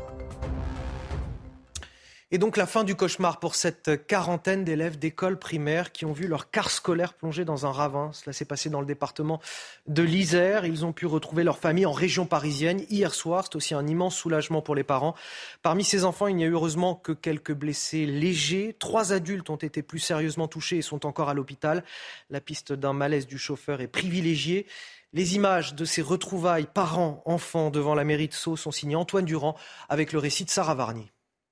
Et donc la fin du cauchemar pour cette quarantaine d'élèves d'école primaire qui ont vu leur car scolaire plongé dans un ravin. Cela s'est passé dans le département de l'Isère. Ils ont pu retrouver leur famille en région parisienne hier soir. C'est aussi un immense soulagement pour les parents. Parmi ces enfants, il n'y a eu heureusement que quelques blessés légers. 3 adultes ont été plus sérieusement touchés et sont encore à l'hôpital. La piste d'un malaise du chauffeur est privilégiée. Les images de ces retrouvailles parents-enfants devant la mairie de Sceaux sont signées Antoine Durand avec le récit de Sarah Varny.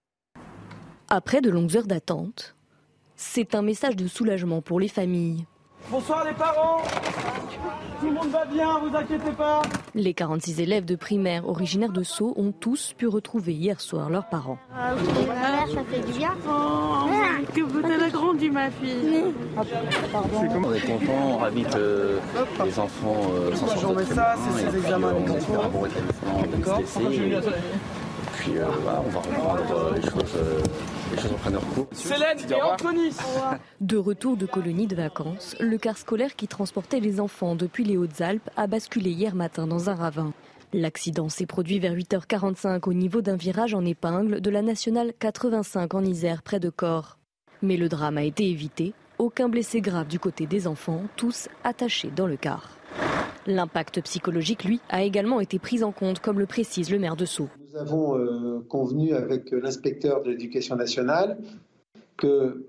Après de longues heures d'attente, c'est un message de soulagement pour les familles. Bonsoir les parents, tout le monde va bien, vous inquiétez pas. Les 46 élèves de primaire originaires de Sceaux ont tous pu retrouver hier soir leurs parents. Ma mère, ça fait du bien. Oh, que vous êtes grandi ma fille. On est content, ravis que les enfants s'en sortent très bien. C'est ces examens on espère un bon rétablissement de TC. Puis voilà, on va reprendre les choses reprennent leur cours. Célène et Anthony. De retour de colonie de vacances, le car scolaire qui transportait les enfants depuis les Hautes-Alpes a basculé hier matin dans un ravin. L'accident s'est produit vers 8h45 au niveau d'un virage en épingle de la nationale 85 en Isère, près de Corps. Mais le drame a été évité. Aucun blessé grave du côté des enfants, tous attachés dans le car. L'impact psychologique, lui, a également été pris en compte, comme le précise le maire de Sceaux. Nous avons convenu avec l'inspecteur de l'Éducation nationale que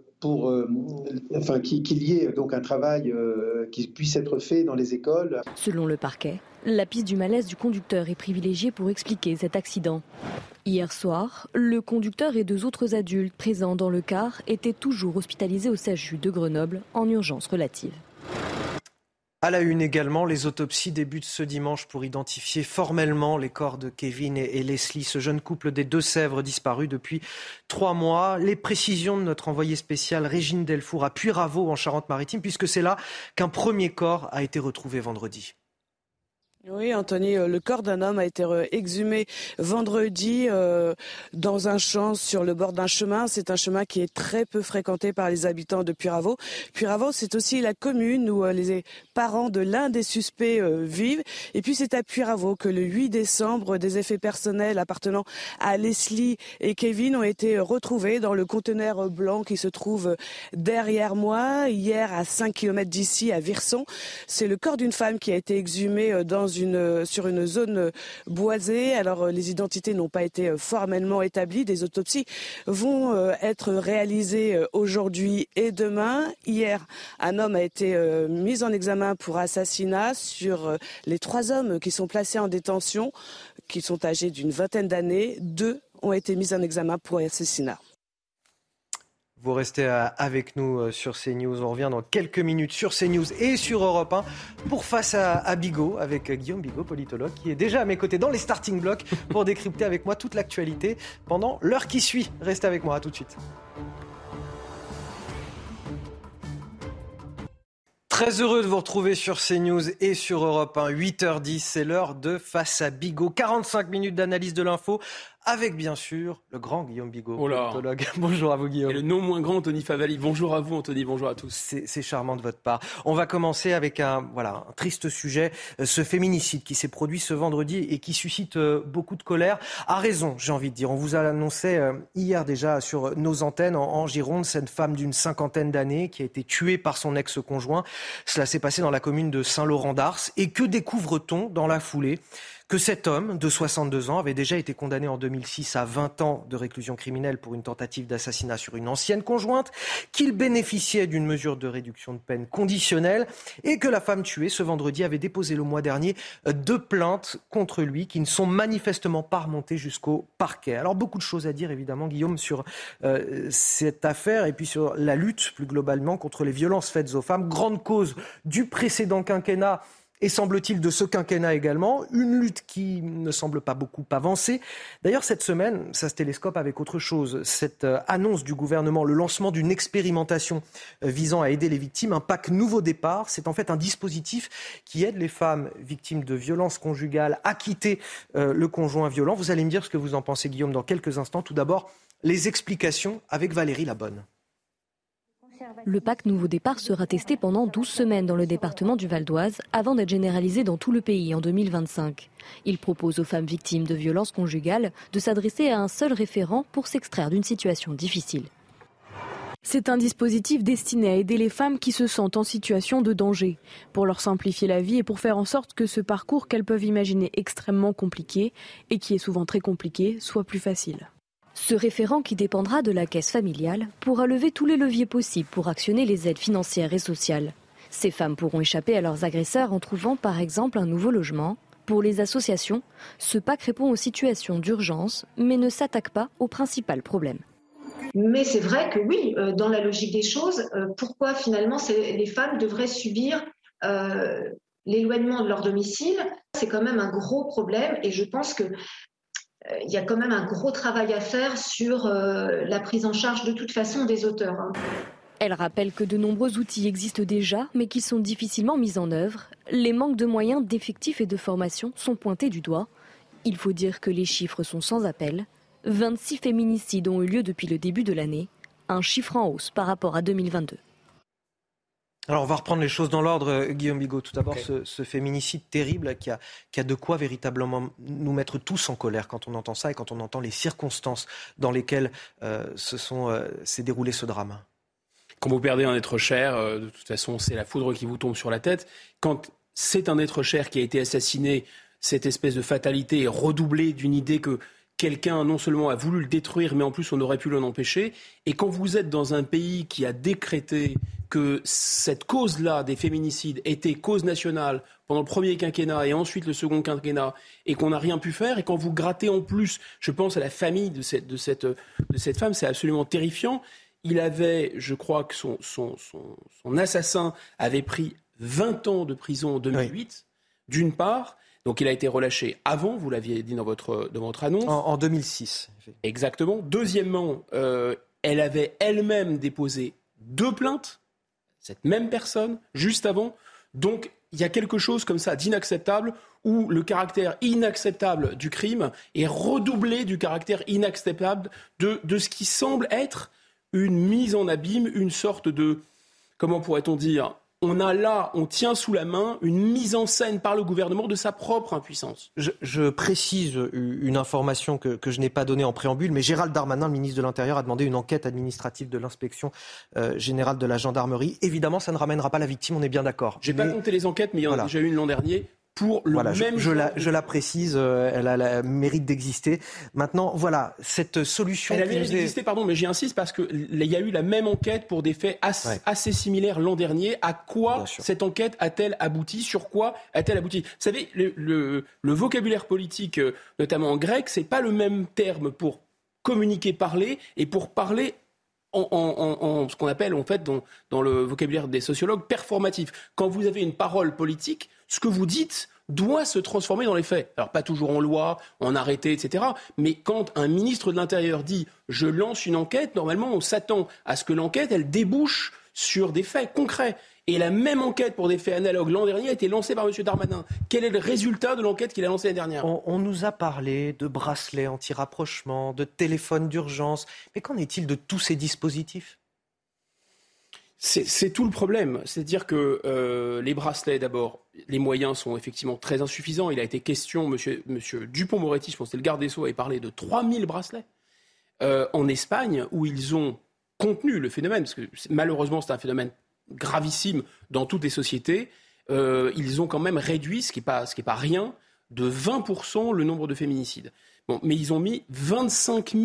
qu'il y ait donc un travail qui puisse être fait dans les écoles. Selon le parquet, la piste du malaise du conducteur est privilégiée pour expliquer cet accident. Hier soir, le conducteur et 2 autres adultes présents dans le car étaient toujours hospitalisés au SAMU de Grenoble en urgence relative. À la une également, les autopsies débutent ce dimanche pour identifier formellement les corps de Kevin et Leslie, ce jeune couple des Deux-Sèvres disparu depuis 3 mois. Les précisions de notre envoyée spéciale Régine Delfour à Puyraveau en Charente-Maritime, puisque c'est là qu'un premier corps a été retrouvé vendredi. Oui, Anthony, le corps d'un homme a été exhumé vendredi dans un champ sur le bord d'un chemin. C'est un chemin qui est très peu fréquenté par les habitants de Puyraveau. Puyraveau, c'est aussi la commune où les parents de l'un des suspects vivent. Et puis c'est à Puyraveau que le 8 décembre, des effets personnels appartenant à Leslie et Kevin ont été retrouvés dans le conteneur blanc qui se trouve derrière moi. Hier, à 5 km d'ici, à Virson, c'est le corps d'une femme qui a été exhumé sur une zone boisée. Alors les identités n'ont pas été formellement établies. Des autopsies vont être réalisées aujourd'hui et demain. Hier, un homme a été mis en examen pour assassinat. Sur les 3 hommes qui sont placés en détention, qui sont âgés d'une vingtaine d'années, 2 ont été mis en examen pour assassinat. Vous restez avec nous sur CNews. On revient dans quelques minutes sur CNews et sur Europe 1 pour Face à Bigot avec Guillaume Bigot, politologue, qui est déjà à mes côtés dans les starting blocks pour décrypter avec moi toute l'actualité pendant l'heure qui suit. Restez avec moi, à tout de suite. Très heureux de vous retrouver sur CNews et sur Europe 1. 8h10, c'est l'heure de Face à Bigot. 45 minutes d'analyse de l'info avec bien sûr le grand Guillaume Bigot, politologue. Bonjour à vous Guillaume. Et le non moins grand Anthony Favali. Bonjour à vous Anthony, bonjour à tous. C'est charmant de votre part. On va commencer avec un triste sujet, ce féminicide qui s'est produit ce vendredi et qui suscite beaucoup de colère. À raison, j'ai envie de dire. On vous a annoncé hier déjà sur nos antennes en Gironde, cette femme d'une 50aine d'années qui a été tuée par son ex-conjoint. Cela s'est passé dans la commune de Saint-Laurent-d'Ars. Et que découvre-t-on dans la foulée ? Que cet homme de 62 ans avait déjà été condamné en 2006 à 20 ans de réclusion criminelle pour une tentative d'assassinat sur une ancienne conjointe, qu'il bénéficiait d'une mesure de réduction de peine conditionnelle et que la femme tuée ce vendredi avait déposé le mois dernier 2 plaintes contre lui qui ne sont manifestement pas remontées jusqu'au parquet. Alors beaucoup de choses à dire évidemment Guillaume sur cette affaire et puis sur la lutte plus globalement contre les violences faites aux femmes, grande cause du précédent quinquennat et semble-t-il de ce quinquennat également. Une lutte qui ne semble pas beaucoup avancer. D'ailleurs, cette semaine, ça se télescope avec autre chose. Cette annonce du gouvernement, le lancement d'une expérimentation visant à aider les victimes, un pack Nouveau Départ, c'est en fait un dispositif qui aide les femmes victimes de violences conjugales à quitter le conjoint violent. Vous allez me dire ce que vous en pensez, Guillaume, dans quelques instants. Tout d'abord, les explications avec Valérie Labonne. Le pack Nouveau Départ sera testé pendant 12 semaines dans le département du Val d'Oise avant d'être généralisé dans tout le pays en 2025. Il propose aux femmes victimes de violences conjugales de s'adresser à un seul référent pour s'extraire d'une situation difficile. C'est un dispositif destiné à aider les femmes qui se sentent en situation de danger, pour leur simplifier la vie et pour faire en sorte que ce parcours qu'elles peuvent imaginer extrêmement compliqué et qui est souvent très compliqué soit plus facile. Ce référent, qui dépendra de la caisse familiale, pourra lever tous les leviers possibles pour actionner les aides financières et sociales. Ces femmes pourront échapper à leurs agresseurs en trouvant par exemple un nouveau logement. Pour les associations, ce pack répond aux situations d'urgence, mais ne s'attaque pas au principal problème. Mais c'est vrai que oui, dans la logique des choses, pourquoi finalement les femmes devraient subir l'éloignement de leur domicile? C'est quand même un gros problème et je pense que il y a quand même un gros travail à faire sur la prise en charge de toute façon des auteurs. Elle rappelle que de nombreux outils existent déjà, mais qui sont difficilement mis en œuvre. Les manques de moyens, d'effectifs et de formation sont pointés du doigt. Il faut dire que les chiffres sont sans appel. 26 féminicides ont eu lieu depuis le début de l'année, un chiffre en hausse par rapport à 2022. Alors on va reprendre les choses dans l'ordre, Guillaume Bigot. Tout d'abord, ce féminicide terrible qui a de quoi véritablement nous mettre tous en colère quand on entend ça et quand on entend les circonstances dans lesquelles s'est déroulé ce drame. Quand vous perdez un être cher, de toute façon c'est la foudre qui vous tombe sur la tête. Quand c'est un être cher qui a été assassiné, cette espèce de fatalité est redoublée d'une idée que quelqu'un non seulement a voulu le détruire, mais en plus on aurait pu l'en empêcher. Et quand vous êtes dans un pays qui a décrété que cette cause-là des féminicides était cause nationale pendant le premier quinquennat et ensuite le second quinquennat, et qu'on n'a rien pu faire, et quand vous grattez en plus, je pense à la famille de cette femme, c'est absolument terrifiant. Il avait, je crois que son assassin avait pris 20 ans de prison en 2008, d'une part. Donc il a été relâché avant, vous l'aviez dit dans votre annonce. En 2006. Exactement. Deuxièmement, elle avait elle-même déposé 2 plaintes, cette même personne, juste avant. Donc il y a quelque chose comme ça d'inacceptable, où le caractère inacceptable du crime est redoublé du caractère inacceptable de ce qui semble être une mise en abîme, une sorte de, comment pourrait-on dire, on tient sous la main une mise en scène par le gouvernement de sa propre impuissance. Je précise une information que je n'ai pas donnée en préambule, mais Gérald Darmanin, le ministre de l'Intérieur, a demandé une enquête administrative de l'inspection générale de la gendarmerie. Évidemment, ça ne ramènera pas la victime, on est bien d'accord. J'ai pas compté les enquêtes, mais il y en a déjà eu une l'an dernier. Pour le même je la précise, elle a le mérite d'exister. Maintenant, voilà, cette solution... Elle a le mérite d'exister, pardon, mais j'y insiste parce qu'il y a eu la même enquête pour des faits assez similaires l'an dernier. À quoi cette enquête a-t-elle abouti? Sur quoi a-t-elle abouti? Vous savez, le vocabulaire politique, notamment en grec, c'est pas le même terme pour communiquer, parler, et pour parler en ce qu'on appelle en fait dans le vocabulaire des sociologues performatif. Quand vous avez une parole politique, ce que vous dites doit se transformer dans les faits. Alors pas toujours en loi, en arrêté, etc. Mais quand un ministre de l'Intérieur dit « je lance une enquête », normalement on s'attend à ce que l'enquête elle débouche sur des faits concrets. Et la même enquête pour des faits analogues l'an dernier a été lancée par M. Darmanin. Quel est le résultat de l'enquête qu'il a lancée l'année dernière? On nous a parlé de bracelets anti-rapprochement, de téléphones d'urgence. Mais qu'en est-il de tous ces dispositifs? C'est tout le problème. C'est-à-dire que les bracelets, d'abord, les moyens sont effectivement très insuffisants. Il a été question, monsieur Dupond-Moretti, je pense que c'est le garde des Sceaux, avait parlé de 3000 bracelets. En Espagne, où ils ont contenu le phénomène, parce que malheureusement c'est un phénomène gravissime dans toutes les sociétés, ils ont quand même réduit, ce qui est pas rien, de 20% le nombre de féminicides. Bon, mais ils ont mis 25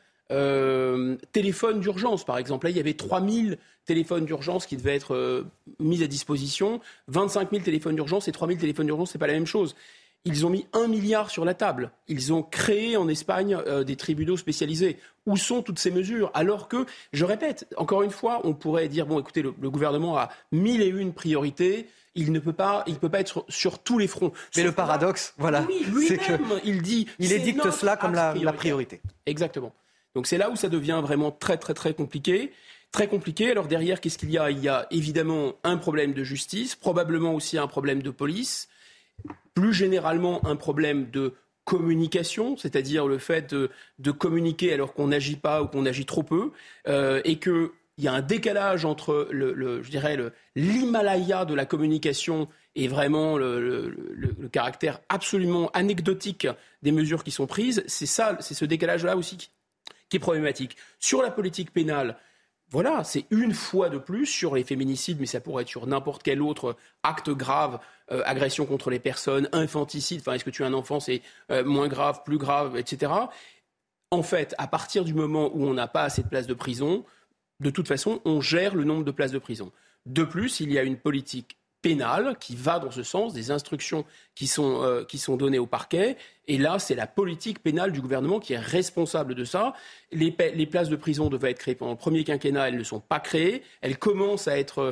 000 téléphones d'urgence, par exemple. Là, il y avait 3 000 téléphones d'urgence qui devaient être mis à disposition. 25 000 téléphones d'urgence et 3 000 téléphones d'urgence, c'est pas la même chose. Ils ont mis 1 milliard sur la table. Ils ont créé en Espagne des tribunaux spécialisés. Où sont toutes ces mesures ? Alors que, je répète, encore une fois, on pourrait dire, bon, écoutez, le gouvernement a 1001 priorités. Il ne peut pas être sur tous les fronts. Mais le paradoxe, voilà, oui, lui-même, c'est qu'il édicte cela comme la priorité. Exactement. Donc c'est là où ça devient vraiment très, très, très compliqué. Très compliqué. Alors derrière, qu'est-ce qu'il y a ? Il y a évidemment un problème de justice, probablement aussi un problème de police, plus généralement un problème de communication, c'est-à-dire le fait de communiquer alors qu'on n'agit pas ou qu'on agit trop peu, et qu'il y a un décalage entre l'Himalaya de la communication et vraiment le caractère absolument anecdotique des mesures qui sont prises. C'est ce décalage-là aussi qui est problématique. Sur la politique pénale, voilà, c'est une fois de plus sur les féminicides, mais ça pourrait être sur n'importe quel autre acte grave, agression contre les personnes, infanticide, est-ce que tu as un enfant, c'est moins grave, plus grave, etc. En fait, à partir du moment où on n'a pas assez de places de prison, de toute façon, on gère le nombre de places de prison. De plus, il y a une politique pénale qui va dans ce sens, des instructions qui sont données au parquet. Et là, c'est la politique pénale du gouvernement qui est responsable de ça. Les places de prison devaient être créées pendant le premier quinquennat, elles ne sont pas créées. Elles commencent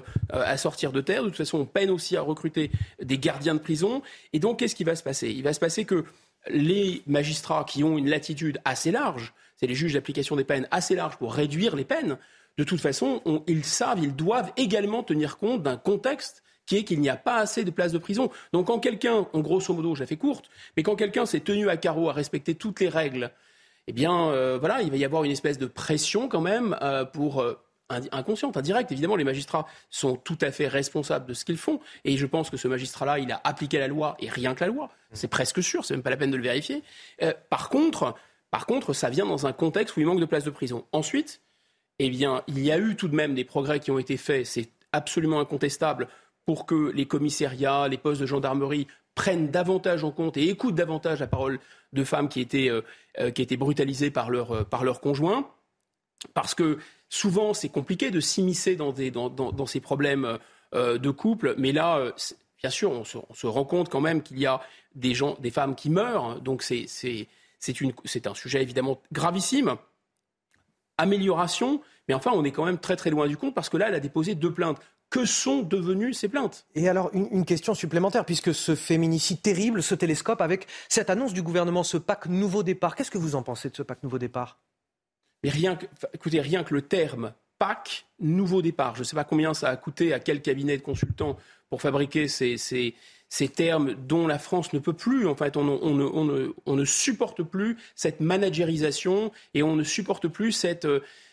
à sortir de terre. De toute façon, on peine aussi à recruter des gardiens de prison. Et donc, qu'est-ce qui va se passer ? Il va se passer que les magistrats qui ont une latitude assez large, c'est les juges d'application des peines assez larges pour réduire les peines, de toute façon, ils doivent également tenir compte d'un contexte qui est qu'il n'y a pas assez de places de prison. Donc quand quelqu'un, en grosso modo, je la fais courte, mais quand quelqu'un s'est tenu à carreau à respecter toutes les règles, eh bien, il va y avoir une espèce de pression quand même inconsciente, indirecte. Évidemment, les magistrats sont tout à fait responsables de ce qu'ils font, et je pense que ce magistrat-là, il a appliqué la loi, et rien que la loi. C'est presque sûr, c'est même pas la peine de le vérifier. Par contre, ça vient dans un contexte où il manque de places de prison. Ensuite, eh bien, il y a eu tout de même des progrès qui ont été faits, c'est absolument incontestable, pour que les commissariats, les postes de gendarmerie prennent davantage en compte et écoutent davantage la parole de femmes qui étaient brutalisées par leur conjoint. Parce que souvent, c'est compliqué de s'immiscer dans ces problèmes de couple. Mais là, bien sûr, on se rend compte quand même qu'il y a des femmes qui meurent. Donc c'est un sujet évidemment gravissime. Amélioration, mais enfin, on est quand même très très loin du compte parce que là, elle a déposé 2 plaintes. Que sont devenues ces plaintes ? Et alors, une question supplémentaire, puisque ce féminicide terrible se télescope avec cette annonce du gouvernement, ce PAC Nouveau Départ. Qu'est-ce que vous en pensez de ce PAC Nouveau Départ ? Mais rien que le terme PAC Nouveau Départ, je ne sais pas combien ça a coûté à quel cabinet de consultants pour fabriquer ces termes dont la France ne peut plus. En fait, on ne supporte plus cette managérisation et on ne supporte plus cette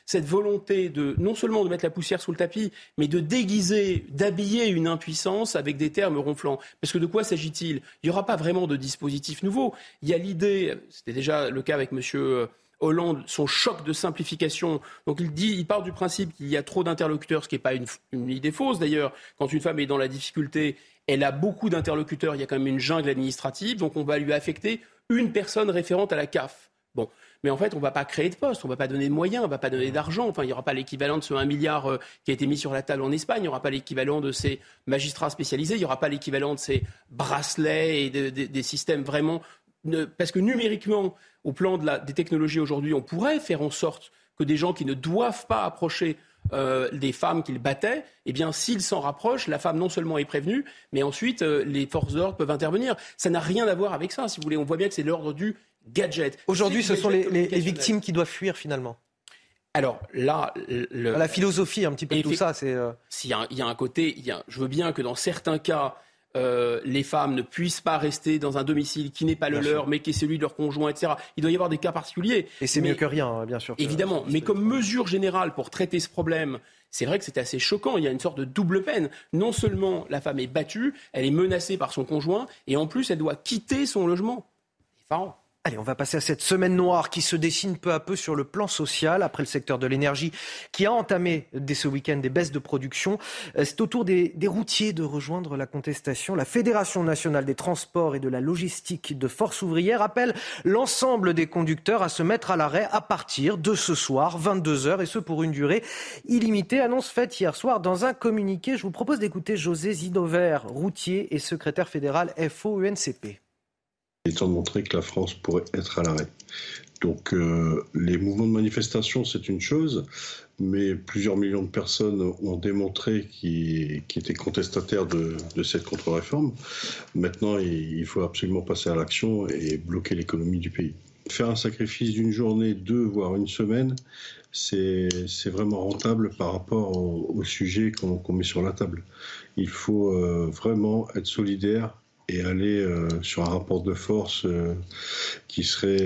volonté non seulement de mettre la poussière sous le tapis, mais de déguiser, d'habiller une impuissance avec des termes ronflants. Parce que de quoi s'agit-il ? Il n'y aura pas vraiment de dispositif nouveau. Il y a l'idée, c'était déjà le cas avec M. Hollande, son choc de simplification. Donc il part du principe qu'il y a trop d'interlocuteurs, ce qui n'est pas une idée fausse d'ailleurs. Quand une femme est dans la difficulté, elle a beaucoup d'interlocuteurs, il y a quand même une jungle administrative, donc on va lui affecter une personne référente à la CAF. Bon. Mais en fait, on ne va pas créer de poste, on ne va pas donner de moyens, on ne va pas donner d'argent. Enfin, il n'y aura pas l'équivalent de ce 1 milliard qui a été mis sur la table en Espagne, il n'y aura pas l'équivalent de ces magistrats spécialisés, il n'y aura pas l'équivalent de ces bracelets et des systèmes vraiment... Parce que numériquement, au plan des technologies aujourd'hui, on pourrait faire en sorte que des gens qui ne doivent pas approcher des femmes qu'ils battaient, eh bien, s'ils s'en rapprochent, la femme non seulement est prévenue, mais ensuite les forces de l'ordre peuvent intervenir. Ça n'a rien à voir avec ça, si vous voulez. On voit bien que c'est l'ordre du gadget. Aujourd'hui, ce sont les victimes qui doivent fuir finalement. Alors là, la philosophie un petit peu de tout ça, c'est. Il y a un côté. Je veux bien que dans certains cas, les femmes ne puissent pas rester dans un domicile qui n'est pas le leur, mais qui est celui de leur conjoint, etc. Il doit y avoir des cas particuliers. Et c'est mieux que rien, bien sûr. Évidemment, mais comme mesure générale pour traiter ce problème, c'est vrai que c'est assez choquant. Il y a une sorte de double peine. Non seulement la femme est battue, elle est menacée par son conjoint, et en plus elle doit quitter son logement. C'est effarant. Allez, on va passer à cette semaine noire qui se dessine peu à peu sur le plan social, après le secteur de l'énergie qui a entamé dès ce week-end des baisses de production. C'est au tour des routiers de rejoindre la contestation. La Fédération nationale des transports et de la logistique de Force ouvrière appelle l'ensemble des conducteurs à se mettre à l'arrêt à partir de ce soir, 22h, et ce pour une durée illimitée. Annonce faite hier soir dans un communiqué. Je vous propose d'écouter José Zidover, routier et secrétaire fédéral FO-UNCP. Il est temps de montrer que la France pourrait être à l'arrêt. Donc les mouvements de manifestation, c'est une chose, mais plusieurs millions de personnes ont démontré qu'ils étaient contestataires de cette contre-réforme. Maintenant, il faut absolument passer à l'action et bloquer l'économie du pays. Faire un sacrifice d'une journée, 2, voire une semaine, c'est vraiment rentable par rapport au sujet qu'on met sur la table. Il faut vraiment être solidaire et aller sur un rapport de force qui serait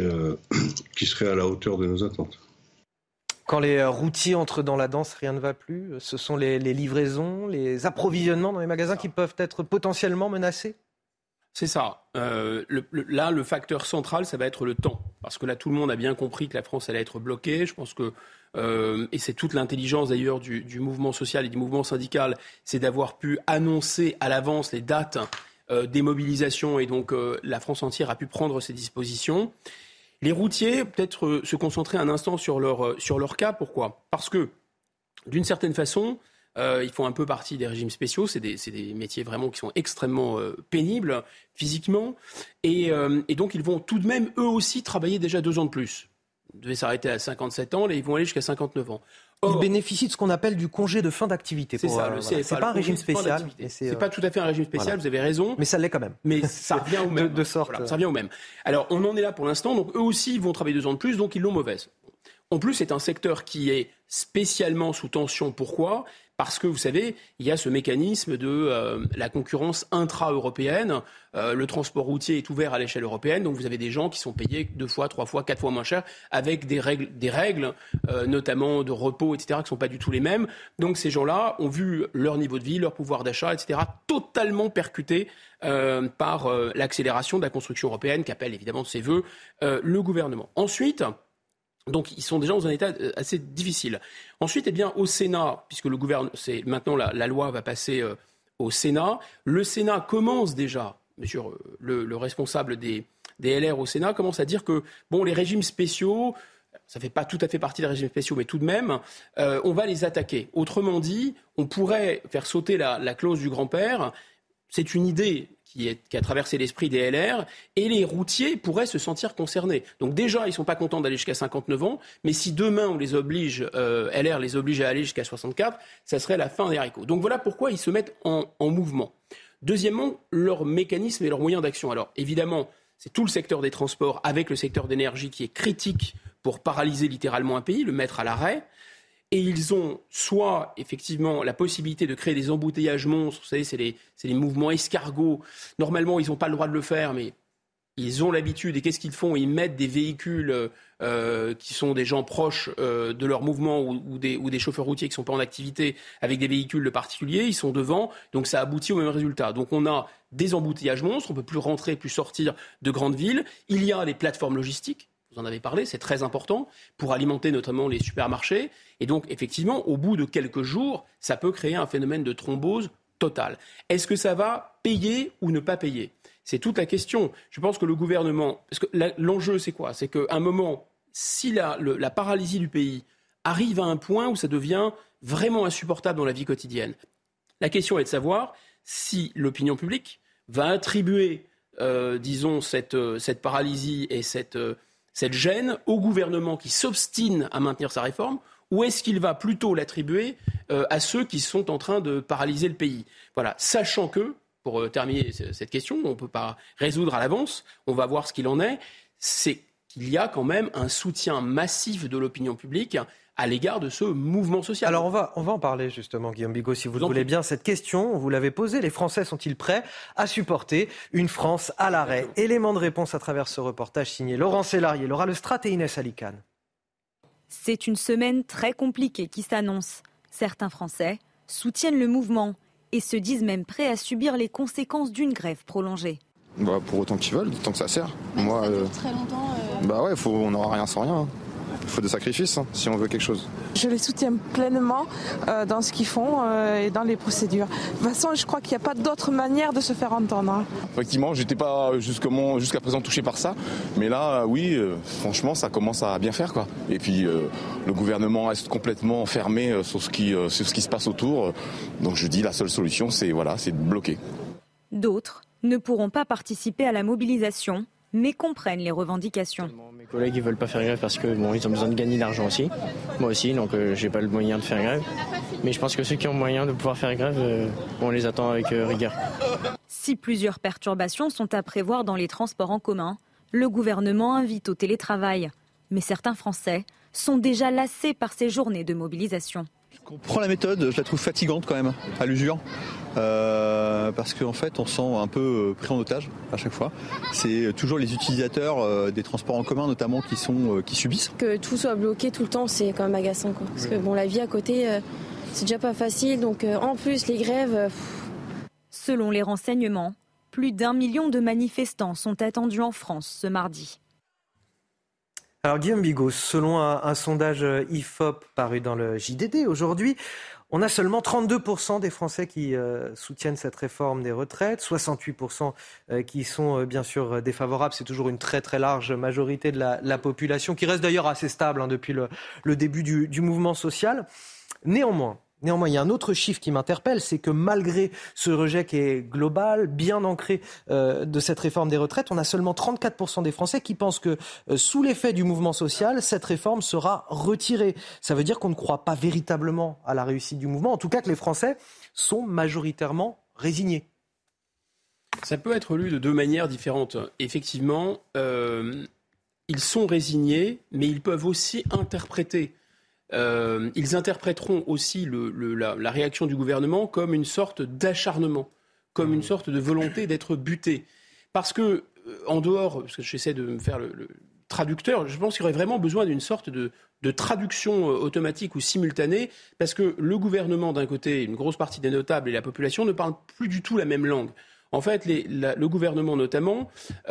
à la hauteur de nos attentes. Quand les routiers entrent dans la danse, rien ne va plus. Ce sont les livraisons, les approvisionnements dans les magasins qui peuvent être potentiellement menacés. C'est ça. Là, le facteur central, ça va être le temps. Parce que là, tout le monde a bien compris que la France allait être bloquée. Je pense que, et c'est toute l'intelligence d'ailleurs du mouvement social et du mouvement syndical, c'est d'avoir pu annoncer à l'avance les dates des mobilisations. Et donc, la France entière a pu prendre ses dispositions. Les routiers, peut-être se concentrer un instant sur leur cas. Pourquoi ? Parce que, d'une certaine façon, ils font un peu partie des régimes spéciaux. C'est des métiers vraiment qui sont extrêmement pénibles physiquement. Et donc, ils vont tout de même, eux aussi, travailler déjà 2 ans de plus. Ils devaient s'arrêter à 57 ans, là, ils vont aller jusqu'à 59 ans. Ils bénéficient de ce qu'on appelle du congé de fin d'activité. C'est ça, c'est pas un régime spécial. C'est pas tout à fait un régime spécial, voilà. Vous avez raison. Mais ça l'est quand même. Mais ça revient au même. De sorte. Voilà, ça revient au même. Alors, on en est là pour l'instant. Donc, eux aussi, ils vont travailler 2 ans de plus, donc ils l'ont mauvaise. En plus, c'est un secteur qui est spécialement sous tension. Pourquoi ? Parce que, vous savez, il y a ce mécanisme de la concurrence intra-européenne. Le transport routier est ouvert à l'échelle européenne. Donc, vous avez des gens qui sont payés 2 fois, 3 fois, 4 fois moins cher avec des règles notamment de repos, etc., qui ne sont pas du tout les mêmes. Donc, ces gens-là ont vu leur niveau de vie, leur pouvoir d'achat, etc., totalement percuté par l'accélération de la construction européenne qu'appelle évidemment de ses voeux le gouvernement. Ensuite... Donc, ils sont déjà dans un état assez difficile. Ensuite, eh bien, au Sénat, puisque le gouvernement, maintenant la loi va passer au Sénat, le Sénat commence déjà, monsieur le responsable des LR au Sénat, commence à dire que, bon, les régimes spéciaux, ça ne fait pas tout à fait partie des régimes spéciaux, mais tout de même, on va les attaquer. Autrement dit, on pourrait faire sauter la clause du grand-père. C'est une idée qui a traversé l'esprit des LR, et les routiers pourraient se sentir concernés. Donc déjà, ils ne sont pas contents d'aller jusqu'à 59 ans, mais si demain on les oblige, LR les oblige à aller jusqu'à 64, ça serait la fin des haricots. Donc voilà pourquoi ils se mettent en mouvement. Deuxièmement, leur mécanisme et leurs moyens d'action. Alors évidemment, c'est tout le secteur des transports avec le secteur d'énergie qui est critique pour paralyser littéralement un pays, le mettre à l'arrêt. Et ils ont soit, effectivement, la possibilité de créer des embouteillages monstres. Vous savez, c'est les mouvements escargots. Normalement, ils n'ont pas le droit de le faire, mais ils ont l'habitude. Et qu'est-ce qu'ils font ? Ils mettent des véhicules qui sont des gens proches de leur mouvement ou des chauffeurs routiers qui ne sont pas en activité avec des véhicules de particuliers. Ils sont devant, donc ça aboutit au même résultat. Donc on a des embouteillages monstres. On ne peut plus rentrer, plus sortir de grandes villes. Il y a les plateformes logistiques. Vous en avez parlé, c'est très important pour alimenter notamment les supermarchés. Et donc, effectivement, au bout de quelques jours, ça peut créer un phénomène de thrombose totale. Est-ce que ça va payer ou ne pas payer ? C'est toute la question. Je pense que le gouvernement... Parce que l'enjeu, c'est quoi ? C'est qu'à un moment, si la paralysie du pays arrive à un point où ça devient vraiment insupportable dans la vie quotidienne, la question est de savoir si l'opinion publique va attribuer, disons, cette paralysie et cette gêne au gouvernement qui s'obstine à maintenir sa réforme, ou est-ce qu'il va plutôt l'attribuer à ceux qui sont en train de paralyser le pays ? Voilà, sachant que, pour terminer cette question, on ne peut pas résoudre à l'avance, on va voir ce qu'il en est, c'est qu'il y a quand même un soutien massif de l'opinion publique à l'égard de ce mouvement social. Alors on va en parler justement, Guillaume Bigot, si vous le voulez bien. Cette question, vous l'avez posée, les Français sont-ils prêts à supporter une France à l'arrêt ? Élément de réponse à travers ce reportage signé Laurent Sélarié, Laura Lestrade et Inès Alicane. C'est une semaine très compliquée qui s'annonce. Certains Français soutiennent le mouvement et se disent même prêts à subir les conséquences d'une grève prolongée. Pour autant qu'ils veulent, tant que ça sert. Moi, ça dure très longtemps. On n'aura rien sans rien. Il faut des sacrifices si on veut quelque chose. Je les soutiens pleinement dans ce qu'ils font et dans les procédures. De toute façon, je crois qu'il n'y a pas d'autre manière de se faire entendre. Effectivement, je n'étais pas jusqu'à présent touché par ça. Mais là, oui, franchement, ça commence à bien faire, quoi. Et puis, le gouvernement reste complètement fermé sur ce qui se passe autour. Donc je dis, la seule solution, c'est de bloquer. D'autres ne pourront pas participer à la mobilisation mais comprennent les revendications. Mes collègues ils veulent pas faire grève parce que ils ont besoin de gagner de l'argent aussi. Moi aussi, donc j'ai pas le moyen de faire grève. Mais je pense que ceux qui ont le moyen de pouvoir faire grève, on les attend avec rigueur. Si plusieurs perturbations sont à prévoir dans les transports en commun, le gouvernement invite au télétravail. Mais certains Français sont déjà lassés par ces journées de mobilisation. Je comprends la méthode, je la trouve fatigante quand même, à l'usure. Parce qu'en fait, on se sent un peu pris en otage à chaque fois. C'est toujours les utilisateurs des transports en commun, notamment, qui subissent. Que tout soit bloqué tout le temps, c'est quand même agaçant, quoi. Parce que la vie à côté, c'est déjà pas facile. Donc en plus, les grèves... Selon les renseignements, plus d'1 million de manifestants sont attendus en France ce mardi. Alors Guillaume Bigot, selon un sondage IFOP paru dans le JDD aujourd'hui, on a seulement 32% des Français qui soutiennent cette réforme des retraites, 68% qui sont bien sûr défavorables. C'est toujours une très très large majorité de la population, qui reste d'ailleurs assez stable depuis le début du mouvement social. Néanmoins, il y a un autre chiffre qui m'interpelle, c'est que malgré ce rejet qui est global, bien ancré de cette réforme des retraites, on a seulement 34% des Français qui pensent que sous l'effet du mouvement social, cette réforme sera retirée. Ça veut dire qu'on ne croit pas véritablement à la réussite du mouvement, en tout cas que les Français sont majoritairement résignés. Ça peut être lu de deux manières différentes. Effectivement, ils sont résignés, mais ils peuvent aussi interpréter. Ils interpréteront aussi la réaction du gouvernement comme une sorte d'acharnement, comme une sorte de volonté d'être buté. Parce que, en dehors, parce que j'essaie de me faire le traducteur, je pense qu'il y aurait vraiment besoin d'une sorte de traduction automatique ou simultanée, parce que le gouvernement, d'un côté, une grosse partie des notables et la population ne parlent plus du tout la même langue. En fait, le gouvernement, notamment,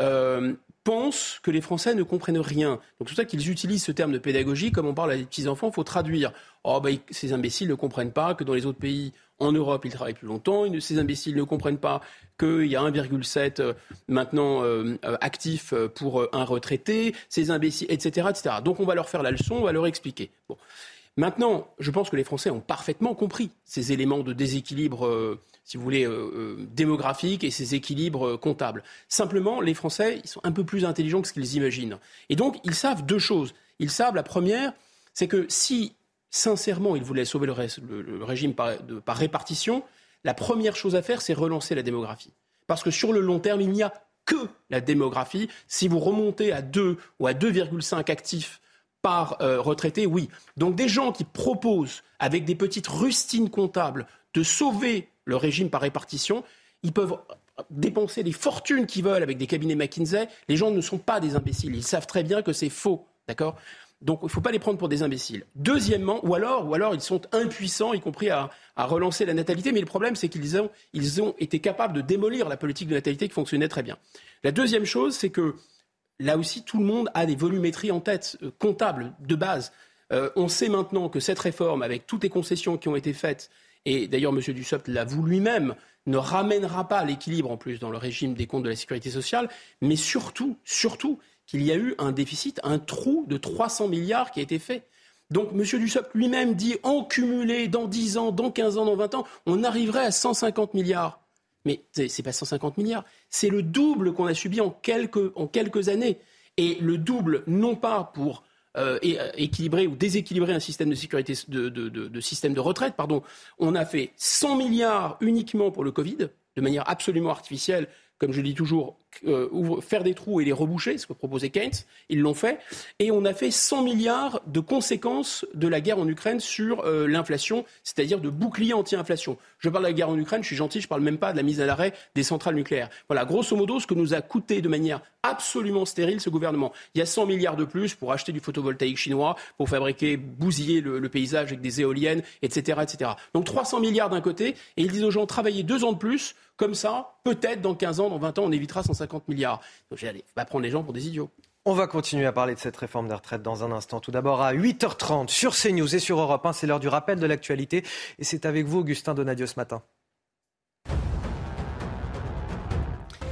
pensent que les Français ne comprennent rien. Donc c'est pour ça qu'ils utilisent ce terme de pédagogie. Comme on parle à des petits-enfants, il faut traduire. Ces imbéciles ne comprennent pas que dans les autres pays, en Europe, ils travaillent plus longtemps. Ces imbéciles ne comprennent pas qu'il y a 1,7 maintenant actifs pour un retraité. Ces imbéciles, etc., etc. Donc on va leur faire la leçon, on va leur expliquer. Bon. Maintenant, je pense que les Français ont parfaitement compris ces éléments de déséquilibre, si vous voulez, démographique et ces équilibres comptables. Simplement, les Français, ils sont un peu plus intelligents que ce qu'ils imaginent. Et donc, ils savent deux choses. Ils savent, la première, c'est que si, sincèrement, ils voulaient sauver le régime par répartition, la première chose à faire, c'est relancer la démographie. Parce que sur le long terme, il n'y a que la démographie. Si vous remontez à 2 ou à 2,5 actifs par retraité, oui. Donc des gens qui proposent, avec des petites rustines comptables, de sauver le régime par répartition, ils peuvent dépenser les fortunes qu'ils veulent avec des cabinets McKinsey. Les gens ne sont pas des imbéciles. Ils savent très bien que c'est faux. D'accord ? Donc il ne faut pas les prendre pour des imbéciles. Deuxièmement, ou alors ils sont impuissants, y compris à relancer la natalité. Mais le problème, c'est qu'ils ont été capables de démolir la politique de natalité qui fonctionnait très bien. La deuxième chose, c'est que là aussi, tout le monde a des volumétries en tête, comptables, de base. On sait maintenant que cette réforme, avec toutes les concessions qui ont été faites, et d'ailleurs M. Dussopt l'avoue lui-même, ne ramènera pas l'équilibre en plus dans le régime des comptes de la sécurité sociale, mais surtout qu'il y a eu un déficit, un trou de 300 milliards qui a été fait. Donc M. Dussopt lui-même dit, en cumulé, dans 10 ans, dans 15 ans, dans 20 ans, on arriverait à 150 milliards. Mais c'est pas 150 milliards, c'est le double qu'on a subi en quelques années. Et le double, non pas pour équilibrer ou déséquilibrer un système de sécurité, de système de retraite, pardon. On a fait 100 milliards uniquement pour le Covid, de manière absolument artificielle, comme je dis toujours, faire des trous et les reboucher, ce que proposait Keynes, ils l'ont fait. Et on a fait 100 milliards de conséquences de la guerre en Ukraine sur l'inflation, c'est-à-dire de bouclier anti-inflation. Je parle de la guerre en Ukraine, je suis gentil, je ne parle même pas de la mise à l'arrêt des centrales nucléaires. Voilà, grosso modo, ce que nous a coûté de manière absolument stérile ce gouvernement. Il y a 100 milliards de plus pour acheter du photovoltaïque chinois, pour bousiller le paysage avec des éoliennes, etc., etc. Donc 300 milliards d'un côté, et ils disent aux gens, travaillez 2 ans de plus, comme ça, peut-être dans 15 ans, dans 20 ans, on évitera 150 milliards. Donc allez, on va prendre les gens pour des idiots. On va continuer à parler de cette réforme des retraites dans un instant. Tout d'abord à 8h30 sur CNews et sur Europe 1, c'est l'heure du rappel de l'actualité. Et c'est avec vous, Augustin Donadieu, ce matin.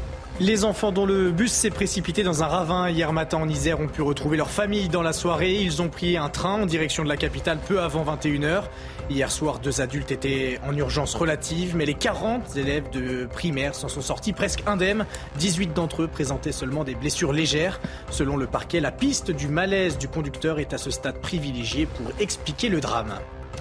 Les enfants dont le bus s'est précipité dans un ravin hier matin en Isère ont pu retrouver leur famille dans la soirée. Ils ont pris un train en direction de la capitale peu avant 21h. Hier soir, 2 adultes étaient en urgence relative, mais les 40 élèves de primaire s'en sont sortis presque indemnes. 18 d'entre eux présentaient seulement des blessures légères. Selon le parquet, la piste du malaise du conducteur est à ce stade privilégiée pour expliquer le drame.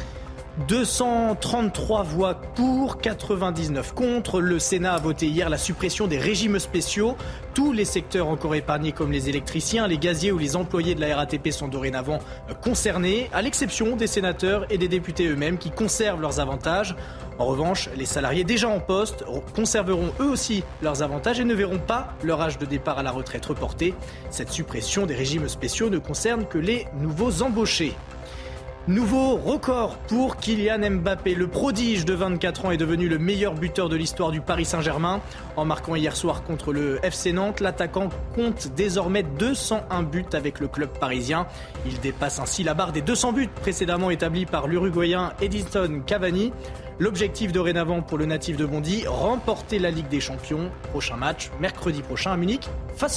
233 voix pour, 99 contre. Le Sénat a voté hier la suppression des régimes spéciaux. Tous les secteurs encore épargnés comme les électriciens, les gaziers ou les employés de la RATP sont dorénavant concernés, à l'exception des sénateurs et des députés eux-mêmes qui conservent leurs avantages. En revanche, les salariés déjà en poste conserveront eux aussi leurs avantages et ne verront pas leur âge de départ à la retraite reporté. Cette suppression des régimes spéciaux ne concerne que les nouveaux embauchés. Nouveau record pour Kylian Mbappé. Le prodige de 24 ans est devenu le meilleur buteur de l'histoire du Paris Saint-Germain. En marquant hier soir contre le FC Nantes, l'attaquant compte désormais 201 buts avec le club parisien. Il dépasse ainsi la barre des 200 buts précédemment établie par l'Uruguayen Edinson Cavani. L'objectif dorénavant pour le natif de Bondy, remporter la Ligue des Champions. Prochain match, mercredi prochain à Munich, face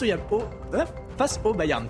au Bayern.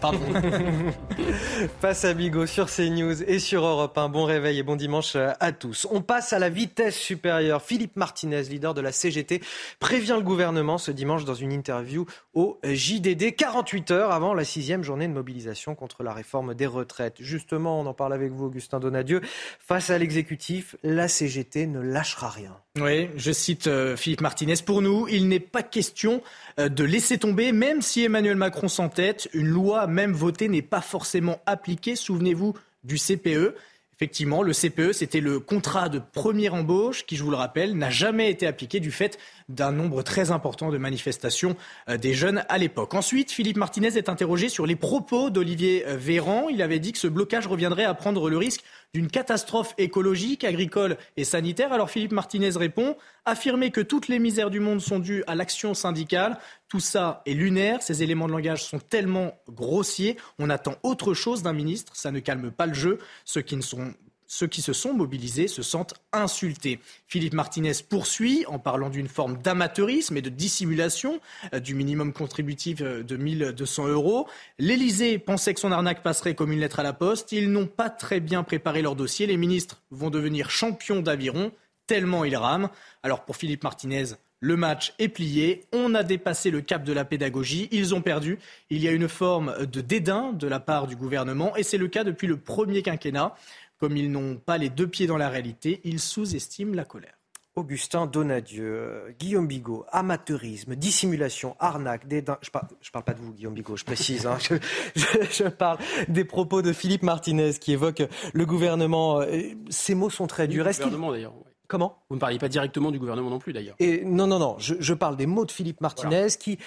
Face à Bigot sur CNews et sur Europe 1. Bon réveil et bon dimanche à tous. On passe à la vitesse supérieure. Philippe Martinez, leader de la CGT, prévient le gouvernement ce dimanche dans une interview au JDD, 48 heures avant la 6e journée de mobilisation contre la réforme des retraites. Justement, on en parle avec vous, Augustin Donadieu. Face à l'exécutif, la CGT ne lâchera rien. Oui, je cite Philippe Martinez. Pour nous, il n'est pas question de laisser tomber, même si Emmanuel Macron s'entête. Une loi, même votée, n'est pas forcément appliquée. Souvenez-vous du CPE. Effectivement, le CPE, c'était le contrat de première embauche qui, je vous le rappelle, n'a jamais été appliqué du fait d'un nombre très important de manifestations des jeunes à l'époque. Ensuite, Philippe Martinez est interrogé sur les propos d'Olivier Véran. Il avait dit que ce blocage reviendrait à prendre le risque d'une catastrophe écologique, agricole et sanitaire. Alors Philippe Martinez répond « Affirmer que toutes les misères du monde sont dues à l'action syndicale, tout ça est lunaire, ces éléments de langage sont tellement grossiers, on attend autre chose d'un ministre, ça ne calme pas le jeu, ceux qui se sont mobilisés se sentent insultés. » Philippe Martinez poursuit en parlant d'une forme d'amateurisme et de dissimulation du minimum contributif de 1 200 €. L'Élysée pensait que son arnaque passerait comme une lettre à la poste. Ils n'ont pas très bien préparé leur dossier. Les ministres vont devenir champions d'aviron, tellement ils rament. Alors pour Philippe Martinez, le match est plié, on a dépassé le cap de la pédagogie, ils ont perdu. Il y a une forme de dédain de la part du gouvernement et c'est le cas depuis le premier quinquennat. Comme ils n'ont pas les deux pieds dans la réalité, ils sous-estiment la colère. Augustin Donadieu, Guillaume Bigot, amateurisme, dissimulation, arnaque, dédain. Je parle pas de vous, Guillaume Bigot, je précise. Je parle des propos de Philippe Martinez qui évoque le gouvernement. Ces mots sont très durs. Le gouvernement, d'ailleurs. Ouais. Comment ? Vous ne parliez pas directement du gouvernement non plus, d'ailleurs. Non. Je parle des mots de Philippe Martinez qui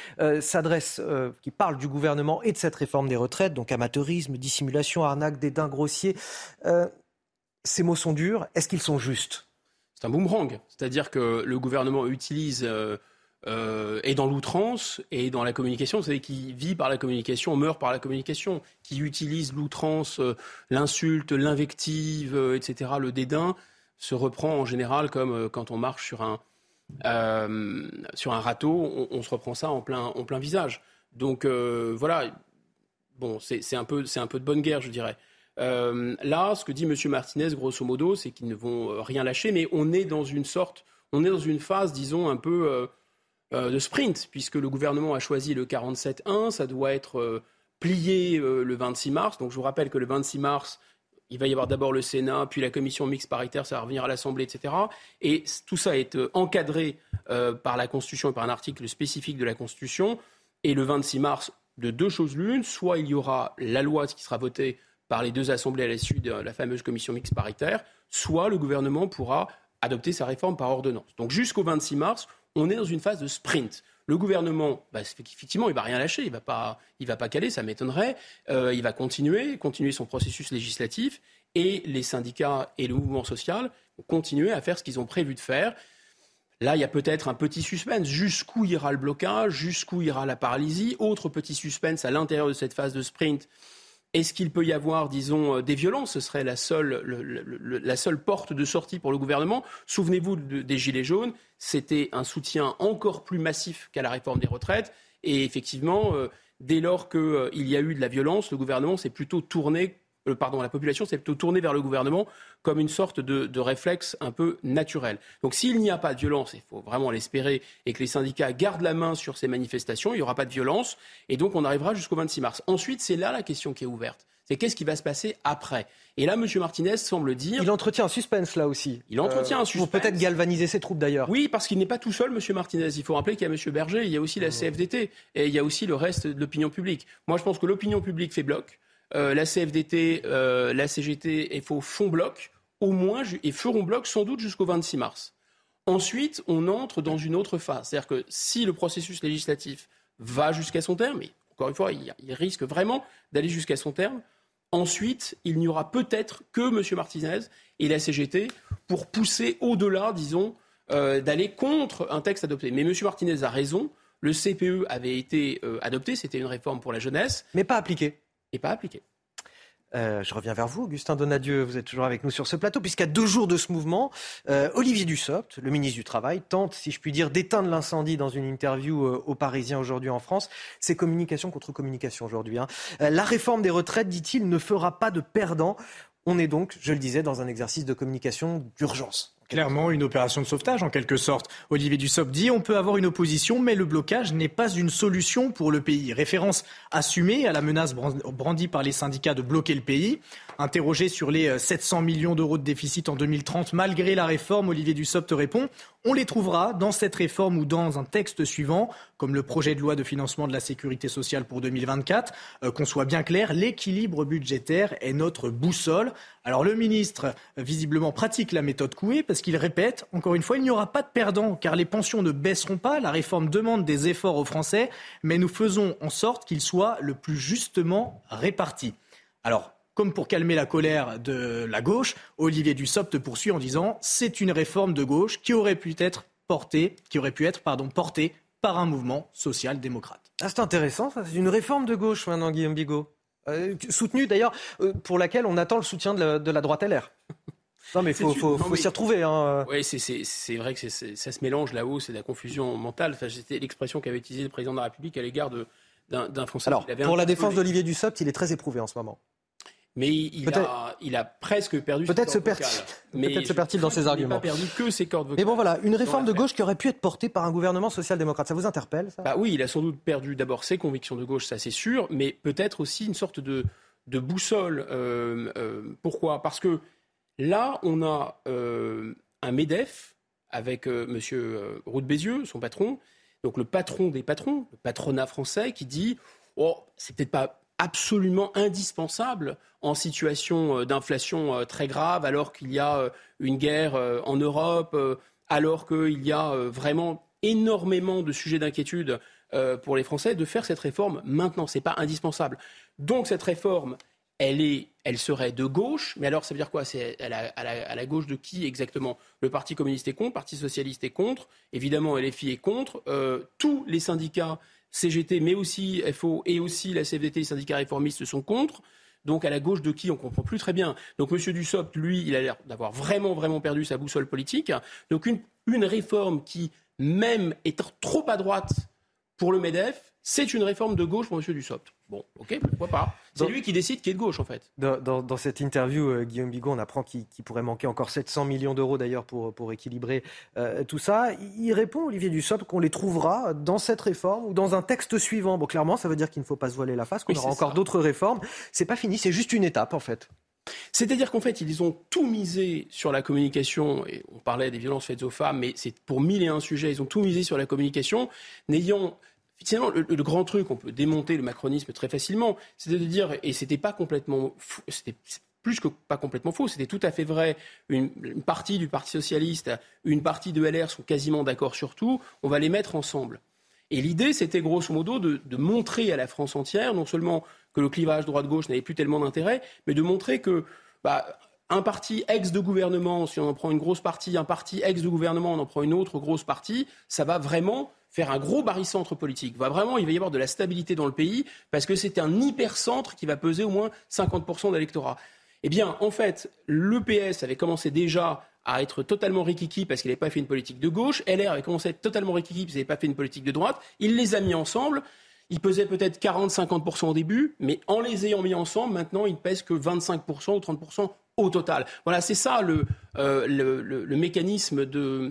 qui parle du gouvernement et de cette réforme des retraites, donc amateurisme, dissimulation, arnaque, dédain grossier. Ces mots sont durs. Est-ce qu'ils sont justes ? C'est un boomerang. C'est-à-dire que le gouvernement utilise, et dans l'outrance et dans la communication, vous savez, qui vit par la communication, meurt par la communication, qui utilise l'outrance, l'insulte, l'invective, etc., le dédain, se reprend en général comme quand on marche sur un râteau, on se reprend ça en plein visage. Donc voilà, bon, c'est un peu de bonne guerre, je dirais. Là, ce que dit M. Martinez, grosso modo, c'est qu'ils ne vont rien lâcher, mais on est dans une phase, disons, un peu de sprint, puisque le gouvernement a choisi le 47-1, ça doit être plié le 26 mars. Donc je vous rappelle que le 26 mars, il va y avoir d'abord le Sénat, puis la commission mixte paritaire, ça va revenir à l'Assemblée, etc. Et tout ça est encadré par la Constitution et par un article spécifique de la Constitution. Et le 26 mars, de deux choses l'une, soit il y aura la loi qui sera votée par les deux assemblées à l'issue de la fameuse commission mixte paritaire, soit le gouvernement pourra adopter sa réforme par ordonnance. Donc jusqu'au 26 mars, on est dans une phase de sprint. Le gouvernement, effectivement, il ne va rien lâcher, il va pas caler, ça m'étonnerait. Il va continuer son processus législatif et les syndicats et le mouvement social vont continuer à faire ce qu'ils ont prévu de faire. Là, il y a peut-être un petit suspense. Jusqu'où ira le blocage ? Jusqu'où ira la paralysie ? Autre petit suspense à l'intérieur de cette phase de sprint. Est-ce qu'il peut y avoir, disons, des violences ? Ce serait la seule porte de sortie pour le gouvernement. Souvenez-vous des Gilets jaunes, c'était un soutien encore plus massif qu'à la réforme des retraites. Et effectivement, dès lors qu'il y a eu de la violence, le gouvernement s'est plutôt tourné... la population s'est plutôt tournée vers le gouvernement comme une sorte de réflexe un peu naturel. Donc s'il n'y a pas de violence, il faut vraiment l'espérer, et que les syndicats gardent la main sur ces manifestations, il n'y aura pas de violence, et donc on arrivera jusqu'au 26 mars. Ensuite, c'est là la question qui est ouverte. C'est qu'est-ce qui va se passer après ? Et là, M. Martinez semble dire... Il entretient un suspense, là aussi. Il entretient un suspense. Pour peut-être galvaniser ses troupes, d'ailleurs. Oui, parce qu'il n'est pas tout seul, M. Martinez. Il faut rappeler qu'il y a M. Berger, il y a aussi la CFDT, et il y a aussi le reste de l'opinion publique. Moi, je pense que l'opinion publique fait bloc. La CFDT, la CGT font bloc, au moins, et feront bloc sans doute jusqu'au 26 mars. Ensuite, on entre dans une autre phase. C'est-à-dire que si le processus législatif va jusqu'à son terme, et encore une fois, il risque vraiment d'aller jusqu'à son terme, ensuite, il n'y aura peut-être que M. Martinez et la CGT pour pousser au-delà, disons, d'aller contre un texte adopté. Mais M. Martinez a raison, le CPE avait été adopté, c'était une réforme pour la jeunesse. Mais pas appliqué. Et pas appliqué. Je reviens vers vous, Augustin Donadieu, vous êtes toujours avec nous sur ce plateau, puisqu'à 2 jours de ce mouvement, Olivier Dussopt, le ministre du Travail, tente, si je puis dire, d'éteindre l'incendie dans une interview aux Parisiens aujourd'hui en France. C'est communication contre communication aujourd'hui. La réforme des retraites, dit-il, ne fera pas de perdants. On est donc, je le disais, dans un exercice de communication d'urgence. Clairement, une opération de sauvetage en quelque sorte. Olivier Dussopt dit on peut avoir une opposition, mais le blocage n'est pas une solution pour le pays. Référence assumée à la menace brandie par les syndicats de bloquer le pays. Interrogé sur les 700 millions d'euros de déficit en 2030, malgré la réforme, Olivier Dussopt répond on les trouvera dans cette réforme ou dans un texte suivant, comme le projet de loi de financement de la sécurité sociale pour 2024. Qu'on soit bien clair, l'équilibre budgétaire est notre boussole. Alors le ministre, visiblement, pratique la méthode Coué parce qu'il répète, encore une fois, il n'y aura pas de perdants car les pensions ne baisseront pas. La réforme demande des efforts aux Français, mais nous faisons en sorte qu'ils soient le plus justement répartis. Alors, comme pour calmer la colère de la gauche, Olivier Dussopt poursuit en disant « c'est une réforme de gauche qui aurait pu être portée par un mouvement social-démocrate ». Ah, c'est intéressant, ça. C'est une réforme de gauche maintenant, Guillaume Bigot. Soutenue d'ailleurs, pour laquelle on attend le soutien de la droite LR. Non mais il faut s'y retrouver. Oui, c'est vrai que ça se mélange là-haut, c'est de la confusion mentale. Enfin, c'était l'expression qu'avait utilisée le président de la République à l'égard d'un Français. Alors, pour la défense d'Olivier Dussopt, il est très éprouvé en ce moment. Mais il a presque perdu ses cordes vocales. Peut-être se perd-il dans ses arguments. Il n'a pas perdu que ses cordes vocales. Mais bon voilà, une réforme de gauche qui aurait pu être portée par un gouvernement social-démocrate. Ça vous interpelle, ça ? Oui, il a sans doute perdu d'abord ses convictions de gauche, ça c'est sûr, mais peut-être aussi une sorte de boussole. Pourquoi ? Parce que là, on a un MEDEF avec M. Roux de Bézieux, son patron, donc le patron des patrons, le patronat français, qui dit « Oh, c'est peut-être pas absolument indispensable en situation d'inflation très grave, alors qu'il y a une guerre en Europe, alors qu'il y a vraiment énormément de sujets d'inquiétude pour les Français, de faire cette réforme maintenant. C'est pas indispensable. Donc cette réforme, elle serait de gauche, mais alors ça veut dire quoi ? C'est à la gauche de qui exactement ? Le Parti communiste est contre, le Parti socialiste est contre, évidemment LFI est contre, tous les syndicats CGT, mais aussi FO et aussi la CFDT, les syndicats réformistes sont contre. Donc à la gauche de qui on ne comprend plus très bien. Donc M. Dussopt, lui, il a l'air d'avoir vraiment, vraiment perdu sa boussole politique. Donc une réforme qui, même étant trop à droite pour le MEDEF, c'est une réforme de gauche pour M. Dussopt. Bon, ok, pourquoi pas. C'est lui qui décide qui est de gauche, en fait. Dans cette interview, Guillaume Bigot, on apprend qu'il pourrait manquer encore 700 millions d'euros, d'ailleurs, pour équilibrer tout ça. Il répond, Olivier Dussopt, qu'on les trouvera dans cette réforme ou dans un texte suivant. Bon, clairement, ça veut dire qu'il ne faut pas se voiler la face, qu'on aura encore d'autres réformes. C'est pas fini, c'est juste une étape, en fait. C'est-à-dire qu'en fait, ils ont tout misé sur la communication, et on parlait des violences faites aux femmes, mais c'est pour 1001 sujets, ils ont tout misé sur la communication, n'ayant... Finalement, le grand truc, on peut démonter le macronisme très facilement, c'était de dire, et c'était pas complètement fou, c'était plus que pas complètement faux, c'était tout à fait vrai, une partie du Parti socialiste, une partie de LR sont quasiment d'accord sur tout, on va les mettre ensemble. Et l'idée, c'était grosso modo de montrer à la France entière, non seulement que le clivage droite-gauche n'avait plus tellement d'intérêt, mais de montrer que un parti ex de gouvernement, si on en prend une grosse partie, un parti ex de gouvernement, on en prend une autre grosse partie, ça va vraiment faire un gros barycentre politique. Il va y avoir de la stabilité dans le pays parce que c'est un hypercentre qui va peser au moins 50% d'électorat. Eh bien, en fait, le PS avait commencé déjà à être totalement rikiki parce qu'il n'avait pas fait une politique de gauche. LR avait commencé à être totalement rikiki parce qu'il n'avait pas fait une politique de droite. Il les a mis ensemble. Ils pesaient peut-être 40-50% au début, mais en les ayant mis ensemble, maintenant, ils ne pèsent que 25% ou 30% au total. Voilà, c'est ça le mécanisme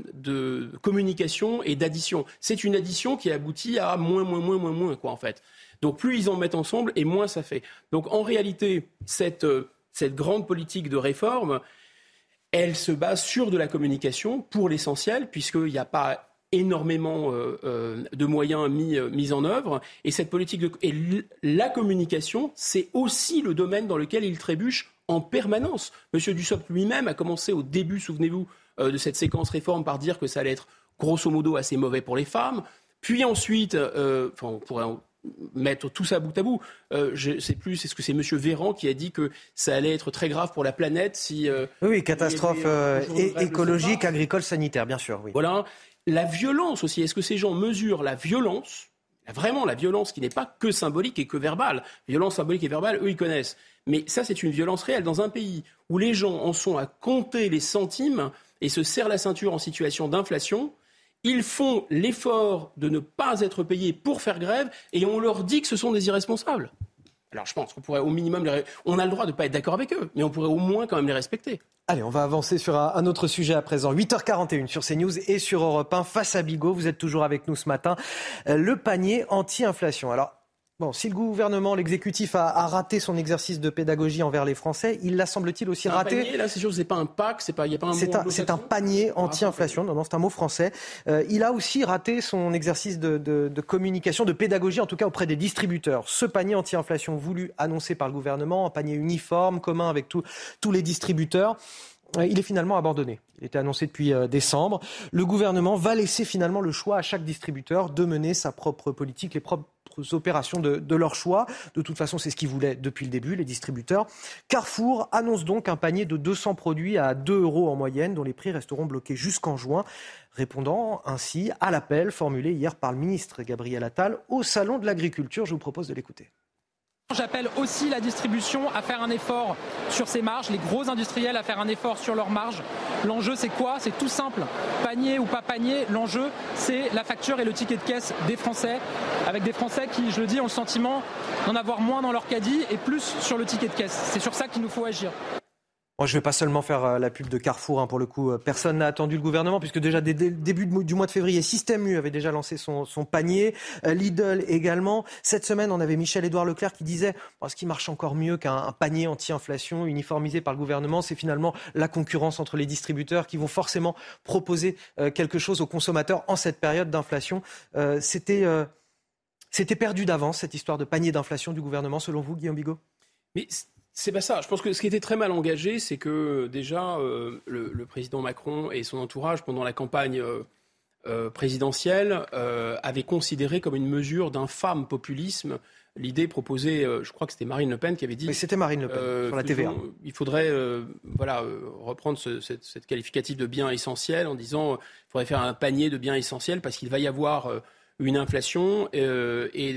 de communication et d'addition. C'est une addition qui aboutit à moins, quoi, en fait. Donc plus ils en mettent ensemble et moins ça fait. Donc en réalité, cette grande politique de réforme, elle se base sur de la communication pour l'essentiel, puisqu'il n'y a pas énormément de moyens mis en œuvre. Et cette politique et la communication, c'est aussi le domaine dans lequel il trébuche en permanence. Monsieur Dussopt lui-même a commencé au début, souvenez-vous, de cette séquence réforme par dire que ça allait être grosso modo assez mauvais pour les femmes. Puis ensuite, on pourrait mettre tout ça bout à bout. Je ne sais plus, est-ce que c'est Monsieur Véran qui a dit que ça allait être très grave pour la planète si... oui, catastrophe écologique, agricole, sanitaire, bien sûr. Oui. Voilà. La violence aussi. Est-ce que ces gens mesurent la violence, vraiment la violence qui n'est pas que symbolique et que verbale. Violence symbolique et verbale, eux, ils connaissent. Mais ça, c'est une violence réelle. Dans un pays où les gens en sont à compter les centimes et se serrent la ceinture en situation d'inflation, ils font l'effort de ne pas être payés pour faire grève et on leur dit que ce sont des irresponsables. Alors je pense qu'on pourrait au minimum... On a le droit de ne pas être d'accord avec eux, mais on pourrait au moins quand même les respecter. Allez, on va avancer sur un autre sujet à présent. 8h41 sur CNews et sur Europe 1. Face à Bigot, vous êtes toujours avec nous ce matin. Le panier anti-inflation. Alors, bon, si le gouvernement, l'exécutif a raté son exercice de pédagogie envers les Français, il l'a semble-t-il aussi raté. Un panier, là, c'est sûr, c'est pas un pack, il y a pas un mot anglo-saxon. C'est un panier anti-inflation. Non, c'est un mot français. Il a aussi raté son exercice de communication, de pédagogie, en tout cas auprès des distributeurs. Ce panier anti-inflation voulu, annoncé par le gouvernement, un panier uniforme, commun avec tous les distributeurs, il est finalement abandonné. Il était annoncé depuis décembre. Le gouvernement va laisser finalement le choix à chaque distributeur de mener sa propre politique, les propres opérations de leur choix. De toute façon, c'est ce qu'ils voulaient depuis le début, les distributeurs. Carrefour annonce donc un panier de 200 produits à 2 € en moyenne, dont les prix resteront bloqués jusqu'en juin, répondant ainsi à l'appel formulé hier par le ministre Gabriel Attal au Salon de l'Agriculture. Je vous propose de l'écouter. J'appelle aussi la distribution à faire un effort sur ses marges, les gros industriels à faire un effort sur leurs marges. L'enjeu, c'est quoi ? C'est tout simple. Panier ou pas panier, l'enjeu, c'est la facture et le ticket de caisse des Français, avec des Français qui, je le dis, ont le sentiment d'en avoir moins dans leur caddie et plus sur le ticket de caisse. C'est sur ça qu'il nous faut agir. Moi, je ne vais pas seulement faire la pub de Carrefour, pour le coup. Personne n'a attendu le gouvernement, puisque déjà dès le début du mois de février, Système U avait déjà lancé son panier, Lidl également. Cette semaine, on avait Michel-Édouard Leclerc qui disait ce qui marche encore mieux qu'un panier anti-inflation uniformisé par le gouvernement, c'est finalement la concurrence entre les distributeurs qui vont forcément proposer quelque chose aux consommateurs en cette période d'inflation. C'était perdu d'avance, cette histoire de panier d'inflation du gouvernement, selon vous, Guillaume Bigot ? Mais c'est pas ça. Je pense que ce qui était très mal engagé, c'est que déjà le président Macron et son entourage, pendant la campagne présidentielle, avaient considéré comme une mesure d'infâme populisme l'idée proposée, je crois que c'était Marine Le Pen qui avait dit... Oui, c'était Marine Le Pen, sur la TVA. Il faudrait reprendre cette qualificatif de bien essentiel en disant qu'il faudrait faire un panier de biens essentiels parce qu'il va y avoir une inflation et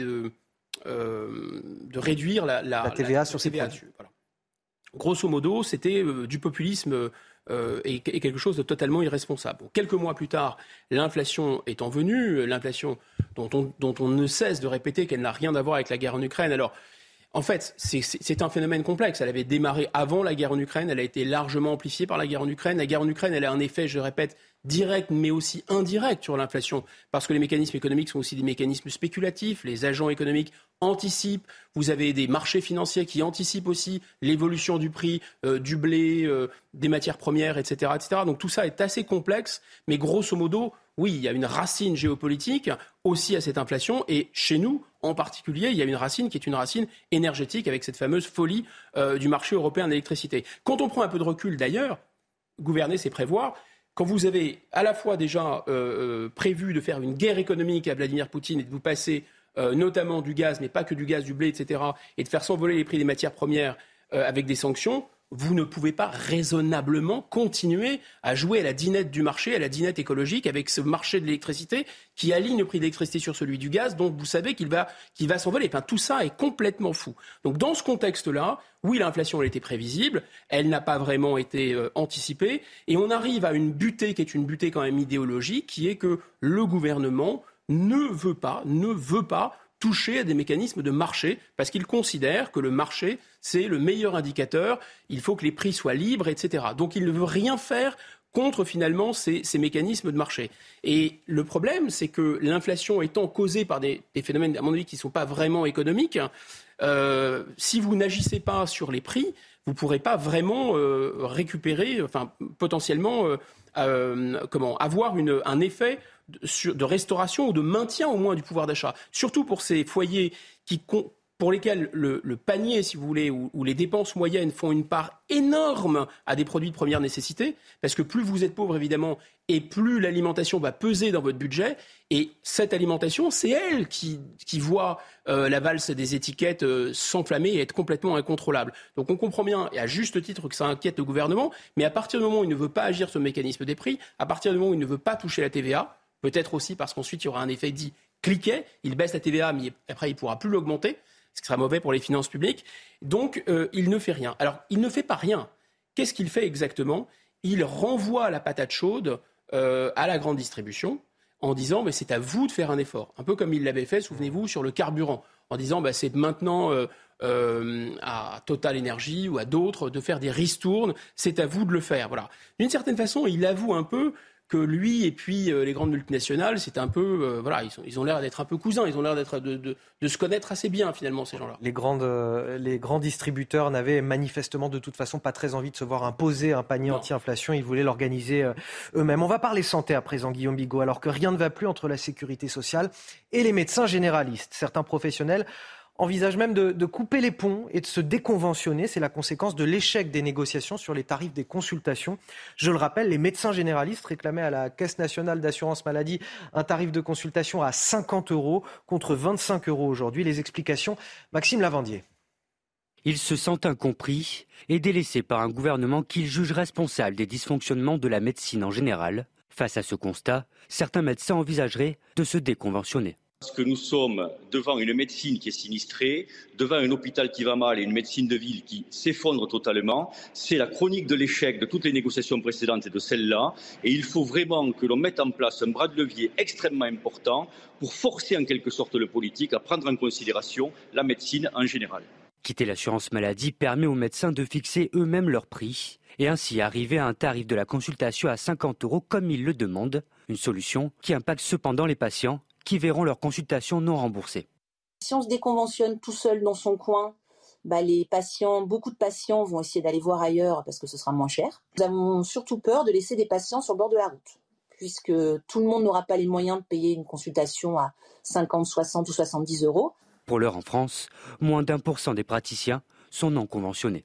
de réduire la TVA sur ces produits. Voilà. Grosso modo, c'était du populisme et quelque chose de totalement irresponsable. Bon, quelques mois plus tard, l'inflation étant venue, l'inflation dont on ne cesse de répéter qu'elle n'a rien à voir avec la guerre en Ukraine. Alors, en fait, c'est un phénomène complexe. Elle avait démarré avant la guerre en Ukraine, elle a été largement amplifiée par la guerre en Ukraine. La guerre en Ukraine, elle a un effet, je le répète, direct mais aussi indirect sur l'inflation, parce que les mécanismes économiques sont aussi des mécanismes spéculatifs, les agents économiques anticipent, vous avez des marchés financiers qui anticipent aussi l'évolution du prix du blé, des matières premières, etc., etc. Donc tout ça est assez complexe, mais grosso modo, oui, il y a une racine géopolitique aussi à cette inflation, et chez nous, en particulier, il y a une racine qui est une racine énergétique avec cette fameuse folie du marché européen de l'électricité. Quand on prend un peu de recul d'ailleurs, gouverner c'est prévoir. Quand vous avez à la fois déjà prévu de faire une guerre économique à Vladimir Poutine et de vous passer notamment du gaz, mais pas que du gaz, du blé, etc., et de faire s'envoler les prix des matières premières avec des sanctions, vous ne pouvez pas raisonnablement continuer à jouer à la dinette du marché, à la dinette écologique avec ce marché de l'électricité qui aligne le prix de l'électricité sur celui du gaz, donc vous savez qu'il va s'envoler. Enfin, tout ça est complètement fou. Donc dans ce contexte-là, oui, l'inflation elle était prévisible, elle n'a pas vraiment été anticipée, et on arrive à une butée qui est une butée quand même idéologique, qui est que le gouvernement ne veut pas toucher à des mécanismes de marché, parce qu'il considère que le marché, c'est le meilleur indicateur, il faut que les prix soient libres, etc. Donc il ne veut rien faire contre finalement ces mécanismes de marché. Et le problème, c'est que l'inflation étant causée par des phénomènes, à mon avis, qui ne sont pas vraiment économiques, si vous n'agissez pas sur les prix, vous ne pourrez pas vraiment récupérer, enfin potentiellement avoir un effet de restauration ou de maintien au moins du pouvoir d'achat. Surtout pour ces foyers pour lesquels le panier, si vous voulez, ou les dépenses moyennes font une part énorme à des produits de première nécessité, parce que plus vous êtes pauvre, évidemment, et plus l'alimentation va peser dans votre budget, et cette alimentation, c'est elle qui voit la valse des étiquettes s'enflammer et être complètement incontrôlable. Donc on comprend bien, et à juste titre, que ça inquiète le gouvernement, mais à partir du moment où il ne veut pas agir sur le mécanisme des prix, à partir du moment où il ne veut pas toucher la TVA, peut-être aussi parce qu'ensuite il y aura un effet dit cliquet, il baisse la TVA, mais après il ne pourra plus l'augmenter, ce qui sera mauvais pour les finances publiques. Donc, il ne fait rien. Alors, il ne fait pas rien. Qu'est-ce qu'il fait exactement ? Il renvoie la patate chaude à la grande distribution en disant mais c'est à vous de faire un effort. Un peu comme il l'avait fait, souvenez-vous, sur le carburant, en disant c'est maintenant à Total Energy ou à d'autres de faire des ristournes, c'est à vous de le faire. Voilà. D'une certaine façon, il avoue un peu que lui et puis les grandes multinationales, c'est un peu, ils ont l'air d'être un peu cousins, ils ont l'air de se connaître assez bien finalement ces gens-là. Les grands distributeurs n'avaient manifestement de toute façon pas très envie de se voir imposer un panier anti-inflation, ils voulaient l'organiser eux-mêmes. On va parler santé à présent, Guillaume Bigot, alors que rien ne va plus entre la sécurité sociale et les médecins généralistes. Certains professionnels envisage même de couper les ponts et de se déconventionner. C'est la conséquence de l'échec des négociations sur les tarifs des consultations. Je le rappelle, les médecins généralistes réclamaient à la Caisse nationale d'assurance maladie un tarif de consultation à 50 € contre 25 € aujourd'hui. Les explications, Maxime Lavandier. Ils se sentent incompris et délaissés par un gouvernement qu'ils jugent responsable des dysfonctionnements de la médecine en général. Face à ce constat, certains médecins envisageraient de se déconventionner. Parce que nous sommes devant une médecine qui est sinistrée, devant un hôpital qui va mal et une médecine de ville qui s'effondre totalement. C'est la chronique de l'échec de toutes les négociations précédentes et de celle-là. Et il faut vraiment que l'on mette en place un bras de levier extrêmement important pour forcer en quelque sorte le politique à prendre en considération la médecine en général. Quitter l'assurance maladie permet aux médecins de fixer eux-mêmes leur prix et ainsi arriver à un tarif de la consultation à 50 € comme ils le demandent. Une solution qui impacte cependant les patients qui verront leur consultation non remboursée. Si on se déconventionne tout seul dans son coin, beaucoup de patients vont essayer d'aller voir ailleurs parce que ce sera moins cher. Nous avons surtout peur de laisser des patients sur le bord de la route, puisque tout le monde n'aura pas les moyens de payer une consultation à 50, 60 ou 70 €. Pour l'heure en France, moins d'1% des praticiens sont non conventionnés.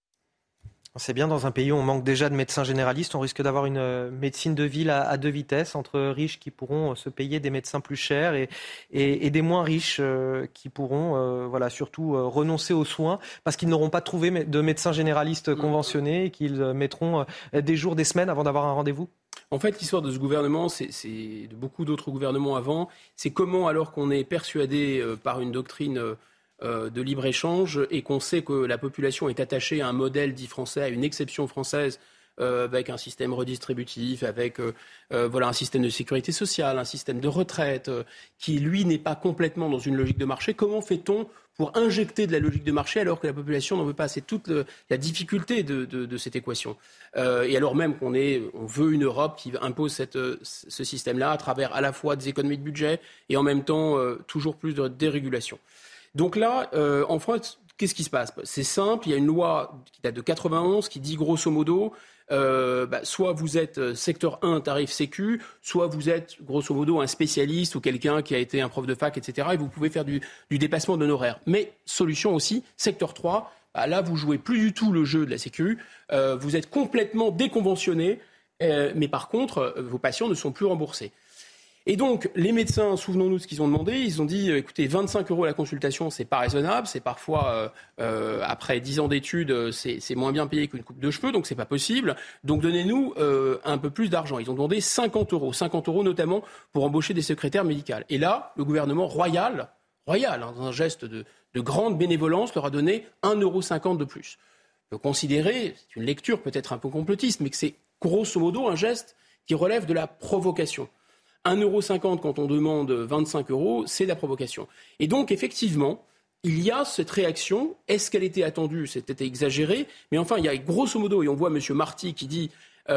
C'est bien, dans un pays où on manque déjà de médecins généralistes, on risque d'avoir une médecine de ville à deux vitesses, entre riches qui pourront se payer des médecins plus chers et des moins riches qui pourront surtout renoncer aux soins parce qu'ils n'auront pas trouvé de médecins généralistes conventionnés et qu'ils mettront des jours, des semaines avant d'avoir un rendez-vous. En fait, l'histoire de ce gouvernement, c'est de beaucoup d'autres gouvernements avant, c'est comment, alors qu'on est persuadé par une doctrine de libre-échange et qu'on sait que la population est attachée à un modèle dit français, à une exception française, avec un système redistributif, avec un système de sécurité sociale, un système de retraite, qui, lui, n'est pas complètement dans une logique de marché. Comment fait-on pour injecter de la logique de marché alors que la population n'en veut pas ? C'est toute la difficulté de cette équation. Et alors même on veut une Europe qui impose ce système-là à travers à la fois des économies de budget et en même temps toujours plus de dérégulation. Donc là, en France, qu'est-ce qui se passe ? C'est simple, il y a une loi qui date de 91 qui dit grosso modo, soit vous êtes secteur 1 tarif sécu, soit vous êtes grosso modo un spécialiste ou quelqu'un qui a été un prof de fac, etc. Et vous pouvez faire du dépassement d'honoraires. Mais solution aussi, secteur 3, là vous jouez plus du tout le jeu de la sécu, vous êtes complètement déconventionné, mais par contre vos patients ne sont plus remboursés. Et donc, les médecins, souvenons-nous de ce qu'ils ont demandé. Ils ont dit, écoutez, 25 € la consultation, c'est pas raisonnable. C'est parfois, après 10 ans d'études, c'est moins bien payé qu'une coupe de cheveux, donc c'est pas possible. Donc, donnez-nous un peu plus d'argent. Ils ont demandé 50 €. 50 € notamment pour embaucher des secrétaires médicales. Et là, le gouvernement royal, dans un geste de grande bénévolence, leur a donné 1,50 € de plus. On peut considérer, c'est une lecture peut-être un peu complotiste, mais que c'est grosso modo un geste qui relève de la provocation. 1,50 € quand on demande 25 €, c'est de la provocation. Et donc, effectivement, il y a cette réaction. Est-ce qu'elle était attendue ? C'était exagéré. Mais enfin, il y a grosso modo, et on voit M. Marty qui dit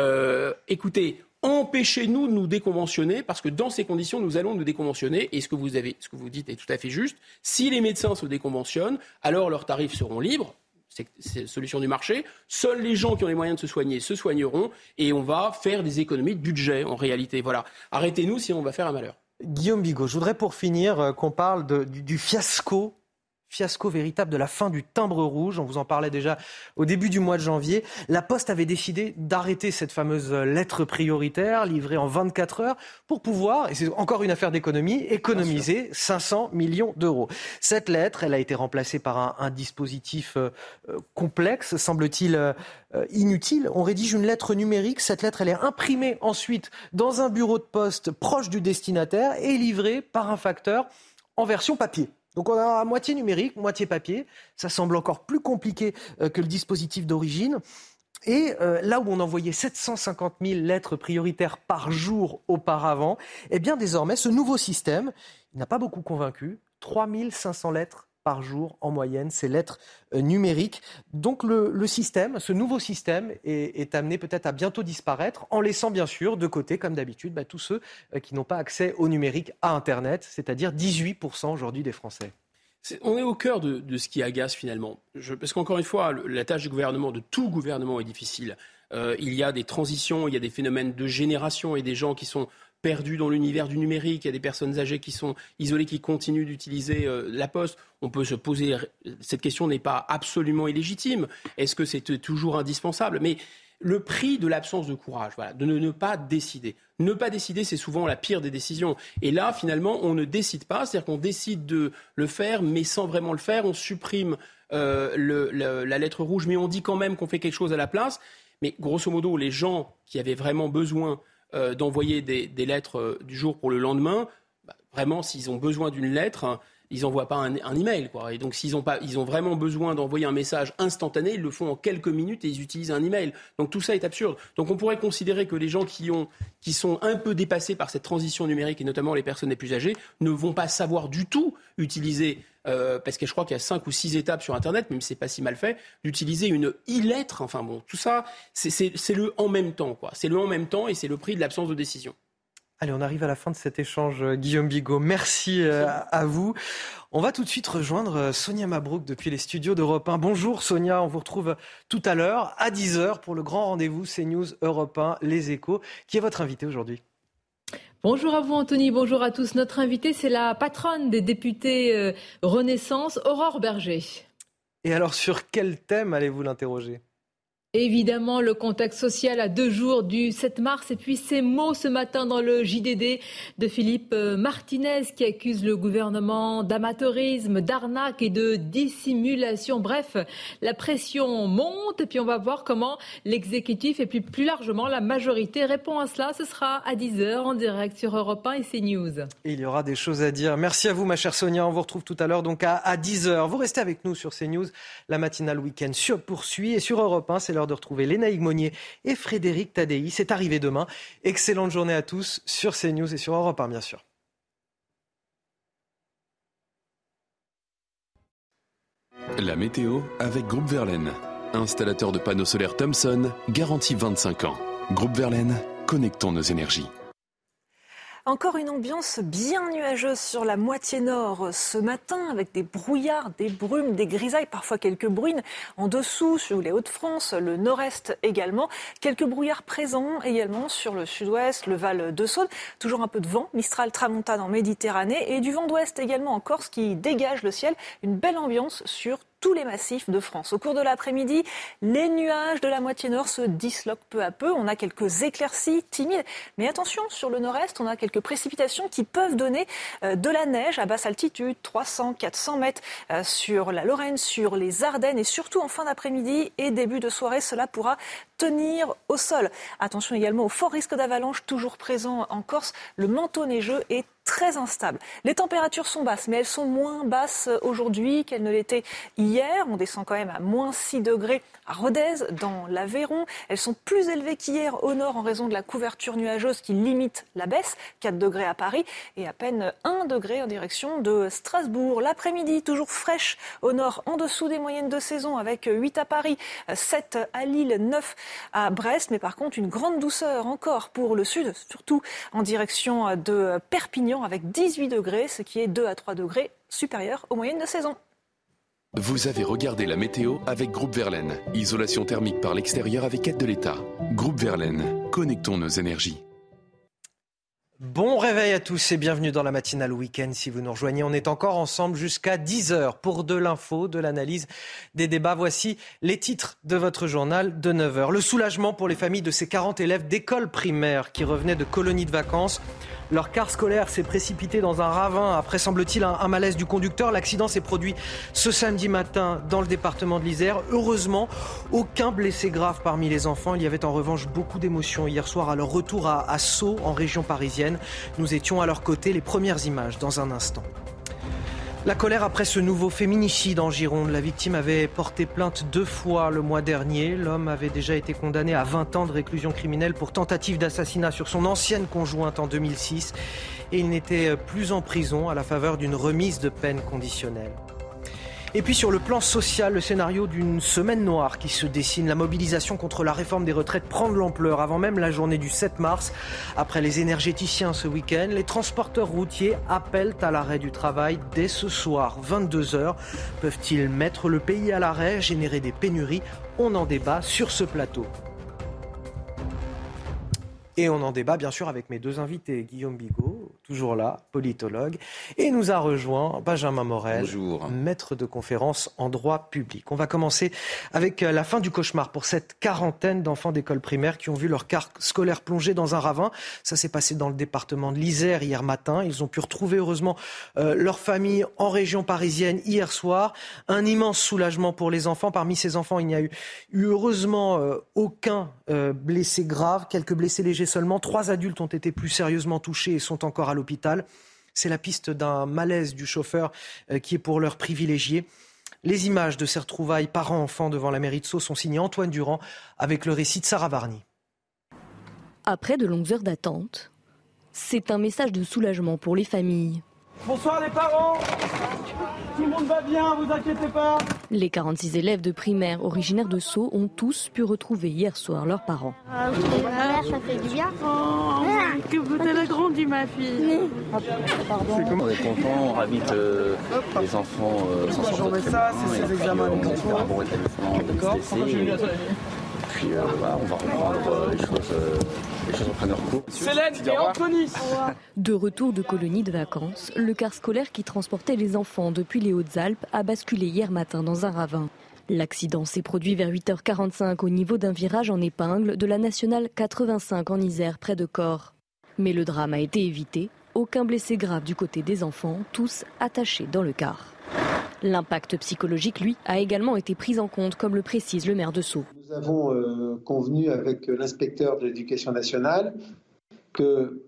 écoutez, empêchez-nous de nous déconventionner, parce que dans ces conditions, nous allons nous déconventionner. Et ce que vous dites est tout à fait juste. Si les médecins se déconventionnent, alors leurs tarifs seront libres. C'est la solution du marché. Seuls les gens qui ont les moyens de se soigner se soigneront et on va faire des économies de budget en réalité. Voilà. Arrêtez-nous sinon on va faire un malheur. Guillaume Bigot, je voudrais pour finir qu'on parle du fiasco véritable de la fin du timbre rouge. On vous en parlait déjà au début du mois de janvier. La Poste avait décidé d'arrêter cette fameuse lettre prioritaire livrée en 24 heures pour pouvoir, et c'est encore une affaire d'économie, économiser 500 millions d'euros. Cette lettre, elle a été remplacée par un dispositif complexe, semble-t-il inutile. On rédige une lettre numérique. Cette lettre, elle est imprimée ensuite dans un bureau de poste proche du destinataire et livrée par un facteur en version papier. Donc on a moitié numérique, moitié papier. Ça semble encore plus compliqué que le dispositif d'origine. Et là où on envoyait 750 000 lettres prioritaires par jour auparavant, eh bien désormais, ce nouveau système, il n'a pas beaucoup convaincu. 3500 lettres par jour en moyenne, ces lettres numériques. Donc le système, ce nouveau système est amené peut-être à bientôt disparaître, en laissant bien sûr de côté, comme d'habitude, tous ceux qui n'ont pas accès au numérique, à Internet, c'est-à-dire 18% aujourd'hui des Français. On est au cœur de ce qui agace finalement. Parce qu'encore une fois, la tâche du gouvernement, de tout gouvernement, est difficile. Il y a des transitions, il y a des phénomènes de génération et des gens qui sont perdus dans l'univers du numérique, il y a des personnes âgées qui sont isolées, qui continuent d'utiliser la Poste. On peut se poser, cette question n'est pas absolument illégitime. Est-ce que c'est toujours indispensable ? Mais le prix de l'absence de courage, voilà, de ne pas décider. Ne pas décider, c'est souvent la pire des décisions. Et là, finalement, on ne décide pas, c'est-à-dire qu'on décide de le faire, mais sans vraiment le faire. On supprime la lettre rouge, mais on dit quand même qu'on fait quelque chose à la place. Mais grosso modo, les gens qui avaient vraiment besoin d'envoyer des lettres du jour pour le lendemain, vraiment, s'ils ont besoin d'une lettre, ils n'envoient pas un email, quoi. Et donc, ils ont vraiment besoin d'envoyer un message instantané, ils le font en quelques minutes et ils utilisent un email. Donc, tout ça est absurde. Donc, on pourrait considérer que les gens qui sont un peu dépassés par cette transition numérique, et notamment les personnes les plus âgées, ne vont pas savoir du tout utiliser, parce que je crois qu'il y a 5 ou 6 étapes sur Internet, même si c'est pas si mal fait, d'utiliser une e-lettre. Enfin bon, tout ça, c'est le en même temps, quoi. C'est le en même temps et c'est le prix de l'absence de décision. Allez, on arrive à la fin de cet échange, Guillaume Bigot. Merci à vous. On va tout de suite rejoindre Sonia Mabrouk depuis les studios d'Europe 1. Bonjour Sonia, on vous retrouve tout à l'heure à 10h pour le grand rendez-vous CNews Europe 1, Les Échos. Qui est votre invité aujourd'hui ? Bonjour à vous Anthony, bonjour à tous. Notre invitée, c'est la patronne des députés Renaissance, Aurore Berger. Et alors, sur quel thème allez-vous l'interroger ? Évidemment, le contexte social à 2 jours du 7 mars et puis ces mots ce matin dans le JDD de Philippe Martinez qui accuse le gouvernement d'amateurisme, d'arnaque et de dissimulation. Bref, la pression monte et puis on va voir comment l'exécutif et puis plus largement la majorité répond à cela. Ce sera à 10h en direct sur Europe 1 et CNews. Et il y aura des choses à dire. Merci à vous ma chère Sonia, on vous retrouve tout à l'heure donc à 10h. Vous restez avec nous sur CNews, la matinale week-end se poursuit et sur Europe 1, c'est l'heure de retrouver Léna Higmonier et Frédéric Tadei. C'est arrivé demain. Excellente journée à tous sur CNews et sur Europe 1, bien sûr. La météo avec Groupe Verlaine. Installateur de panneaux solaires Thomson, garantie 25 ans. Groupe Verlaine, connectons nos énergies. Encore une ambiance bien nuageuse sur la moitié nord ce matin avec des brouillards, des brumes, des grisailles, parfois quelques bruines en dessous sur les Hauts-de-France, le nord-est également. Quelques brouillards présents également sur le sud-ouest, le Val de Saône. Toujours un peu de vent, Mistral tramontane en Méditerranée et du vent d'ouest également en Corse qui dégage le ciel. Une belle ambiance sur tous les massifs de France. Au cours de l'après-midi, les nuages de la moitié nord se disloquent peu à peu. On a quelques éclaircies timides, mais attention, sur le nord-est, on a quelques précipitations qui peuvent donner de la neige à basse altitude, 300-400 mètres sur la Lorraine, sur les Ardennes et surtout en fin d'après-midi et début de soirée, cela pourra tenir au sol. Attention également au fort risque d'avalanche toujours présent en Corse. Le manteau neigeux est très instable. Les températures sont basses, mais elles sont moins basses aujourd'hui qu'elles ne l'étaient hier. On descend quand même à moins 6 degrés à Rodez, dans l'Aveyron. Elles sont plus élevées qu'hier au nord en raison de la couverture nuageuse qui limite la baisse, 4 degrés à Paris et à peine 1 degré en direction de Strasbourg. L'après-midi, toujours fraîche au nord, en dessous des moyennes de saison, avec 8 à Paris, 7 à Lille, 9 à Brest. Mais par contre, une grande douceur encore pour le sud, surtout en direction de Perpignan, avec 18 degrés, ce qui est 2 à 3 degrés supérieur aux moyennes de saison. Vous avez regardé la météo avec Groupe Verlaine. Isolation thermique par l'extérieur avec aide de l'État. Groupe Verlaine, connectons nos énergies. Bon réveil à tous et bienvenue dans la matinale week-end. Si vous nous rejoignez, on est encore ensemble jusqu'à 10h pour de l'info, de l'analyse, des débats. Voici les titres de votre journal de 9h. Le soulagement pour les familles de ces 40 élèves d'école primaire qui revenaient de colonies de vacances. Leur car scolaire s'est précipité dans un ravin après, semble-t-il, un malaise du conducteur. L'accident s'est produit ce samedi matin dans le département de l'Isère. Heureusement, aucun blessé grave parmi les enfants. Il y avait en revanche beaucoup d'émotions hier soir à leur retour à Sceaux, en région parisienne. Nous étions à leur côté. Les premières images dans un instant. La colère après ce nouveau féminicide en Gironde. La victime avait porté plainte 2 fois le mois dernier. L'homme avait déjà été condamné à 20 ans de réclusion criminelle pour tentative d'assassinat sur son ancienne conjointe en 2006. Et il n'était plus en prison à la faveur d'une remise de peine conditionnelle. Et puis sur le plan social, le scénario d'une semaine noire qui se dessine. La mobilisation contre la réforme des retraites prend de l'ampleur avant même la journée du 7 mars. Après les énergéticiens ce week-end, les transporteurs routiers appellent à l'arrêt du travail dès ce soir, 22h. Peuvent-ils mettre le pays à l'arrêt, générer des pénuries ? On en débat sur ce plateau. Et on en débat bien sûr avec mes 2 invités, Guillaume Bigot, toujours là, politologue, et nous a rejoint Benjamin Morel, bonjour, maître de conférence en droit public. On va commencer avec la fin du cauchemar pour cette quarantaine d'enfants d'école primaire qui ont vu leur car scolaire plonger dans un ravin. Ça s'est passé dans le département de l'Isère hier matin. Ils ont pu retrouver heureusement leur famille en région parisienne hier soir. Un immense soulagement pour les enfants. Parmi ces enfants, il n'y a eu heureusement aucun blessé grave, quelques blessés légers seulement. 3 adultes ont été plus sérieusement touchés et sont encore à l'hôpital. C'est la piste d'un malaise du chauffeur qui est pour l'heure privilégié. Les images de ces retrouvailles parents-enfants devant la mairie de Sceaux sont signées Antoine Durand avec le récit de Sarah Varny. Après de longues heures d'attente, c'est un message de soulagement pour les familles. Bonsoir les parents, tout le monde va bien, vous inquiétez pas. Les 46 élèves de primaire originaires de Sceaux ont tous pu retrouver hier soir leurs parents. Ah oui, ma mère, ça fait du bien. Oh, que vous avez grandi ma fille. Pardon. On est content, on ravite les enfants s'en sortent très bien. C'est ces examens on espère un bon rétablissement de puis voilà, on va reprendre les choses reprennent leur cours. Célène et Anthony. De retour de colonie de vacances, le car scolaire qui transportait les enfants depuis les Hautes-Alpes a basculé hier matin dans un ravin. L'accident s'est produit vers 8h45 au niveau d'un virage en épingle de la nationale 85 en Isère, près de Corps. Mais le drame a été évité. Aucun blessé grave du côté des enfants, tous attachés dans le car. L'impact psychologique, lui, a également été pris en compte, comme le précise le maire de Sceaux. Nous avons convenu avec l'inspecteur de l'Éducation nationale que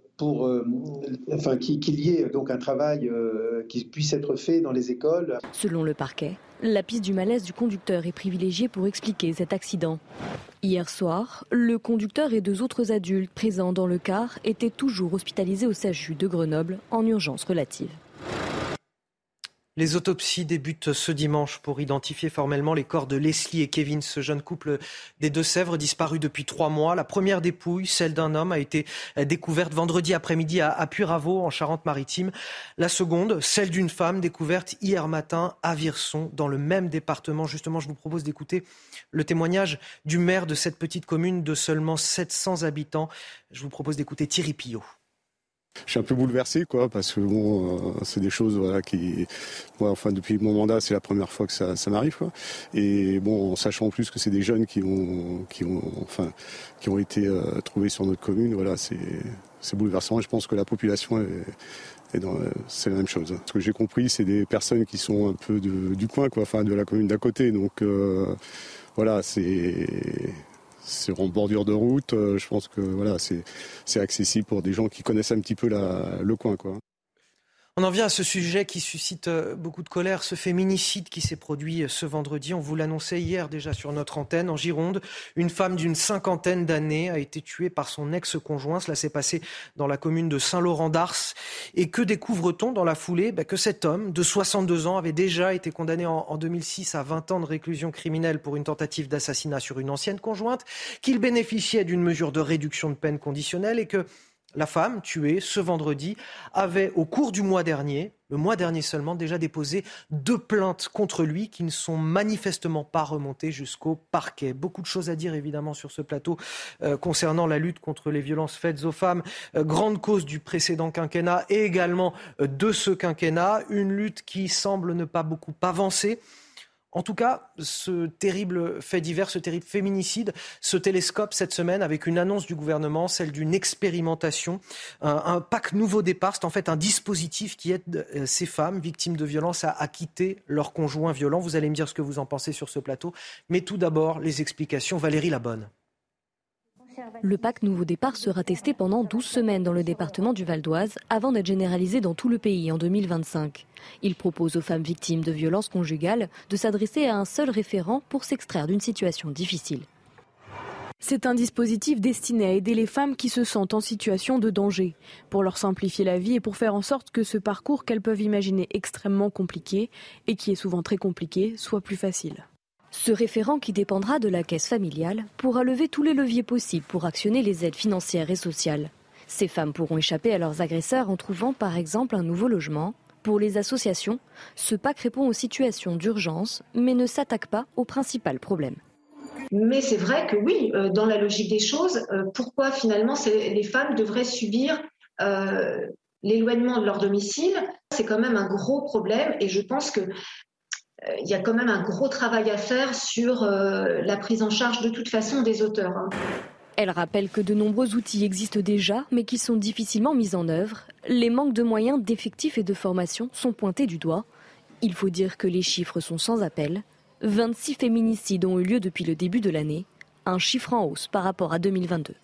qu'il y ait donc un travail qui puisse être fait dans les écoles. Selon le parquet, la piste du malaise du conducteur est privilégiée pour expliquer cet accident. Hier soir, le conducteur et 2 autres adultes présents dans le car étaient toujours hospitalisés au SAMU de Grenoble en urgence relative. Les autopsies débutent ce dimanche pour identifier formellement les corps de Leslie et Kevin, ce jeune couple des Deux-Sèvres disparu depuis 3 mois. La première dépouille, celle d'un homme, a été découverte vendredi après-midi à Puyraveau, en Charente-Maritime. La seconde, celle d'une femme, découverte hier matin à Virson, dans le même département. Justement, je vous propose d'écouter le témoignage du maire de cette petite commune de seulement 700 habitants. Je vous propose d'écouter Thierry Pillot. Je suis un peu bouleversé, quoi, parce que bon, c'est des choses, voilà, qui, moi, enfin, depuis mon mandat, c'est la première fois que ça m'arrive, quoi. Et bon, en sachant en plus que c'est des jeunes qui ont été trouvés sur notre commune, voilà, c'est bouleversant. Et je pense que la population c'est la même chose. Ce que j'ai compris, c'est des personnes qui sont un peu du coin, quoi, enfin, de la commune d'à côté. Donc, voilà, c'est en bordure de route, je pense que voilà, c'est accessible pour des gens qui connaissent un petit peu le coin, quoi. On en vient à ce sujet qui suscite beaucoup de colère, ce féminicide qui s'est produit ce vendredi. On vous l'annonçait hier déjà sur notre antenne. En Gironde, une femme d'une 50aine d'années a été tuée par son ex-conjoint. Cela s'est passé dans la commune de Saint-Laurent-d'Ars. Et que découvre-t-on dans la foulée ? Que cet homme de 62 ans avait déjà été condamné en 2006 à 20 ans de réclusion criminelle pour une tentative d'assassinat sur une ancienne conjointe, qu'il bénéficiait d'une mesure de réduction de peine conditionnelle et que la femme tuée ce vendredi avait, au cours du mois dernier, le mois dernier seulement, déjà déposé 2 plaintes contre lui qui ne sont manifestement pas remontées jusqu'au parquet. Beaucoup de choses à dire évidemment sur ce plateau concernant la lutte contre les violences faites aux femmes. Grande cause du précédent quinquennat et également de ce quinquennat. Une lutte qui semble ne pas beaucoup avancer. En tout cas, ce terrible fait divers, ce terrible féminicide, se télescope cette semaine avec une annonce du gouvernement, celle d'une expérimentation, un pack nouveau départ. C'est en fait un dispositif qui aide ces femmes victimes de violences à quitter leur conjoint violent. Vous allez me dire ce que vous en pensez sur ce plateau. Mais tout d'abord, les explications. Valérie Labonne. Le pack Nouveau Départ sera testé pendant 12 semaines dans le département du Val d'Oise avant d'être généralisé dans tout le pays en 2025. Il propose aux femmes victimes de violences conjugales de s'adresser à un seul référent pour s'extraire d'une situation difficile. C'est un dispositif destiné à aider les femmes qui se sentent en situation de danger, pour leur simplifier la vie et pour faire en sorte que ce parcours qu'elles peuvent imaginer extrêmement compliqué et qui est souvent très compliqué soit plus facile. Ce référent, qui dépendra de la caisse familiale, pourra lever tous les leviers possibles pour actionner les aides financières et sociales. Ces femmes pourront échapper à leurs agresseurs en trouvant par exemple un nouveau logement. Pour les associations, ce pack répond aux situations d'urgence, mais ne s'attaque pas au principal problème. Mais c'est vrai que oui, dans la logique des choses, pourquoi finalement les femmes devraient subir l'éloignement de leur domicile ? C'est quand même un gros problème et je pense que il y a quand même un gros travail à faire sur la prise en charge de toute façon des auteurs. Elle rappelle que de nombreux outils existent déjà, mais qui sont difficilement mis en œuvre. Les manques de moyens, d'effectifs et de formation sont pointés du doigt. Il faut dire que les chiffres sont sans appel. 26 féminicides ont eu lieu depuis le début de l'année, un chiffre en hausse par rapport à 2022.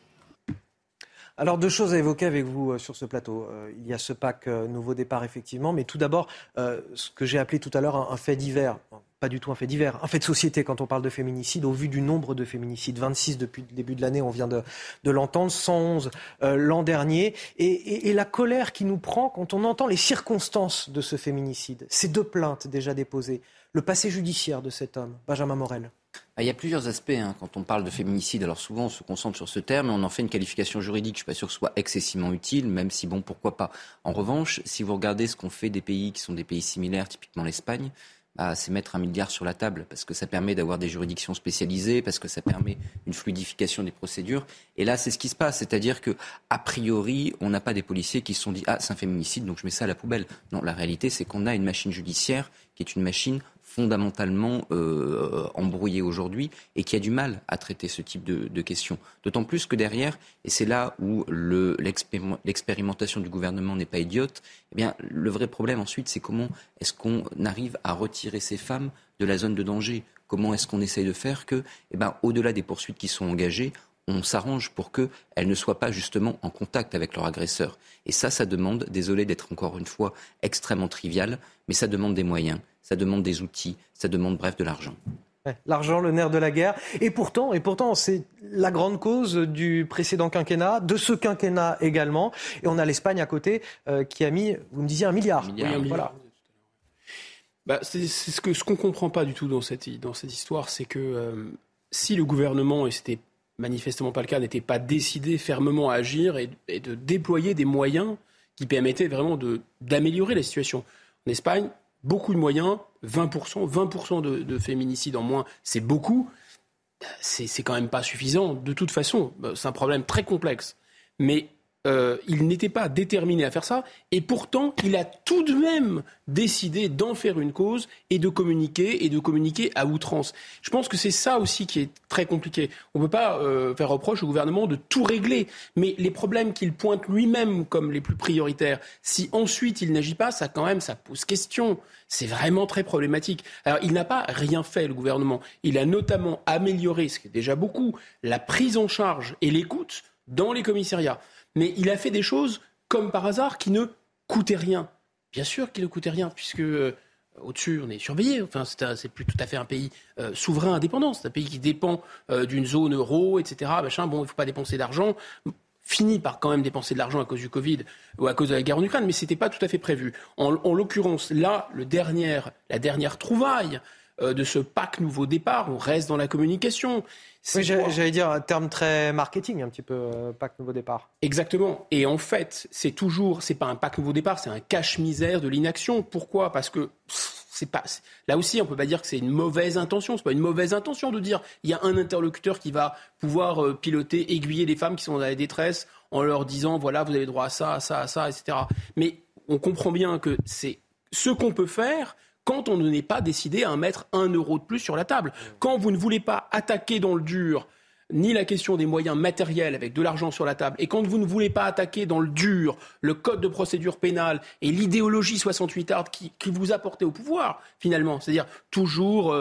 Alors, 2 choses à évoquer avec vous sur ce plateau. Il y a ce pack Nouveau Départ, effectivement, mais tout d'abord, ce que j'ai appelé tout à l'heure un fait divers. Pas du tout un fait divers, un fait de société quand on parle de féminicide, au vu du nombre de féminicides. 26 depuis le début de l'année, on vient de l'entendre, 111 l'an dernier. Et la colère qui nous prend quand on entend les circonstances de ce féminicide. Ces 2 plaintes déjà déposées, le passé judiciaire de cet homme, Benjamin Morel. Il y a plusieurs aspects quand on parle de féminicide. Alors souvent on se concentre sur ce terme et on en fait une qualification juridique. Je ne suis pas sûr que ce soit excessivement utile, même si bon, pourquoi pas. En revanche, si vous regardez ce qu'ont fait des pays qui sont des pays similaires, typiquement l'Espagne, c'est mettre 1 milliard sur la table parce que ça permet d'avoir des juridictions spécialisées, parce que ça permet une fluidification des procédures. Et là, c'est ce qui se passe. C'est-à-dire que, a priori, on n'a pas des policiers qui se sont dit « Ah, c'est un féminicide, donc je mets ça à la poubelle ». Non, la réalité, c'est qu'on a une machine judiciaire qui est une machine fondamentalement embrouillée aujourd'hui et qui a du mal à traiter ce type de questions. D'autant plus que derrière, et c'est là où l'expérimentation du gouvernement n'est pas idiote, eh bien, le vrai problème ensuite, c'est comment est-ce qu'on arrive à retirer ces femmes de la zone de danger ? Comment est-ce qu'on essaye de faire que, au-delà des poursuites qui sont engagées, on s'arrange pour qu'elles ne soient pas justement en contact avec leur agresseur. Et ça demande, désolé d'être encore une fois extrêmement trivial, mais ça demande des moyens, ça demande des outils, ça demande bref de l'argent. L'argent, le nerf de la guerre. Et pourtant, c'est la grande cause du précédent quinquennat, de ce quinquennat également. Et on a l'Espagne à côté qui a mis, vous me disiez, 1 milliard. Oui, 1 milliard. Voilà. C'est ce qu'on ne comprend pas du tout dans cette histoire, c'est que si le gouvernement, et c'était manifestement pas le cas, n'était pas décidé fermement à agir et de déployer des moyens qui permettaient vraiment d'améliorer la situation. En Espagne, beaucoup de moyens, 20% de féminicides en moins, c'est beaucoup. C'est quand même pas suffisant. De toute façon, c'est un problème très complexe. Mais il n'était pas déterminé à faire ça, et pourtant, il a tout de même décidé d'en faire une cause et de communiquer à outrance. Je pense que c'est ça aussi qui est très compliqué. On ne peut pas faire reproche au gouvernement de tout régler, mais les problèmes qu'il pointe lui-même comme les plus prioritaires, si ensuite il n'agit pas, ça pose question. C'est vraiment très problématique. Alors, il n'a pas rien fait, le gouvernement. Il a notamment amélioré, ce qui est déjà beaucoup, la prise en charge et l'écoute dans les commissariats. Mais il a fait des choses, comme par hasard, qui ne coûtaient rien. Bien sûr qu'il ne coûtait rien, puisque au-dessus, on est surveillé. Enfin, c'est plus tout à fait un pays souverain, indépendant. C'est un pays qui dépend d'une zone euro, etc. Bon, il ne faut pas dépenser d'argent. Finit par quand même dépenser de l'argent à cause du Covid ou à cause de la guerre en Ukraine, mais ce n'était pas tout à fait prévu. En l'occurrence, là, la dernière trouvaille de ce PAC nouveau départ, on reste dans la communication. Oui, j'allais dire un terme très marketing, un petit peu, PAC nouveau départ. Exactement. Et en fait, c'est pas un PAC nouveau départ, c'est un cache-misère de l'inaction. Pourquoi ? Parce que là aussi, on peut pas dire que c'est une mauvaise intention. C'est pas une mauvaise intention de dire il y a un interlocuteur qui va pouvoir piloter, aiguiller les femmes qui sont dans la détresse en leur disant voilà, vous avez droit à ça, à ça, à ça, etc. Mais on comprend bien que c'est ce qu'on peut faire quand on n'est pas décidé à mettre 1 euro de plus sur la table. Quand vous ne voulez pas attaquer dans le dur ni la question des moyens matériels avec de l'argent sur la table, et quand vous ne voulez pas attaquer dans le dur le code de procédure pénale et l'idéologie 68 art qui vous a porté au pouvoir, finalement, c'est-à-dire toujours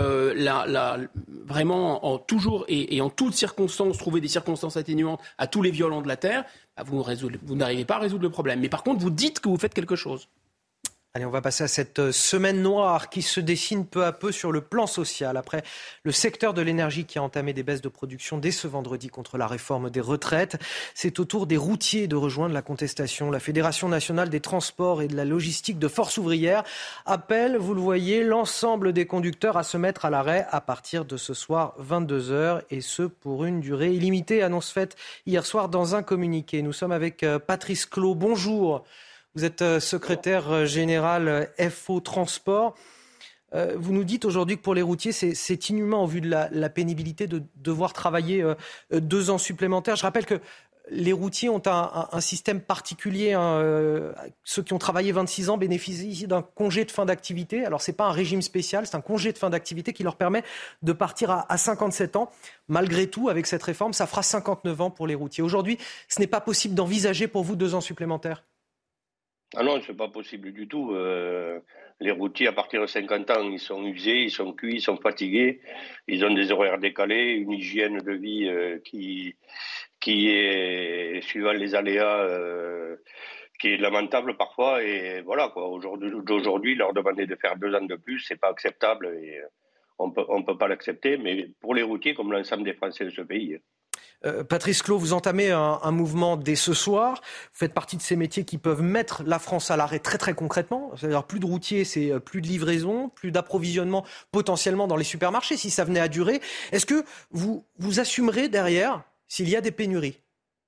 vraiment toujours et en toutes circonstances trouver des circonstances atténuantes à tous les violents de la terre, vous n'arrivez pas à résoudre le problème. Mais par contre, vous dites que vous faites quelque chose. Allez, on va passer à cette semaine noire qui se dessine peu à peu sur le plan social. Après le secteur de l'énergie qui a entamé des baisses de production dès ce vendredi contre la réforme des retraites, c'est au tour des routiers de rejoindre la contestation. La Fédération nationale des transports et de la logistique de Force ouvrière appelle, vous le voyez, l'ensemble des conducteurs à se mettre à l'arrêt à partir de ce soir 22h et ce pour une durée illimitée. Annonce faite hier soir dans un communiqué. Nous sommes avec Patrice Clos. Bonjour. Vous êtes secrétaire général FO Transport. Vous nous dites aujourd'hui que pour les routiers, c'est inhumain au vu de la pénibilité de devoir travailler 2 ans supplémentaires. Je rappelle que les routiers ont un système particulier. Ceux qui ont travaillé 26 ans bénéficient d'un congé de fin d'activité. Alors, ce n'est pas un régime spécial, c'est un congé de fin d'activité qui leur permet de partir à 57 ans. Malgré tout, avec cette réforme, ça fera 59 ans pour les routiers. Aujourd'hui, ce n'est pas possible d'envisager pour vous 2 ans supplémentaires. Ah non, c'est pas possible du tout. Les routiers, à partir de 50 ans, ils sont usés, ils sont cuits, ils sont fatigués. Ils ont des horaires décalés, une hygiène de vie qui est, suivant les aléas, qui est lamentable parfois. Et voilà, quoi. Aujourd'hui, leur demander de faire 2 ans de plus, c'est pas acceptable et on peut pas l'accepter. Mais pour les routiers, comme l'ensemble des Français de ce pays. Patrice Clos, vous entamez un mouvement dès ce soir. Vous faites partie de ces métiers qui peuvent mettre la France à l'arrêt très très concrètement. C'est-à-dire plus de routiers, c'est plus de livraison, plus d'approvisionnement potentiellement dans les supermarchés si ça venait à durer. Est-ce que vous assumerez derrière s'il y a des pénuries ?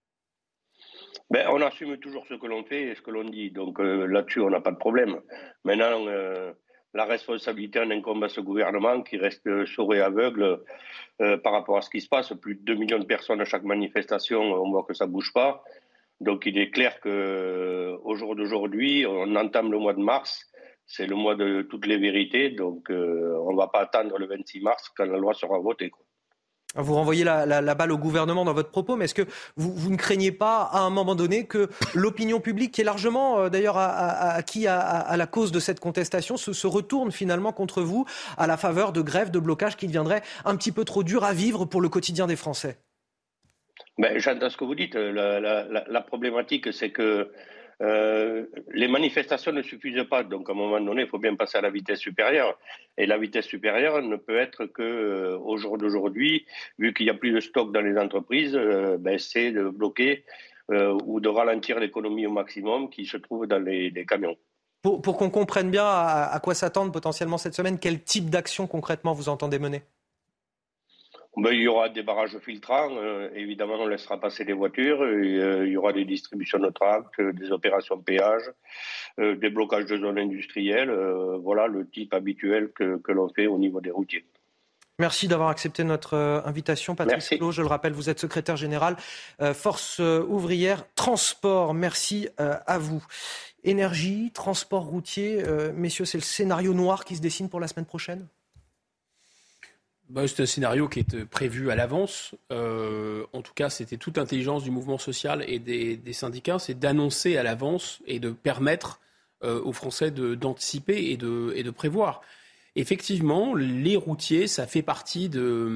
On assume toujours ce que l'on fait et ce que l'on dit. Donc là-dessus, on n'a pas de problème. Maintenant, la responsabilité en incombe à ce gouvernement qui reste sourd et aveugle par rapport à ce qui se passe. Plus de 2 millions de personnes à chaque manifestation, on voit que ça ne bouge pas. Donc il est clair qu'au jour d'aujourd'hui, on entame le mois de mars, c'est le mois de toutes les vérités. Donc on ne va pas attendre le 26 mars quand la loi sera votée, quoi. Vous renvoyez la balle au gouvernement dans votre propos, mais est-ce que vous ne craignez pas à un moment donné que l'opinion publique, qui est largement d'ailleurs acquis à la cause de cette contestation, se retourne finalement contre vous à la faveur de grèves, de blocages qui deviendraient un petit peu trop durs à vivre pour le quotidien des Français ? J'entends ce que vous dites. La problématique, c'est que les manifestations ne suffisent pas. Donc, à un moment donné, il faut bien passer à la vitesse supérieure. Et la vitesse supérieure ne peut être qu'au jour d'aujourd'hui, vu qu'il n'y a plus de stock dans les entreprises, c'est de bloquer ou de ralentir l'économie au maximum qui se trouve dans les camions. Pour qu'on comprenne bien à quoi s'attendre potentiellement cette semaine, quel type d'action concrètement vous entendez mener ? Il y aura des barrages filtrants, évidemment on laissera passer les voitures, il y aura des distributions de tracts, des opérations de péage, des blocages de zones industrielles, voilà le type habituel que l'on fait au niveau des routiers. Merci d'avoir accepté notre invitation, Patrice Clot. Je le rappelle, vous êtes secrétaire général Force ouvrière transport. Merci à vous. Énergie, transport routier, messieurs, c'est le scénario noir qui se dessine pour la semaine prochaine ? C'est un scénario qui est prévu à l'avance. En tout cas, c'était toute l'intelligence du mouvement social et des syndicats, c'est d'annoncer à l'avance et de permettre aux Français d'anticiper et de prévoir. Effectivement, les routiers, ça fait partie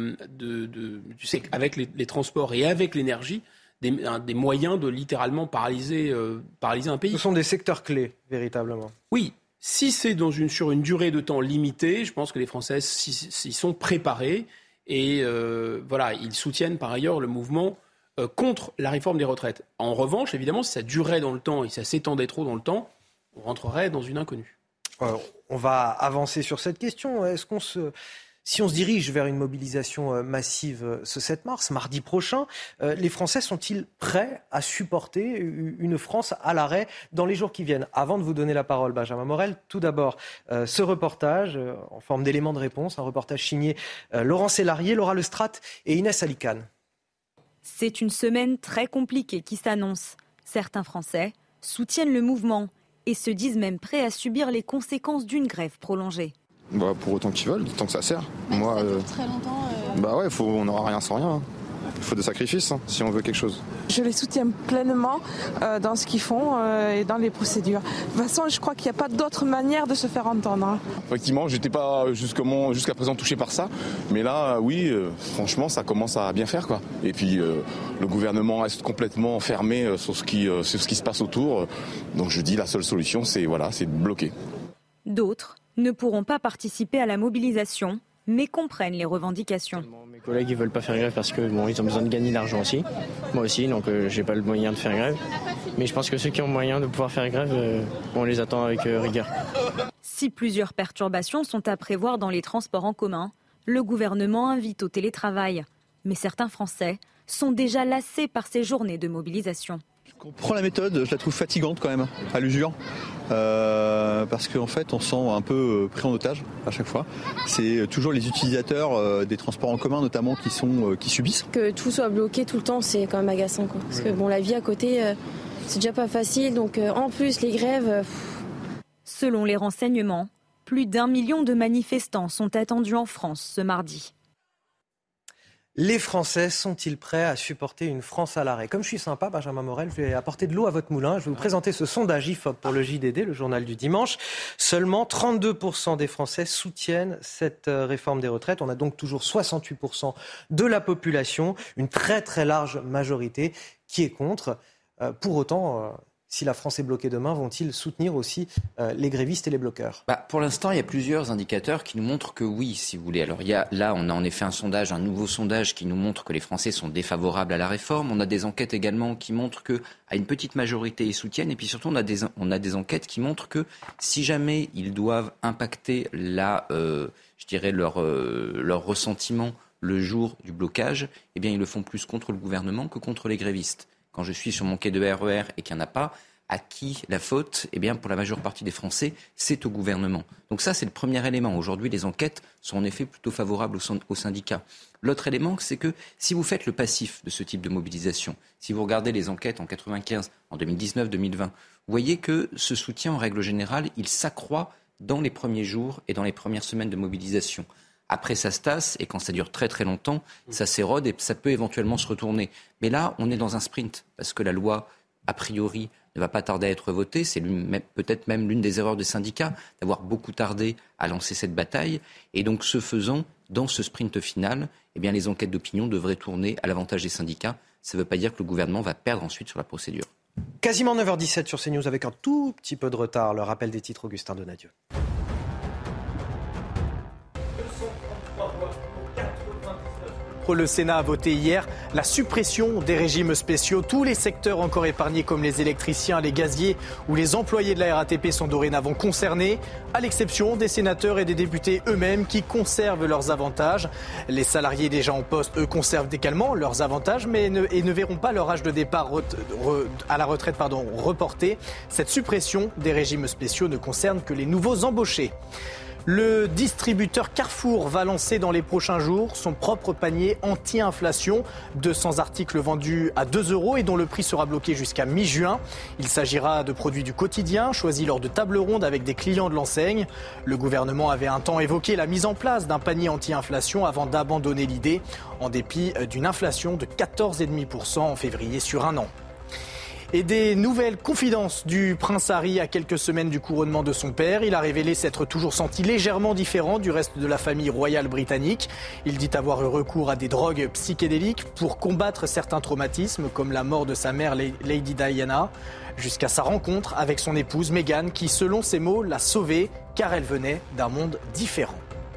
avec les transports et avec l'énergie, des moyens de littéralement paralyser un pays. Ce sont des secteurs clés, véritablement. Oui. Si c'est sur une durée de temps limitée, je pense que les Français s'y sont préparés et ils soutiennent par ailleurs le mouvement contre la réforme des retraites. En revanche, évidemment, si ça durait dans le temps et ça s'étendait trop dans le temps, on rentrerait dans une inconnue. On va avancer sur cette question. Si on se dirige vers une mobilisation massive ce 7 mars, mardi prochain, les Français sont-ils prêts à supporter une France à l'arrêt dans les jours qui viennent ? Avant de vous donner la parole, Benjamin Morel, tout d'abord, ce reportage en forme d'élément de réponse, un reportage signé Laurent Sélarié, Laura Lestrade et Inès Alicane. C'est une semaine très compliquée qui s'annonce. Certains Français soutiennent le mouvement et se disent même prêts à subir les conséquences d'une grève prolongée. Pour autant qu'ils veulent, tant que ça sert. Moi, très longtemps. On n'aura rien sans rien. Il faut des sacrifices si on veut quelque chose. Je les soutiens pleinement dans ce qu'ils font et dans les procédures. De toute façon, je crois qu'il n'y a pas d'autre manière de se faire entendre. Effectivement, je n'étais pas jusqu'à présent touché par ça. Mais là, oui, franchement, ça commence à bien faire, quoi. Et puis, le gouvernement reste complètement fermé sur ce qui se passe autour. Donc je dis, la seule solution, c'est de bloquer. D'autres ne pourront pas participer à la mobilisation, mais comprennent les revendications. Mes collègues ne veulent pas faire grève parce qu'ils ont besoin de gagner de l'argent aussi. Moi aussi, donc j'ai pas le moyen de faire grève. Mais je pense que ceux qui ont le moyen de pouvoir faire grève, on les attend avec rigueur. Si plusieurs perturbations sont à prévoir dans les transports en commun, le gouvernement invite au télétravail. Mais certains Français sont déjà lassés par ces journées de mobilisation. Je comprends la méthode, je la trouve fatigante quand même, à l'usure. Parce qu'en fait, on se sent un peu pris en otage à chaque fois. C'est toujours les utilisateurs des transports en commun, notamment, qui subissent. Que tout soit bloqué tout le temps, c'est quand même agaçant, quoi. Parce que la vie à côté, c'est déjà pas facile. Donc en plus, les grèves... Selon les renseignements, plus d'1 million de manifestants sont attendus en France ce mardi. Les Français sont-ils prêts à supporter une France à l'arrêt ? Comme je suis sympa, Benjamin Morel, je vais apporter de l'eau à votre moulin. Je vais vous présenter ce sondage IFOP pour le JDD, le journal du dimanche. Seulement 32% des Français soutiennent cette réforme des retraites. On a donc toujours 68% de la population, une très très large majorité qui est contre. Pour autant... Si la France est bloquée demain, vont-ils soutenir aussi les grévistes et les bloqueurs ? Pour l'instant, il y a plusieurs indicateurs qui nous montrent que oui, si vous voulez. Alors là, on a en effet un nouveau sondage qui nous montre que les Français sont défavorables à la réforme. On a des enquêtes également qui montrent qu'à une petite majorité, ils soutiennent. Et puis surtout, on a des enquêtes qui montrent que si jamais ils doivent impacter leur ressentiment le jour du blocage, eh bien, ils le font plus contre le gouvernement que contre les grévistes. Quand je suis sur mon quai de RER et qu'il n'y en a pas, à qui la faute ? Eh bien, pour la majeure partie des Français, c'est au gouvernement. Donc ça, c'est le premier élément. Aujourd'hui, les enquêtes sont en effet plutôt favorables aux syndicats. L'autre élément, c'est que si vous faites le passif de ce type de mobilisation, si vous regardez les enquêtes en 95, en 2019, 2020, vous voyez que ce soutien, en règle générale, il s'accroît dans les premiers jours et dans les premières semaines de mobilisation. Après, ça se tasse, et quand ça dure très très longtemps, ça s'érode et ça peut éventuellement se retourner. Mais là, on est dans un sprint, parce que la loi, a priori, ne va pas tarder à être votée. C'est peut-être même l'une des erreurs des syndicats, d'avoir beaucoup tardé à lancer cette bataille. Et donc, ce faisant, dans ce sprint final, eh bien, les enquêtes d'opinion devraient tourner à l'avantage des syndicats. Ça ne veut pas dire que le gouvernement va perdre ensuite sur la procédure. Quasiment 9h17 sur CNews, avec un tout petit peu de retard. Le rappel des titres, Augustin Donadieu. Le Sénat a voté hier la suppression des régimes spéciaux. Tous les secteurs encore épargnés comme les électriciens, les gaziers ou les employés de la RATP sont dorénavant concernés, à l'exception des sénateurs et des députés eux-mêmes qui conservent leurs avantages. Les salariés déjà en poste, eux, conservent également leurs avantages mais ne verront pas leur âge de départ à la retraite reporté. Cette suppression des régimes spéciaux ne concerne que les nouveaux embauchés. Le distributeur Carrefour va lancer dans les prochains jours son propre panier anti-inflation. 200 articles vendus à 2 € et dont le prix sera bloqué jusqu'à mi-juin. Il s'agira de produits du quotidien, choisis lors de tables rondes avec des clients de l'enseigne. Le gouvernement avait un temps évoqué la mise en place d'un panier anti-inflation avant d'abandonner l'idée, en dépit d'une inflation de 14,5% en février sur un an. Et des nouvelles confidences du prince Harry à quelques semaines du couronnement de son père. Il a révélé s'être toujours senti légèrement différent du reste de la famille royale britannique. Il dit avoir eu recours à des drogues psychédéliques pour combattre certains traumatismes comme la mort de sa mère Lady Diana, jusqu'à sa rencontre avec son épouse Meghan qui, selon ses mots, l'a sauvée car elle venait d'un monde différent.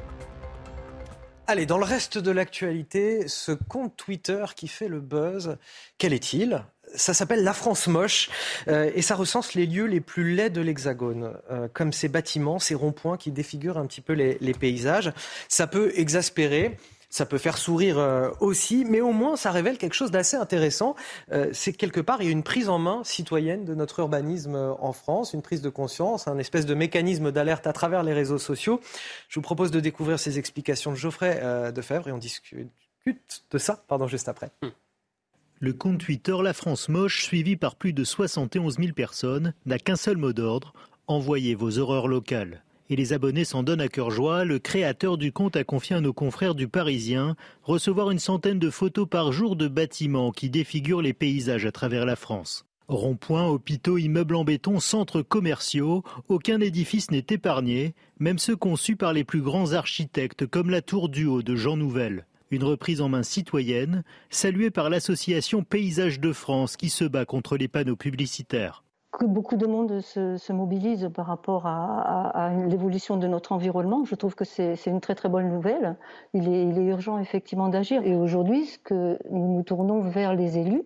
Allez, dans le reste de l'actualité, ce compte Twitter qui fait le buzz, quel est-il ? Ça s'appelle La France moche et ça recense les lieux les plus laids de l'Hexagone, comme ces bâtiments, ces ronds-points qui défigurent un petit peu les paysages. Ça peut exaspérer, ça peut faire sourire aussi, mais au moins ça révèle quelque chose d'assez intéressant. C'est quelque part, il y a une prise en main citoyenne de notre urbanisme en France, une prise de conscience, un espèce de mécanisme d'alerte à travers les réseaux sociaux. Je vous propose de découvrir ces explications de Geoffrey Defebvre et on discute de ça juste après. Le compte Twitter La France Moche, suivi par plus de 71 000 personnes, n'a qu'un seul mot d'ordre, envoyez vos horreurs locales. Et les abonnés s'en donnent à cœur joie. Le créateur du compte a confié à nos confrères du Parisien recevoir une centaine de photos par jour de bâtiments qui défigurent les paysages à travers la France. Ronds-points, hôpitaux, immeubles en béton, centres commerciaux, aucun édifice n'est épargné, même ceux conçus par les plus grands architectes comme la Tour du Haut de Jean Nouvel. Une reprise en main citoyenne, saluée par l'association Paysages de France qui se bat contre les panneaux publicitaires. Que beaucoup de monde se mobilise par rapport à l'évolution de notre environnement, je trouve que c'est une très très bonne nouvelle. Il est urgent effectivement d'agir. Et aujourd'hui, ce que nous nous tournons vers les élus,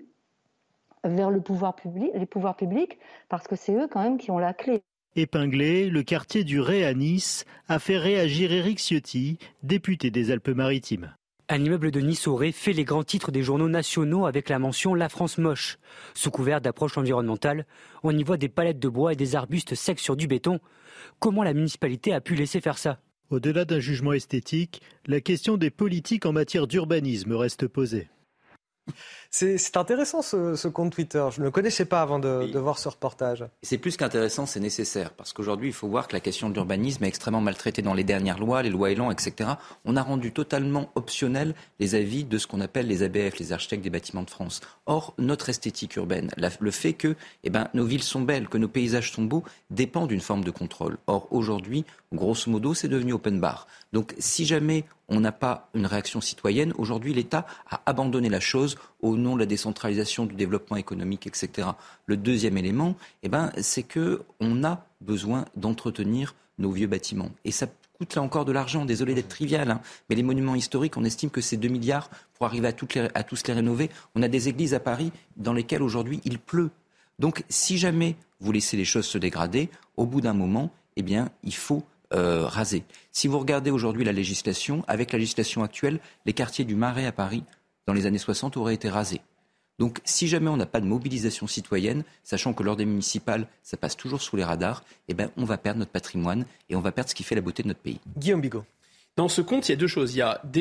vers les pouvoirs publics, parce que c'est eux quand même qui ont la clé. Épinglé, le quartier du Ray à Nice a fait réagir Éric Ciotti, député des Alpes-Maritimes. Un immeuble de Nice aurait fait les grands titres des journaux nationaux avec la mention « La France moche ». Sous couvert d'approche environnementale, on y voit des palettes de bois et des arbustes secs sur du béton. Comment la municipalité a pu laisser faire ça ? Au-delà d'un jugement esthétique, la question des politiques en matière d'urbanisme reste posée. C'est intéressant ce compte Twitter. Je ne le connaissais pas avant de voir ce reportage. C'est plus qu'intéressant, c'est nécessaire. Parce qu'aujourd'hui, il faut voir que la question de l'urbanisme est extrêmement maltraitée dans les dernières lois, les lois Elan, etc. On a rendu totalement optionnel les avis de ce qu'on appelle les ABF, les architectes des bâtiments de France. Or, notre esthétique urbaine, le fait que nos villes sont belles, que nos paysages sont beaux, dépend d'une forme de contrôle. Or, aujourd'hui, grosso modo, c'est devenu open bar. Donc, si jamais on n'a pas une réaction citoyenne, aujourd'hui, l'État a abandonné la chose au nom de la décentralisation, du développement économique, etc. Le deuxième élément, c'est qu'on a besoin d'entretenir nos vieux bâtiments. Et ça coûte là encore de l'argent, désolé d'être trivial, mais les monuments historiques, on estime que c'est 2 milliards pour arriver à tous les rénover. On a des églises à Paris dans lesquelles aujourd'hui il pleut. Donc si jamais vous laissez les choses se dégrader, au bout d'un moment, il faut raser. Si vous regardez aujourd'hui la législation, avec la législation actuelle, les quartiers du Marais à Paris, dans les années 60, auraient été rasés. Donc si jamais on n'a pas de mobilisation citoyenne, sachant que lors des municipales, ça passe toujours sous les radars, on va perdre notre patrimoine et on va perdre ce qui fait la beauté de notre pays. Guillaume Bigot. Dans ce compte, il y a deux choses. Il y a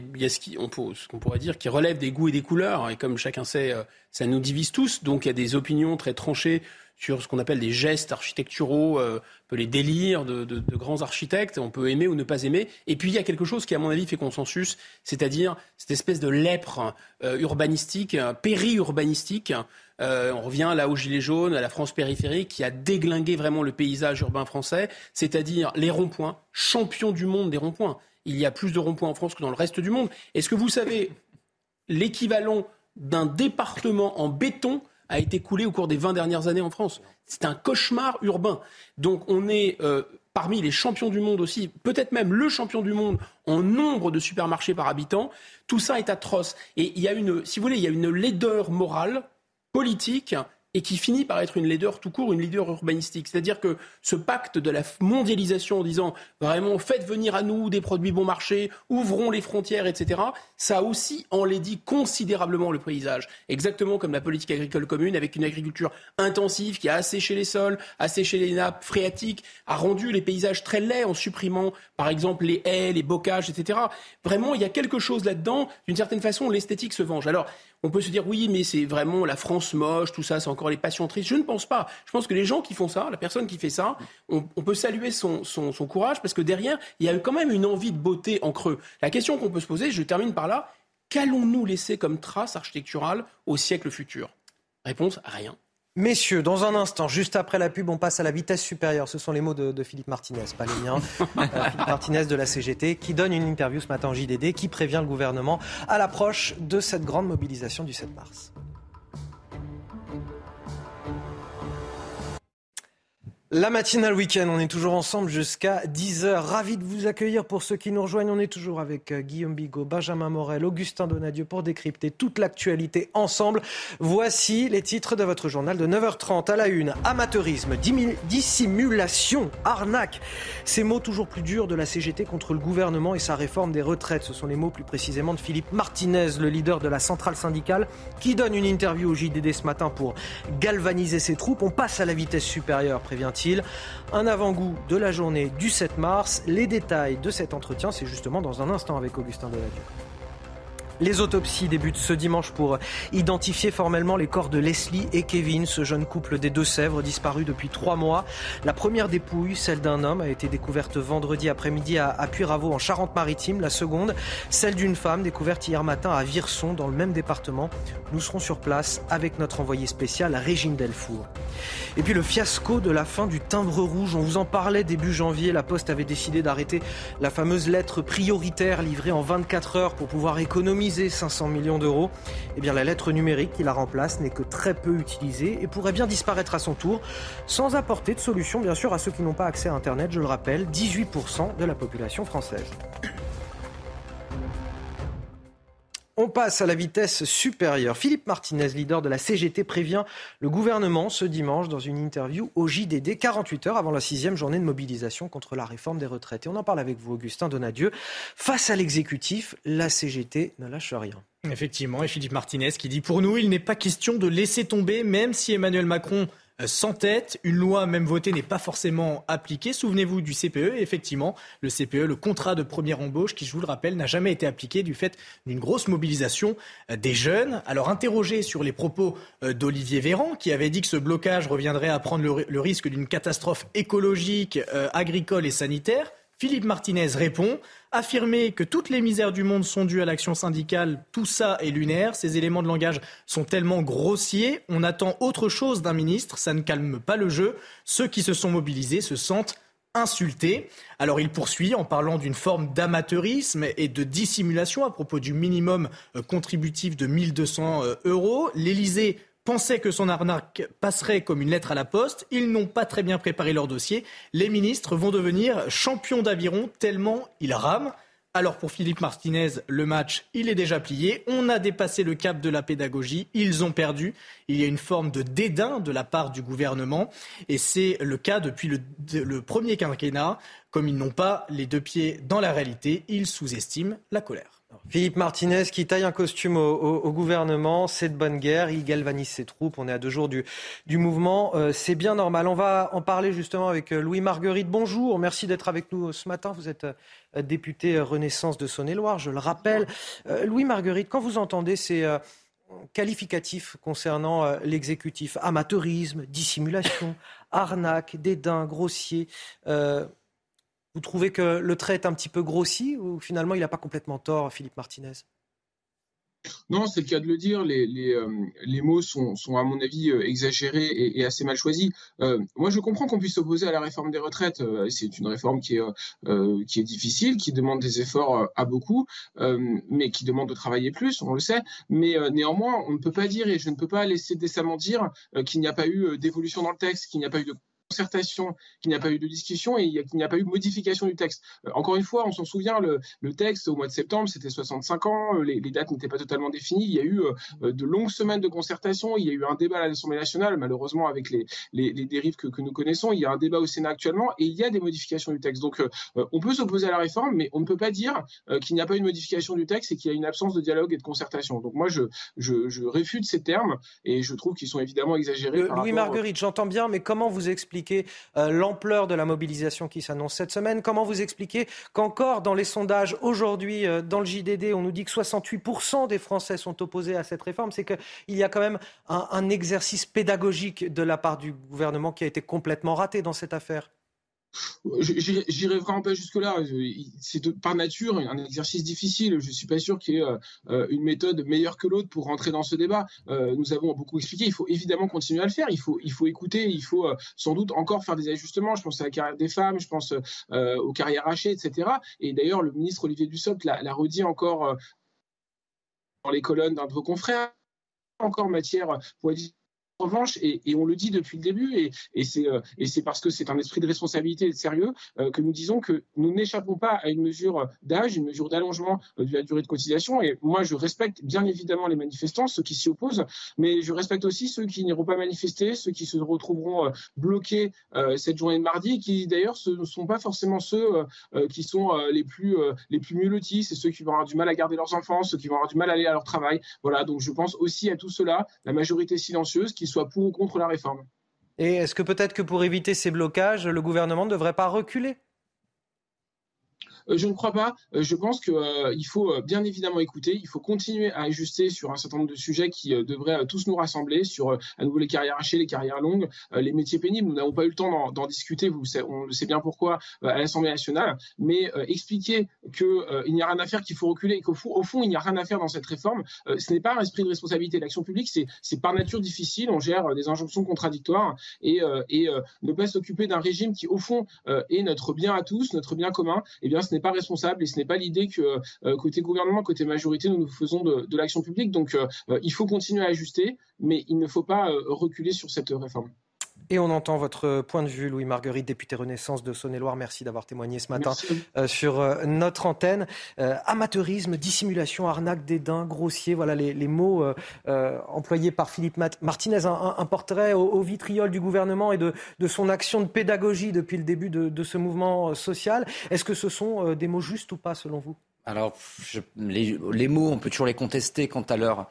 ce qu'on pourrait dire qui relève des goûts et des couleurs. Et comme chacun sait, ça nous divise tous. Donc il y a des opinions très tranchées sur ce qu'on appelle des gestes architecturaux, un peu les délires de grands architectes. On peut aimer ou ne pas aimer. Et puis il y a quelque chose qui, à mon avis, fait consensus, c'est-à-dire cette espèce de lèpre urbanistique, péri-urbanistique. On revient là aux Gilets jaunes, à la France périphérique, qui a déglingué vraiment le paysage urbain français, c'est-à-dire les ronds-points, champions du monde des ronds-points. Il y a plus de ronds-points en France que dans le reste du monde. Est-ce que vous savez l'équivalent d'un département en béton a été coulé au cours des 20 dernières années en France? C'est un cauchemar urbain. Donc on est parmi les champions du monde aussi, peut-être même le champion du monde en nombre de supermarchés par habitant. Tout ça est atroce. Et il y a une laideur morale, politique et qui finit par être une laideur tout court, une laideur urbanistique. C'est-à-dire que ce pacte de la mondialisation en disant vraiment faites venir à nous des produits bon marché, ouvrons les frontières, etc., ça a aussi enlaidi considérablement le paysage. Exactement comme la politique agricole commune, avec une agriculture intensive qui a asséché les sols, asséché les nappes phréatiques, a rendu les paysages très laids en supprimant par exemple les haies, les bocages, etc. Vraiment, il y a quelque chose là-dedans, d'une certaine façon, l'esthétique se venge. Alors, on peut se dire, oui, mais c'est vraiment la France moche, tout ça, c'est encore les passions tristes. Je ne pense pas. Je pense que les gens qui font ça, la personne qui fait ça, on peut saluer son courage, parce que derrière, il y a quand même une envie de beauté en creux. La question qu'on peut se poser, je termine par là, qu'allons-nous laisser comme trace architecturale au siècle futur ? Réponse, rien. Messieurs, dans un instant, juste après la pub, on passe à la vitesse supérieure. Ce sont les mots de Philippe Martinez, pas les miens. Philippe Martinez de la CGT, qui donne une interview ce matin en JDD, qui prévient le gouvernement à l'approche de cette grande mobilisation du 7 mars. La matinale week-end, on est toujours ensemble jusqu'à 10h. Ravi de vous accueillir pour ceux qui nous rejoignent. On est toujours avec Guillaume Bigot, Benjamin Morel, Augustin Donadieu pour décrypter toute l'actualité ensemble. Voici les titres de votre journal de 9h30. À la une, amateurisme, dissimulation, arnaque. Ces mots toujours plus durs de la CGT contre le gouvernement et sa réforme des retraites. Ce sont les mots plus précisément de Philippe Martinez, le leader de la centrale syndicale, qui donne une interview au JDD ce matin pour galvaniser ses troupes. On passe à la vitesse supérieure, prévient-il. Un avant-goût de la journée du 7 mars. Les détails de cet entretien, c'est justement dans un instant avec Augustin Donadieu. Les autopsies débutent ce dimanche pour identifier formellement les corps de Leslie et Kevin, ce jeune couple des Deux-Sèvres disparu depuis 3 mois. La première dépouille, celle d'un homme, a été découverte vendredi après-midi à Puyraveau en Charente-Maritime. La seconde, celle d'une femme, découverte hier matin à Virson dans le même département. Nous serons sur place avec notre envoyée spéciale Régine Delfour. Et puis le fiasco de la fin du timbre rouge, on vous en parlait début janvier. La Poste avait décidé d'arrêter la fameuse lettre prioritaire livrée en 24 heures pour pouvoir économiser 500 millions d'euros. Eh bien, la lettre numérique qui la remplace n'est que très peu utilisée et pourrait bien disparaître à son tour, sans apporter de solution, bien sûr, à ceux qui n'ont pas accès à Internet. Je le rappelle, 18% de la population française. On passe à la vitesse supérieure. Philippe Martinez, leader de la CGT, prévient le gouvernement ce dimanche dans une interview au JDD, 48 heures avant la 6e journée de mobilisation contre la réforme des retraites. Et on en parle avec vous, Augustin Donadieu. Face à l'exécutif, la CGT ne lâche rien. Effectivement, et Philippe Martinez qui dit « Pour nous, il n'est pas question de laisser tomber, même si Emmanuel Macron s'entête. Une loi même votée n'est pas forcément appliquée. Souvenez-vous du CPE. Et effectivement, le CPE, le contrat de première embauche, qui, je vous le rappelle, n'a jamais été appliqué du fait d'une grosse mobilisation des jeunes. Alors, interrogé sur les propos d'Olivier Véran, qui avait dit que ce blocage reviendrait à prendre le risque d'une catastrophe écologique, agricole et sanitaire, Philippe Martinez répond « Affirmer que toutes les misères du monde sont dues à l'action syndicale, tout ça est lunaire. Ces éléments de langage sont tellement grossiers. On attend autre chose d'un ministre. Ça ne calme pas le jeu. Ceux qui se sont mobilisés se sentent insultés. » Alors il poursuit en parlant d'une forme d'amateurisme et de dissimulation à propos du minimum contributif de 1 200 €. L'Élysée pensaient que son arnaque passerait comme une lettre à la poste. Ils n'ont pas très bien préparé leur dossier. Les ministres vont devenir champions d'aviron tellement ils rament. Alors pour Philippe Martinez, le match, il est déjà plié. On a dépassé le cap de la pédagogie. Ils ont perdu. Il y a une forme de dédain de la part du gouvernement. Et c'est le cas depuis le premier quinquennat. Comme ils n'ont pas les deux pieds dans la réalité, ils sous-estiment la colère. Philippe Martinez qui taille un costume au gouvernement, c'est de bonne guerre, il galvanise ses troupes, on est à 2 jours du mouvement, c'est bien normal. On va en parler justement avec Louis Marguerite. Bonjour, merci d'être avec nous ce matin, vous êtes député Renaissance de Saône-et-Loire, je le rappelle. Louis Marguerite, quand vous entendez ces qualificatifs concernant l'exécutif, amateurisme, dissimulation, arnaque, dédain, grossier, vous trouvez que le trait est un petit peu grossi ou finalement il n'a pas complètement tort, Philippe Martinez ? Non, c'est le cas de le dire. Les mots sont à mon avis exagérés et assez mal choisis. Moi, je comprends qu'on puisse s'opposer à la réforme des retraites. C'est une réforme qui est difficile, qui demande des efforts à beaucoup, mais qui demande de travailler plus, on le sait. Mais néanmoins, on ne peut pas dire, et je ne peux pas laisser décemment dire, qu'il n'y a pas eu d'évolution dans le texte, qu'il n'y a pas eu de concertation, qu'il n'y a pas eu de discussion et qu'il n'y a pas eu de modification du texte. Encore une fois, on s'en souvient, le texte au mois de septembre, c'était 65 ans, les dates n'étaient pas totalement définies, il y a eu de longues semaines de concertation, il y a eu un débat à l'Assemblée nationale, malheureusement avec les dérives que nous connaissons, il y a un débat au Sénat actuellement et il y a des modifications du texte. Donc on peut s'opposer à la réforme, mais on ne peut pas dire qu'il n'y a pas une modification du texte et qu'il y a une absence de dialogue et de concertation. Donc moi, je réfute ces termes et je trouve qu'ils sont évidemment exagérés. Louis Margueritte, j'entends bien, mais comment vous expliquez l'ampleur de la mobilisation qui s'annonce cette semaine? Comment vous expliquez qu'encore dans les sondages aujourd'hui, dans le JDD, on nous dit que 68% des Français sont opposés à cette réforme? C'est qu'il y a quand même un exercice pédagogique de la part du gouvernement qui a été complètement raté dans cette affaire. J'irai vraiment pas jusque-là. C'est par nature un exercice difficile. Je ne suis pas sûr qu'il y ait une méthode meilleure que l'autre pour rentrer dans ce débat. Nous avons beaucoup expliqué. Il faut évidemment continuer à le faire. Il faut écouter. Il faut sans doute encore faire des ajustements. Je pense à la carrière des femmes. Je pense aux carrières hachées, etc. Et d'ailleurs, le ministre Olivier Dussopt l'a redit encore dans les colonnes d'un de vos confrères. Encore matière pour dire. En revanche, et on le dit depuis le début, et c'est parce que c'est un esprit de responsabilité et de sérieux que nous disons que nous n'échappons pas à une mesure d'âge, une mesure d'allongement de la durée de cotisation. Et moi, je respecte bien évidemment les manifestants, ceux qui s'y opposent, mais je respecte aussi ceux qui n'iront pas manifester, ceux qui se retrouveront bloqués cette journée de mardi, qui d'ailleurs ne sont pas forcément ceux qui sont les plus mieux lotis, c'est ceux qui vont avoir du mal à garder leurs enfants, ceux qui vont avoir du mal à aller à leur travail. Voilà, donc je pense aussi à tout cela, la majorité silencieuse, qui soit pour ou contre la réforme. Et est-ce que peut-être que pour éviter ces blocages, le gouvernement ne devrait pas reculer ? Je ne crois pas. Je pense qu'il faut bien évidemment écouter. Il faut continuer à ajuster sur un certain nombre de sujets qui devraient tous nous rassembler, sur à nouveau les carrières hachées, les carrières longues, les métiers pénibles. Nous n'avons pas eu le temps d'en discuter. On le sait bien pourquoi à l'Assemblée nationale. Mais expliquer qu'il n'y a rien à faire, qu'il faut reculer et qu'au fond, il n'y a rien à faire dans cette réforme, ce n'est pas un esprit de responsabilité. L'action publique, c'est par nature difficile. On gère des injonctions contradictoires et ne pas s'occuper d'un régime qui, au fond, est notre bien à tous, notre bien commun, eh bien, ce n'est pas responsable et ce n'est pas l'idée que côté gouvernement, côté majorité, nous faisons de l'action publique. Donc il faut continuer à ajuster, mais il ne faut pas reculer sur cette réforme. Et on entend votre point de vue, Louis Margueritte, député Renaissance de Saône-et-Loire. Merci d'avoir témoigné ce matin sur notre antenne. Amateurisme, dissimulation, arnaque, dédain, grossier, voilà les mots employés par Philippe Martinez. Un portrait au vitriol du gouvernement et de son action de pédagogie depuis le début de ce mouvement social. Est-ce que ce sont des mots justes ou pas, selon vous ? Alors, les mots, on peut toujours les contester quant à leur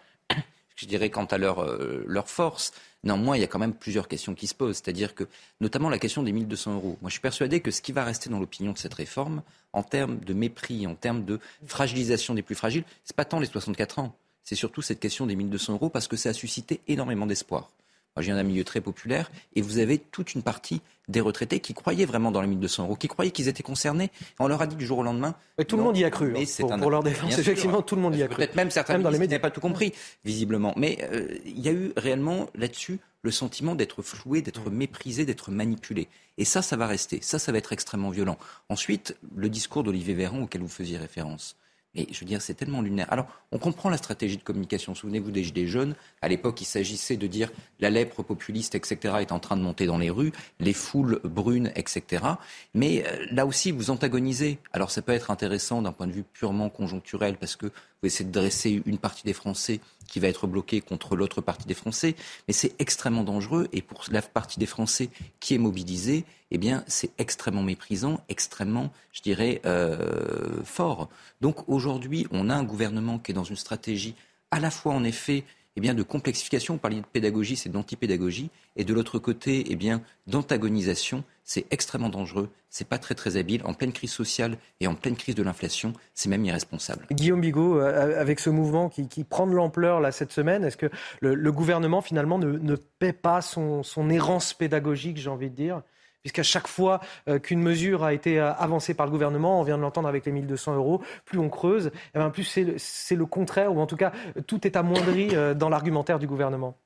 force. Néanmoins, il y a quand même plusieurs questions qui se posent. C'est-à-dire que, notamment la question des 1 200 €. Moi, je suis persuadé que ce qui va rester dans l'opinion de cette réforme, en termes de mépris, en termes de fragilisation des plus fragiles, c'est pas tant les 64 ans. C'est surtout cette question des 1 200 € parce que ça a suscité énormément d'espoir. Moi, je viens d'un milieu très populaire et vous avez toute une partie des retraités qui croyaient vraiment dans les 1 200 €, qui croyaient qu'ils étaient concernés. On leur a dit du jour au lendemain. Et tout le monde y a cru. Pour leur défense, effectivement, tout le monde y a cru. Peut-être même certains dans les médias n'avaient pas tout compris, visiblement. Mais il y a eu réellement là-dessus le sentiment d'être floué, d'être méprisé, d'être manipulé. Et ça va rester. Ça va être extrêmement violent. Ensuite, le discours d'Olivier Véran auquel vous faisiez référence. Mais je veux dire, c'est tellement lunaire. Alors, on comprend la stratégie de communication. Souvenez-vous des Gilets jaunes. À l'époque, il s'agissait de dire la lèpre populiste, etc., est en train de monter dans les rues, les foules brunes, etc. Mais là aussi, vous antagonisez. Alors, ça peut être intéressant d'un point de vue purement conjoncturel, parce que vous essayez de dresser une partie des Français qui va être bloquée contre l'autre partie des Français. Mais c'est extrêmement dangereux. Et pour la partie des Français qui est mobilisée, eh bien, c'est extrêmement méprisant, extrêmement, je dirais, fort. Donc aujourd'hui, on a un gouvernement qui est dans une stratégie à la fois, en effet, eh bien, de complexification. On parlait de pédagogie, c'est d'antipédagogie. Et de l'autre côté, eh bien, d'antagonisation. C'est extrêmement dangereux. C'est pas très, très habile. En pleine crise sociale et en pleine crise de l'inflation, c'est même irresponsable. Guillaume Bigot, avec ce mouvement qui prend de l'ampleur là, cette semaine, est-ce que le gouvernement, finalement, ne paie pas son errance pédagogique, j'ai envie de dire ? Puisqu'à chaque fois qu'une mesure a été avancée par le gouvernement, on vient de l'entendre avec les 1 200 €, plus on creuse, et bien plus c'est le contraire, ou en tout cas, tout est amoindri dans l'argumentaire du gouvernement.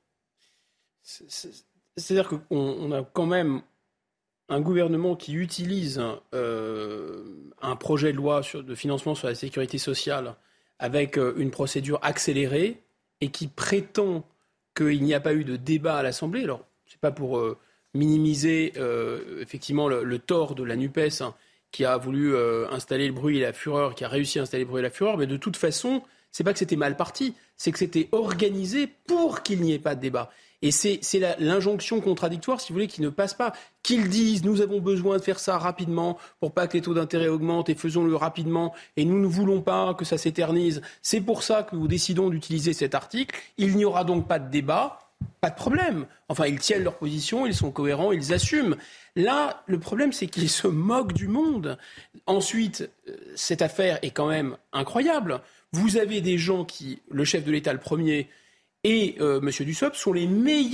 C'est-à-dire qu'on a quand même un gouvernement qui utilise un projet de loi de financement sur la sécurité sociale avec une procédure accélérée et qui prétend qu'il n'y a pas eu de débat à l'Assemblée. Alors, c'est pas pour minimiser effectivement le tort de la NUPES, hein, qui a voulu installer le bruit et la fureur, qui a réussi à installer le bruit et la fureur, mais de toute façon, c'est pas que c'était mal parti, c'est que c'était organisé pour qu'il n'y ait pas de débat. Et c'est l'injonction contradictoire, si vous voulez, qui ne passe pas. Qu'ils disent, nous avons besoin de faire ça rapidement pour pas que les taux d'intérêt augmentent et faisons-le rapidement et nous ne voulons pas que ça s'éternise. C'est pour ça que nous décidons d'utiliser cet article. Il n'y aura donc pas de débat, pas de problème. Enfin, ils tiennent leur position, ils sont cohérents, ils assument. Là, le problème, c'est qu'ils se moquent du monde. Ensuite, cette affaire est quand même incroyable. Vous avez des gens qui, le chef de l'État, le premier, et M. Dussopt sont les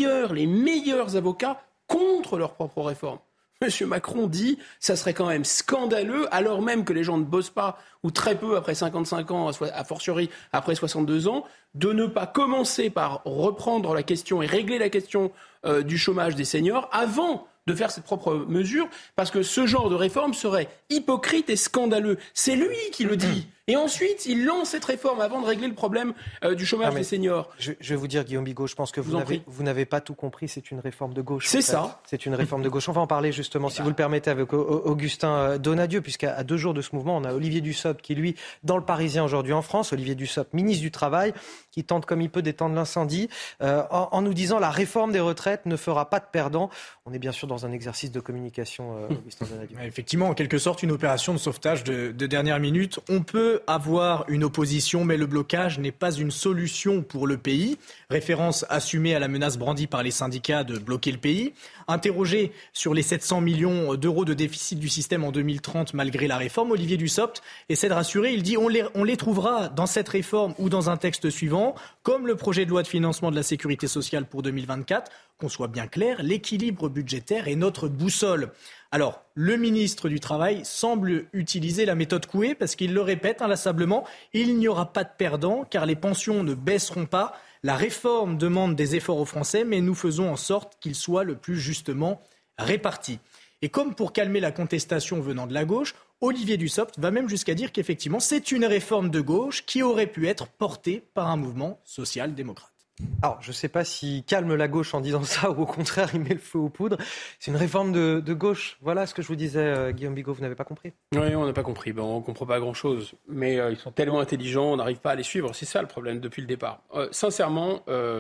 meilleurs avocats contre leur propre réforme. M. Macron dit ça serait quand même scandaleux, alors même que les gens ne bossent pas, ou très peu après 55 ans, a fortiori après 62 ans, de ne pas commencer par reprendre la question et régler la question du chômage des seniors avant de faire cette propre mesure, parce que ce genre de réforme serait hypocrite et scandaleux. C'est lui qui le dit. Et ensuite, il lance cette réforme avant de régler le problème du chômage des seniors. Je vais vous dire, Guillaume Bigot, je pense que vous n'avez pas tout compris. C'est une réforme de gauche. C'est ça. C'est une réforme de gauche. On va en parler justement, si vous le permettez, avec Augustin Donadieu, puisqu'à 2 jours de ce mouvement, on a Olivier Dussopt qui, lui, dans le Parisien aujourd'hui en France, Olivier Dussopt, ministre du Travail, qui tente comme il peut d'éteindre l'incendie, en nous disant la réforme des retraites ne fera pas de perdants. On est bien sûr dans un exercice de communication, Augustin Donadieu. Effectivement, en quelque sorte, une opération de sauvetage de dernière minute. On peut avoir une opposition, mais le blocage n'est pas une solution pour le pays. Référence assumée à la menace brandie par les syndicats de bloquer le pays. Interrogé sur les 700 millions d'euros de déficit du système en 2030 malgré la réforme, Olivier Dussopt essaie de rassurer. Il dit on les trouvera dans cette réforme ou dans un texte suivant, comme le projet de loi de financement de la sécurité sociale pour 2024. Qu'on soit bien clair, l'équilibre budgétaire est notre boussole. Alors, le ministre du Travail semble utiliser la méthode Coué parce qu'il le répète inlassablement, il n'y aura pas de perdants car les pensions ne baisseront pas. La réforme demande des efforts aux Français, mais nous faisons en sorte qu'ils soient le plus justement répartis. Et comme pour calmer la contestation venant de la gauche, Olivier Dussopt va même jusqu'à dire qu'effectivement, c'est une réforme de gauche qui aurait pu être portée par un mouvement social-démocrate. Alors, je ne sais pas s'il calme la gauche en disant ça ou au contraire, il met le feu aux poudres. C'est une réforme de gauche. Voilà ce que je vous disais, Guillaume Bigot, vous n'avez pas compris ? Oui, on n'a pas compris. On ne comprend pas grand-chose. Mais ils sont tellement intelligents, on n'arrive pas à les suivre. C'est ça le problème depuis le départ. Sincèrement,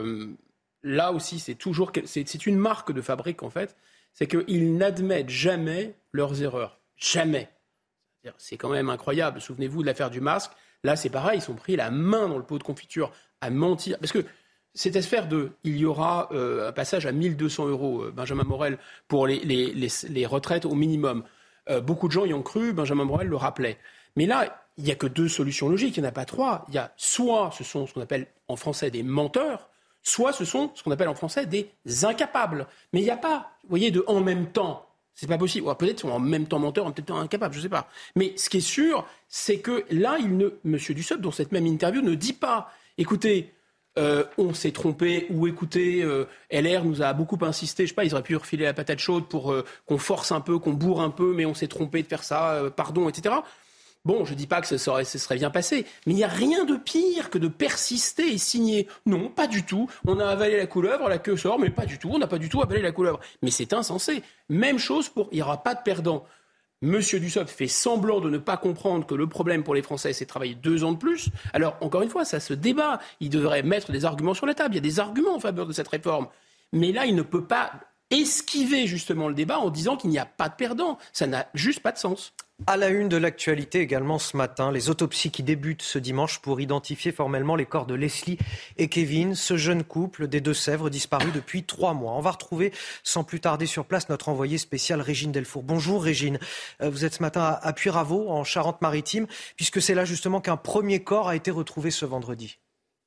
là aussi, c'est une marque de fabrique, en fait. C'est qu'ils n'admettent jamais leurs erreurs. Jamais. C'est quand même incroyable. Souvenez-vous de l'affaire du masque. Là, c'est pareil. Ils sont pris la main dans le pot de confiture à mentir. Parce que cette affaire il y aura un passage à 1 200 €, Benjamin Morel, pour les retraites au minimum. Beaucoup de gens y ont cru, Benjamin Morel le rappelait. Mais là, il n'y a que 2 solutions logiques, il n'y en a pas 3. Il y a soit ce sont ce qu'on appelle en français des menteurs, soit ce sont ce qu'on appelle en français des incapables. Mais il n'y a pas, vous voyez, de en même temps. C'est pas possible. Ou peut-être sont en même temps menteurs, peut-être incapables, je ne sais pas. Mais ce qui est sûr, c'est que là, M. Dussopt, dans cette même interview, ne dit pas, écoutez, on s'est trompé, ou écoutez, LR nous a beaucoup insisté, je sais pas, ils auraient pu refiler la patate chaude pour qu'on force un peu, qu'on bourre un peu, mais on s'est trompé de faire ça, pardon, etc. Bon, je dis pas que ce serait bien passé, mais il n'y a rien de pire que de persister et signer. Non, pas du tout. On a avalé la couleuvre, la queue sort, mais pas du tout. On n'a pas du tout avalé la couleuvre. Mais c'est insensé. Même chose il n'y aura pas de perdants. Monsieur Dussopt fait semblant de ne pas comprendre que le problème pour les Français, c'est de travailler 2 ans de plus. Alors, encore une fois, ça se débat. Il devrait mettre des arguments sur la table. Il y a des arguments en faveur de cette réforme. Mais là, il ne peut pas esquiver justement le débat en disant qu'il n'y a pas de perdants. Ça n'a juste pas de sens. À la une de l'actualité également ce matin, les autopsies qui débutent ce dimanche pour identifier formellement les corps de Leslie et Kevin, ce jeune couple des Deux-Sèvres disparu depuis 3 mois. On va retrouver sans plus tarder sur place notre envoyée spéciale Régine Delfour. Bonjour Régine, vous êtes ce matin à Puyraveau en Charente-Maritime puisque c'est là justement qu'un premier corps a été retrouvé ce vendredi.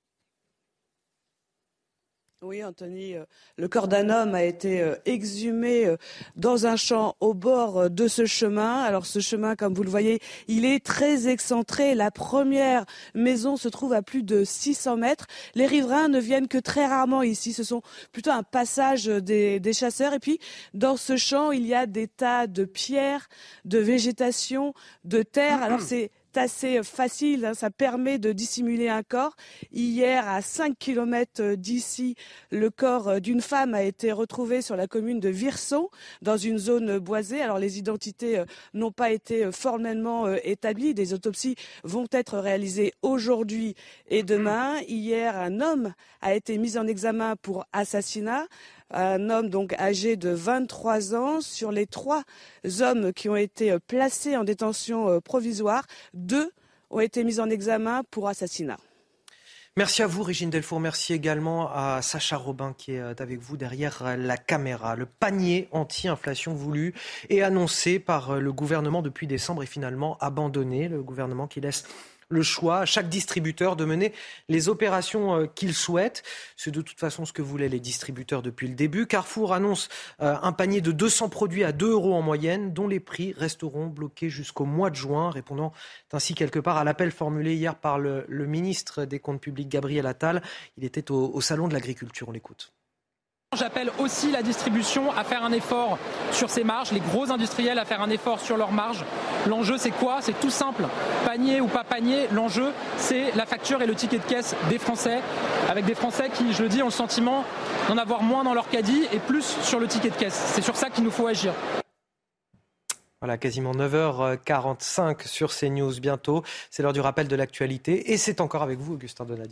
Oui, Anthony, le corps d'un homme a été exhumé dans un champ au bord de ce chemin. Alors ce chemin, comme vous le voyez, il est très excentré. La première maison se trouve à plus de 600 mètres. Les riverains ne viennent que très rarement ici. Ce sont plutôt un passage des chasseurs. Et puis, dans ce champ, il y a des tas de pierres, de végétation, de terre. Alors c'est assez facile, hein, ça permet de dissimuler un corps. Hier, à 5 km d'ici, le corps d'une femme a été retrouvé sur la commune de Virson, dans une zone boisée. Alors les identités n'ont pas été formellement établies. Des autopsies vont être réalisées aujourd'hui et demain. Hier, un homme a été mis en examen pour assassinat. Un homme donc âgé de 23 ans. Sur les 3 hommes qui ont été placés en détention provisoire, 2 ont été mis en examen pour assassinat. Merci à vous, Régine Delfour. Merci également à Sacha Robin qui est avec vous derrière la caméra. Le panier anti-inflation voulu et annoncé par le gouvernement depuis décembre est finalement abandonné. Le gouvernement qui laisse le choix à chaque distributeur de mener les opérations qu'il souhaite. C'est de toute façon ce que voulaient les distributeurs depuis le début. Carrefour annonce un panier de 200 produits à 2 € en moyenne, dont les prix resteront bloqués jusqu'au mois de juin, répondant ainsi quelque part à l'appel formulé hier par le ministre des Comptes publics, Gabriel Attal. Il était au Salon de l'Agriculture. On l'écoute. J'appelle aussi la distribution à faire un effort sur ses marges, les gros industriels à faire un effort sur leurs marges. L'enjeu, c'est quoi ? C'est tout simple. Panier ou pas panier, l'enjeu, c'est la facture et le ticket de caisse des Français, avec des Français qui, je le dis, ont le sentiment d'en avoir moins dans leur caddie et plus sur le ticket de caisse. C'est sur ça qu'il nous faut agir. Voilà, quasiment 9h45 sur CNews bientôt. C'est l'heure du rappel de l'actualité et c'est encore avec vous, Augustin Donadieu.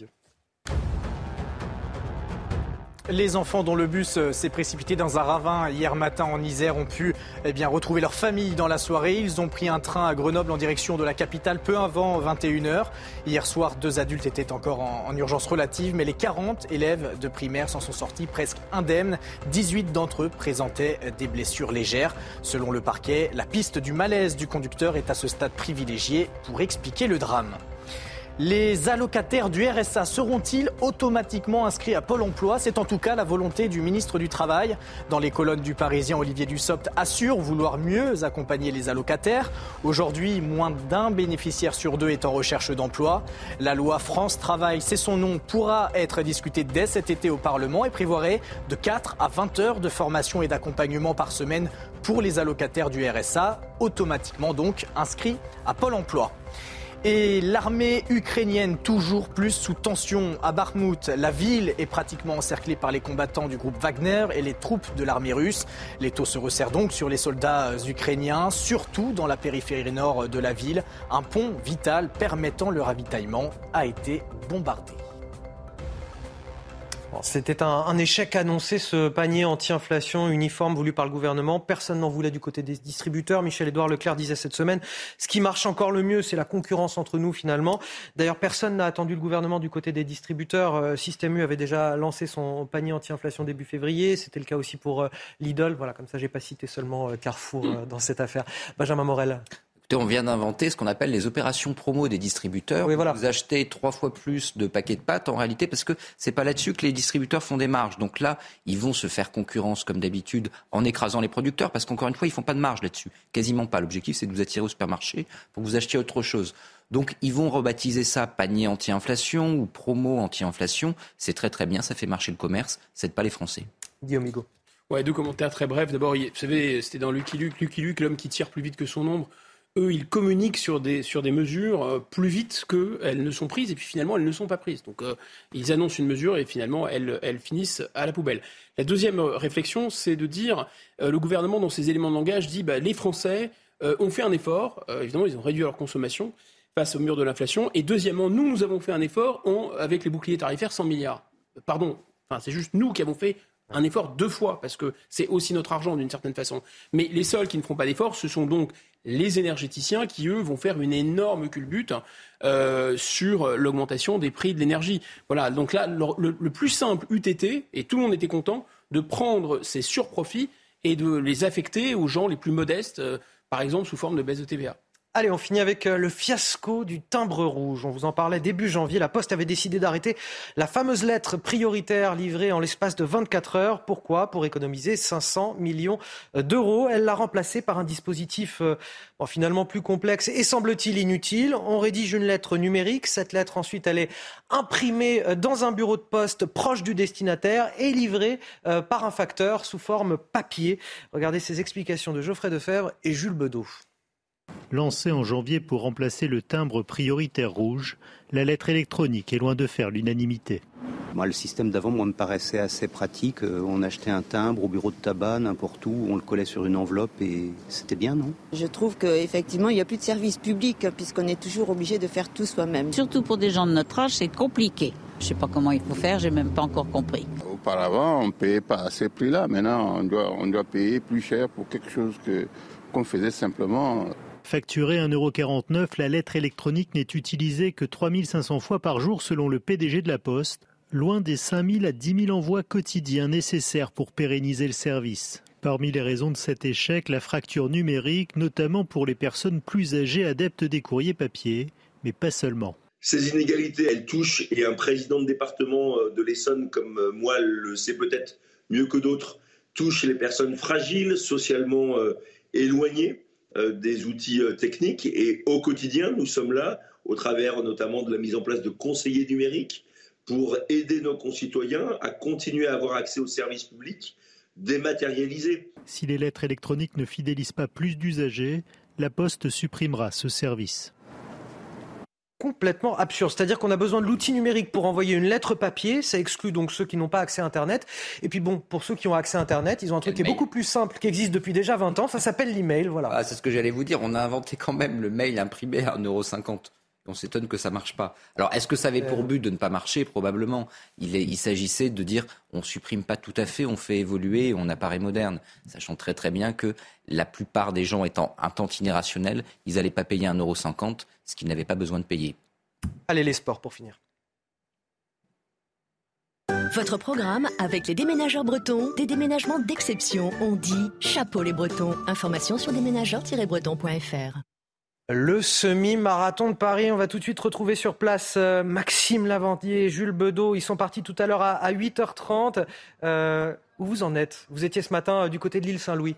Les enfants dont le bus s'est précipité dans un ravin hier matin en Isère ont pu retrouver leur famille dans la soirée. Ils ont pris un train à Grenoble en direction de la capitale peu avant 21h. Hier soir, 2 adultes étaient encore en urgence relative, mais les 40 élèves de primaire s'en sont sortis presque indemnes. 18 d'entre eux présentaient des blessures légères. Selon le parquet, la piste du malaise du conducteur est à ce stade privilégiée pour expliquer le drame. Les allocataires du RSA seront-ils automatiquement inscrits à Pôle emploi ? C'est en tout cas la volonté du ministre du Travail. Dans les colonnes du Parisien, Olivier Dussopt assure vouloir mieux accompagner les allocataires. Aujourd'hui, moins d'1 bénéficiaire sur 2 est en recherche d'emploi. La loi France Travail, c'est son nom, pourra être discutée dès cet été au Parlement et prévoirait de 4 à 20 heures de formation et d'accompagnement par semaine pour les allocataires du RSA, automatiquement donc inscrits à Pôle emploi. Et l'armée ukrainienne toujours plus sous tension à Bakhmout. La ville est pratiquement encerclée par les combattants du groupe Wagner et les troupes de l'armée russe. L'étau se resserre donc sur les soldats ukrainiens, surtout dans la périphérie nord de la ville. Un pont vital permettant le ravitaillement a été bombardé. C'était un échec annoncé, ce panier anti-inflation uniforme voulu par le gouvernement. Personne n'en voulait du côté des distributeurs. Michel-Édouard Leclerc disait cette semaine, ce qui marche encore le mieux, c'est la concurrence entre nous finalement. D'ailleurs, personne n'a attendu le gouvernement du côté des distributeurs. Système U avait déjà lancé son panier anti-inflation début février. C'était le cas aussi pour Lidl. Voilà, comme ça, j'ai pas cité seulement Carrefour dans cette affaire. Benjamin Morel. On vient d'inventer ce qu'on appelle les opérations promo des distributeurs. Oui, voilà. Vous achetez 3 fois plus de paquets de pâtes en réalité parce que c'est pas là-dessus que les distributeurs font des marges. Donc là, ils vont se faire concurrence comme d'habitude en écrasant les producteurs parce qu'encore une fois, ils font pas de marge là-dessus. Quasiment pas. L'objectif, c'est de vous attirer au supermarché pour que vous achetiez autre chose. Donc ils vont rebaptiser ça panier anti-inflation ou promo anti-inflation. C'est très très bien, ça fait marcher le commerce, ça aide pas les Français. Guillaume Higo. Ouais, 2 commentaires très brefs. D'abord, vous savez, c'était dans Lucky Luke, l'homme qui tire plus vite que son ombre. Eux, ils communiquent sur des mesures plus vite qu'elles ne sont prises et puis finalement, elles ne sont pas prises. Donc, ils annoncent une mesure et finalement, elles finissent à la poubelle. La deuxième réflexion, c'est de dire, le gouvernement, dans ses éléments de langage, dit les Français ont fait un effort. Évidemment, ils ont réduit leur consommation face au mur de l'inflation. Et deuxièmement, nous avons fait un effort avec les boucliers tarifaires, 100 milliards. Pardon, c'est juste nous qui avons fait un effort 2 fois, parce que c'est aussi notre argent d'une certaine façon. Mais les seuls qui ne feront pas d'effort, ce sont donc les énergéticiens qui, eux, vont faire une énorme culbute sur l'augmentation des prix de l'énergie. Voilà, donc là, le plus simple eût été, et tout le monde était content, de prendre ces surprofits et de les affecter aux gens les plus modestes, par exemple sous forme de baisse de TVA. Allez, on finit avec le fiasco du timbre rouge. On vous en parlait début janvier. La Poste avait décidé d'arrêter la fameuse lettre prioritaire livrée en l'espace de 24 heures. Pourquoi ? Pour économiser 500 millions d'euros. Elle l'a remplacée par un dispositif finalement plus complexe et semble-t-il inutile. On rédige une lettre numérique. Cette lettre, ensuite, elle est imprimée dans un bureau de poste proche du destinataire et livrée par un facteur sous forme papier. Regardez ces explications de Geoffrey Defebvre et Jules Bedeau. Lancée en janvier pour remplacer le timbre prioritaire rouge, la lettre électronique est loin de faire l'unanimité. Moi, le système d'avant, me paraissait assez pratique. On achetait un timbre au bureau de tabac, n'importe où, on le collait sur une enveloppe et c'était bien, non ? Je trouve qu'effectivement, il n'y a plus de service public puisqu'on est toujours obligé de faire tout soi-même. Surtout pour des gens de notre âge, c'est compliqué. Je ne sais pas comment il faut faire, j'ai même pas encore compris. Auparavant, on ne payait pas à ces prix-là. Maintenant, on doit payer plus cher pour quelque chose qu'on faisait simplement. Facturée 1,49 €, la lettre électronique n'est utilisée que 3500 fois par jour selon le PDG de la Poste, loin des 5000 à 10 000 envois quotidiens nécessaires pour pérenniser le service. Parmi les raisons de cet échec, la fracture numérique, notamment pour les personnes plus âgées adeptes des courriers papier, mais pas seulement. Ces inégalités, elles touchent, et un président de département de l'Essonne comme moi le sait peut-être mieux que d'autres, touchent les personnes fragiles, socialement éloignées des outils techniques. Et au quotidien, nous sommes là, au travers notamment de la mise en place de conseillers numériques, pour aider nos concitoyens à continuer à avoir accès aux services publics dématérialisés. Si les lettres électroniques ne fidélisent pas plus d'usagers, la Poste supprimera ce service. Complètement absurde. C'est-à-dire qu'on a besoin de l'outil numérique pour envoyer une lettre papier. Ça exclut donc ceux qui n'ont pas accès à Internet. Et puis bon, pour ceux qui ont accès à Internet, ils ont un truc qui est beaucoup plus simple, qui existe depuis déjà 20 ans. Ça s'appelle l'email. Voilà. Ah, c'est ce que j'allais vous dire. On a inventé quand même le mail imprimé à 1,50 €. On s'étonne que ça ne marche pas. Alors, est-ce que ça avait pour but de ne pas marcher ? Probablement. Il s'agissait de dire on ne supprime pas tout à fait, on fait évoluer, on apparaît moderne. Sachant très très bien que la plupart des gens étant un tantinet rationnel, ils n'allaient pas payer 1,50 €, ce qu'ils n'avaient pas besoin de payer. Allez, les sports pour finir. Votre programme avec les déménageurs bretons, des déménagements d'exception. On dit chapeau les Bretons. Information sur déménageurs-bretons.fr. Le semi-marathon de Paris, on va tout de suite retrouver sur place Maxime Lavandier et Jules Bedeau. Ils sont partis tout à l'heure à 8h30. Où vous en êtes ? Vous étiez ce matin du côté de l'île Saint-Louis.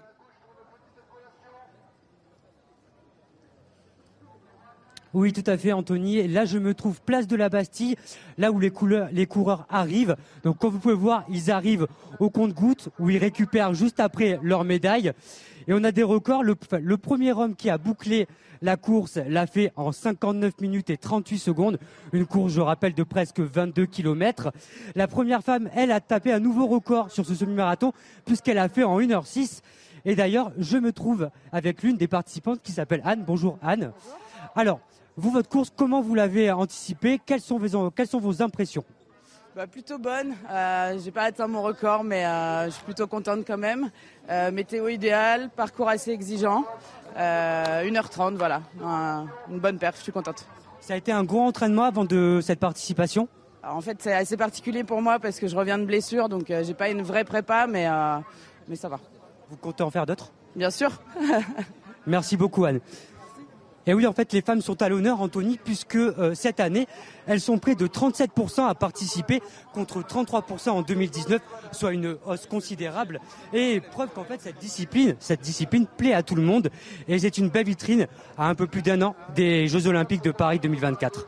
Oui, tout à fait, Anthony. Là, je me trouve place de la Bastille, là où les coureurs arrivent. Donc, comme vous pouvez voir, ils arrivent au compte-gouttes, où ils récupèrent juste après leur médaille. Et on a des records. Le premier homme qui a bouclé la course l'a fait en 59 minutes et 38 secondes. Une course, je rappelle, de presque 22 km. La première femme, elle, a tapé un nouveau record sur ce semi-marathon, puisqu'elle a fait en 1h06. Et d'ailleurs, je me trouve avec l'une des participantes qui s'appelle Anne. Bonjour Anne. Alors, vous, votre course, comment vous l'avez anticipée ? Quelles sont vos impressions ? Plutôt bonne. J'ai pas atteint mon record, mais je suis plutôt contente quand même. Météo idéale, parcours assez exigeant. 1h30, voilà. Une bonne perf, je suis contente. Ça a été un gros entraînement avant de cette participation ? Alors, en fait, c'est assez particulier pour moi parce que je reviens de blessure, donc j'ai pas une vraie prépa, mais ça va. Vous comptez en faire d'autres ? Bien sûr. Merci beaucoup, Anne. Et oui, en fait, les femmes sont à l'honneur, Anthony, puisque cette année, elles sont près de 37% à participer contre 33% en 2019, soit une hausse considérable. Et preuve qu'en fait, cette discipline plaît à tout le monde. Et c'est une belle vitrine à un peu plus d'un an des Jeux Olympiques de Paris 2024.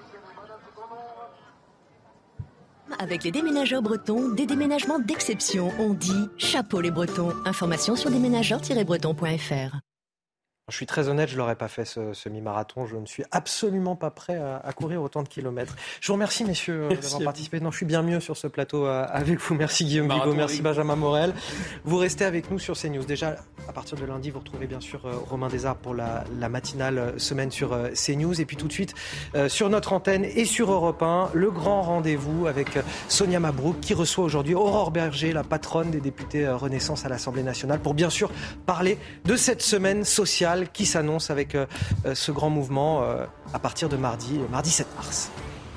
Avec les déménageurs bretons, des déménagements d'exception. On dit chapeau les Bretons. Information sur déménageurs-bretons.fr. Je suis très honnête, je ne l'aurais pas fait ce semi-marathon. Je ne suis absolument pas prêt à courir autant de kilomètres. Je vous remercie, messieurs, d'avoir participé. Non, je suis bien mieux sur ce plateau avec vous. Merci Guillaume Bigot, merci Benjamin Morel. Vous restez avec nous sur CNews. Déjà, à partir de lundi, vous retrouvez bien sûr Romain Desarbres pour la matinale semaine sur CNews. Et puis tout de suite, sur notre antenne et sur Europe 1, le grand rendez-vous avec Sonia Mabrouk qui reçoit aujourd'hui Aurore Berger, la patronne des députés Renaissance à l'Assemblée nationale, pour bien sûr parler de cette semaine sociale qui s'annonce avec ce grand mouvement à partir de mardi 7 mars.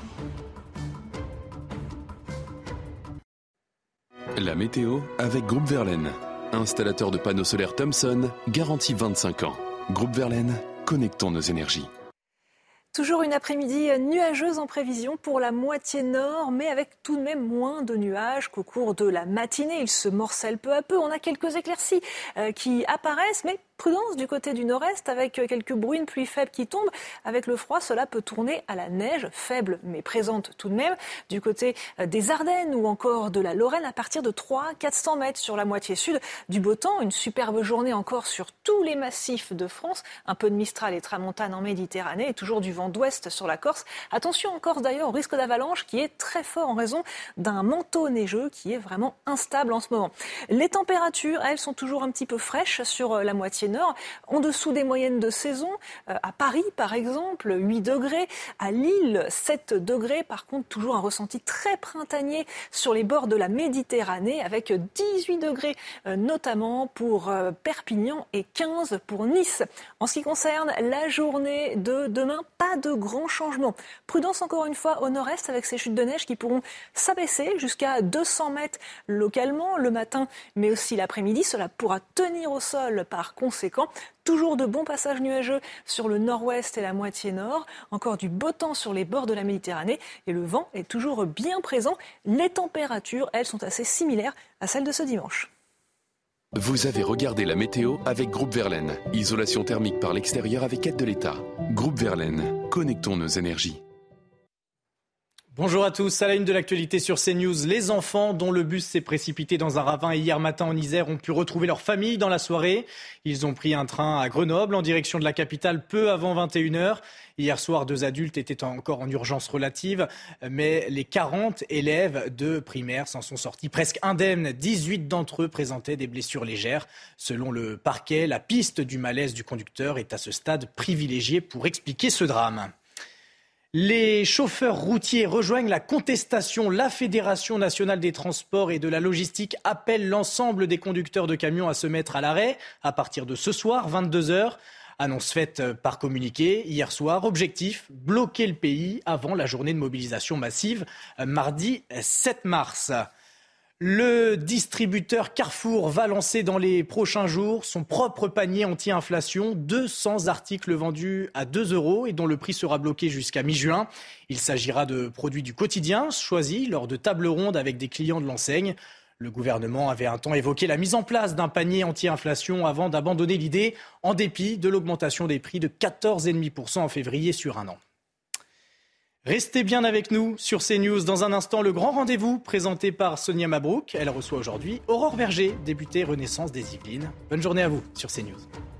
La météo avec Groupe Verlaine. Installateur de panneaux solaires Thomson, garantie 25 ans. Groupe Verlaine, connectons nos énergies. Toujours une après-midi nuageuse en prévision pour la moitié nord, mais avec tout de même moins de nuages qu'au cours de la matinée. Ils se morcellent peu à peu. On a quelques éclaircies qui apparaissent, mais Prudence du côté du nord-est avec quelques bruines, pluies faibles qui tombent. Avec le froid, cela peut tourner à la neige, faible mais présente tout de même. Du côté des Ardennes ou encore de la Lorraine, à partir de 300-400 mètres sur la moitié sud. Du beau temps, une superbe journée encore sur tous les massifs de France. Un peu de Mistral et Tramontane en Méditerranée et toujours du vent d'ouest sur la Corse. Attention en Corse d'ailleurs au risque d'avalanche qui est très fort en raison d'un manteau neigeux qui est vraiment instable en ce moment. Les températures, elles, sont toujours un petit peu fraîches sur la moitié nord, en dessous des moyennes de saison. À Paris, par exemple, 8 degrés. À Lille, 7 degrés. Par contre, toujours un ressenti très printanier sur les bords de la Méditerranée, avec 18 degrés, notamment pour Perpignan et 15 pour Nice. En ce qui concerne la journée de demain, pas de grands changements. Prudence encore une fois au nord-est avec ces chutes de neige qui pourront s'abaisser jusqu'à 200 mètres localement le matin, mais aussi l'après-midi. Cela pourra tenir au sol par conséquent. Toujours de bons passages nuageux sur le nord-ouest et la moitié nord. Encore du beau temps sur les bords de la Méditerranée et le vent est toujours bien présent. Les températures, elles, sont assez similaires à celles de ce dimanche. Vous avez regardé la météo avec Groupe Verlaine. Isolation thermique par l'extérieur avec aide de l'État. Groupe Verlaine, connectons nos énergies. Bonjour à tous, à la une de l'actualité sur CNews. Les enfants dont le bus s'est précipité dans un ravin hier matin en Isère ont pu retrouver leur famille dans la soirée. Ils ont pris un train à Grenoble en direction de la capitale peu avant 21h. Hier soir, 2 adultes étaient encore en urgence relative, mais les 40 élèves de primaire s'en sont sortis presque indemnes. 18 d'entre eux présentaient des blessures légères. Selon le parquet, la piste du malaise du conducteur est à ce stade privilégiée pour expliquer ce drame. Les chauffeurs routiers rejoignent la contestation. La Fédération nationale des transports et de la logistique appelle l'ensemble des conducteurs de camions à se mettre à l'arrêt à partir de ce soir, 22h. Annonce faite par communiqué hier soir. Objectif, bloquer le pays avant la journée de mobilisation massive, mardi 7 mars. Le distributeur Carrefour va lancer dans les prochains jours son propre panier anti-inflation. 200 articles vendus à 2 € et dont le prix sera bloqué jusqu'à mi-juin. Il s'agira de produits du quotidien choisis lors de tables rondes avec des clients de l'enseigne. Le gouvernement avait un temps évoqué la mise en place d'un panier anti-inflation avant d'abandonner l'idée en dépit de l'augmentation des prix de 14,5% en février sur un an. Restez bien avec nous sur CNews. Dans un instant, le grand rendez-vous présenté par Sonia Mabrouk. Elle reçoit aujourd'hui Aurore Berger, députée Renaissance des Yvelines. Bonne journée à vous sur CNews.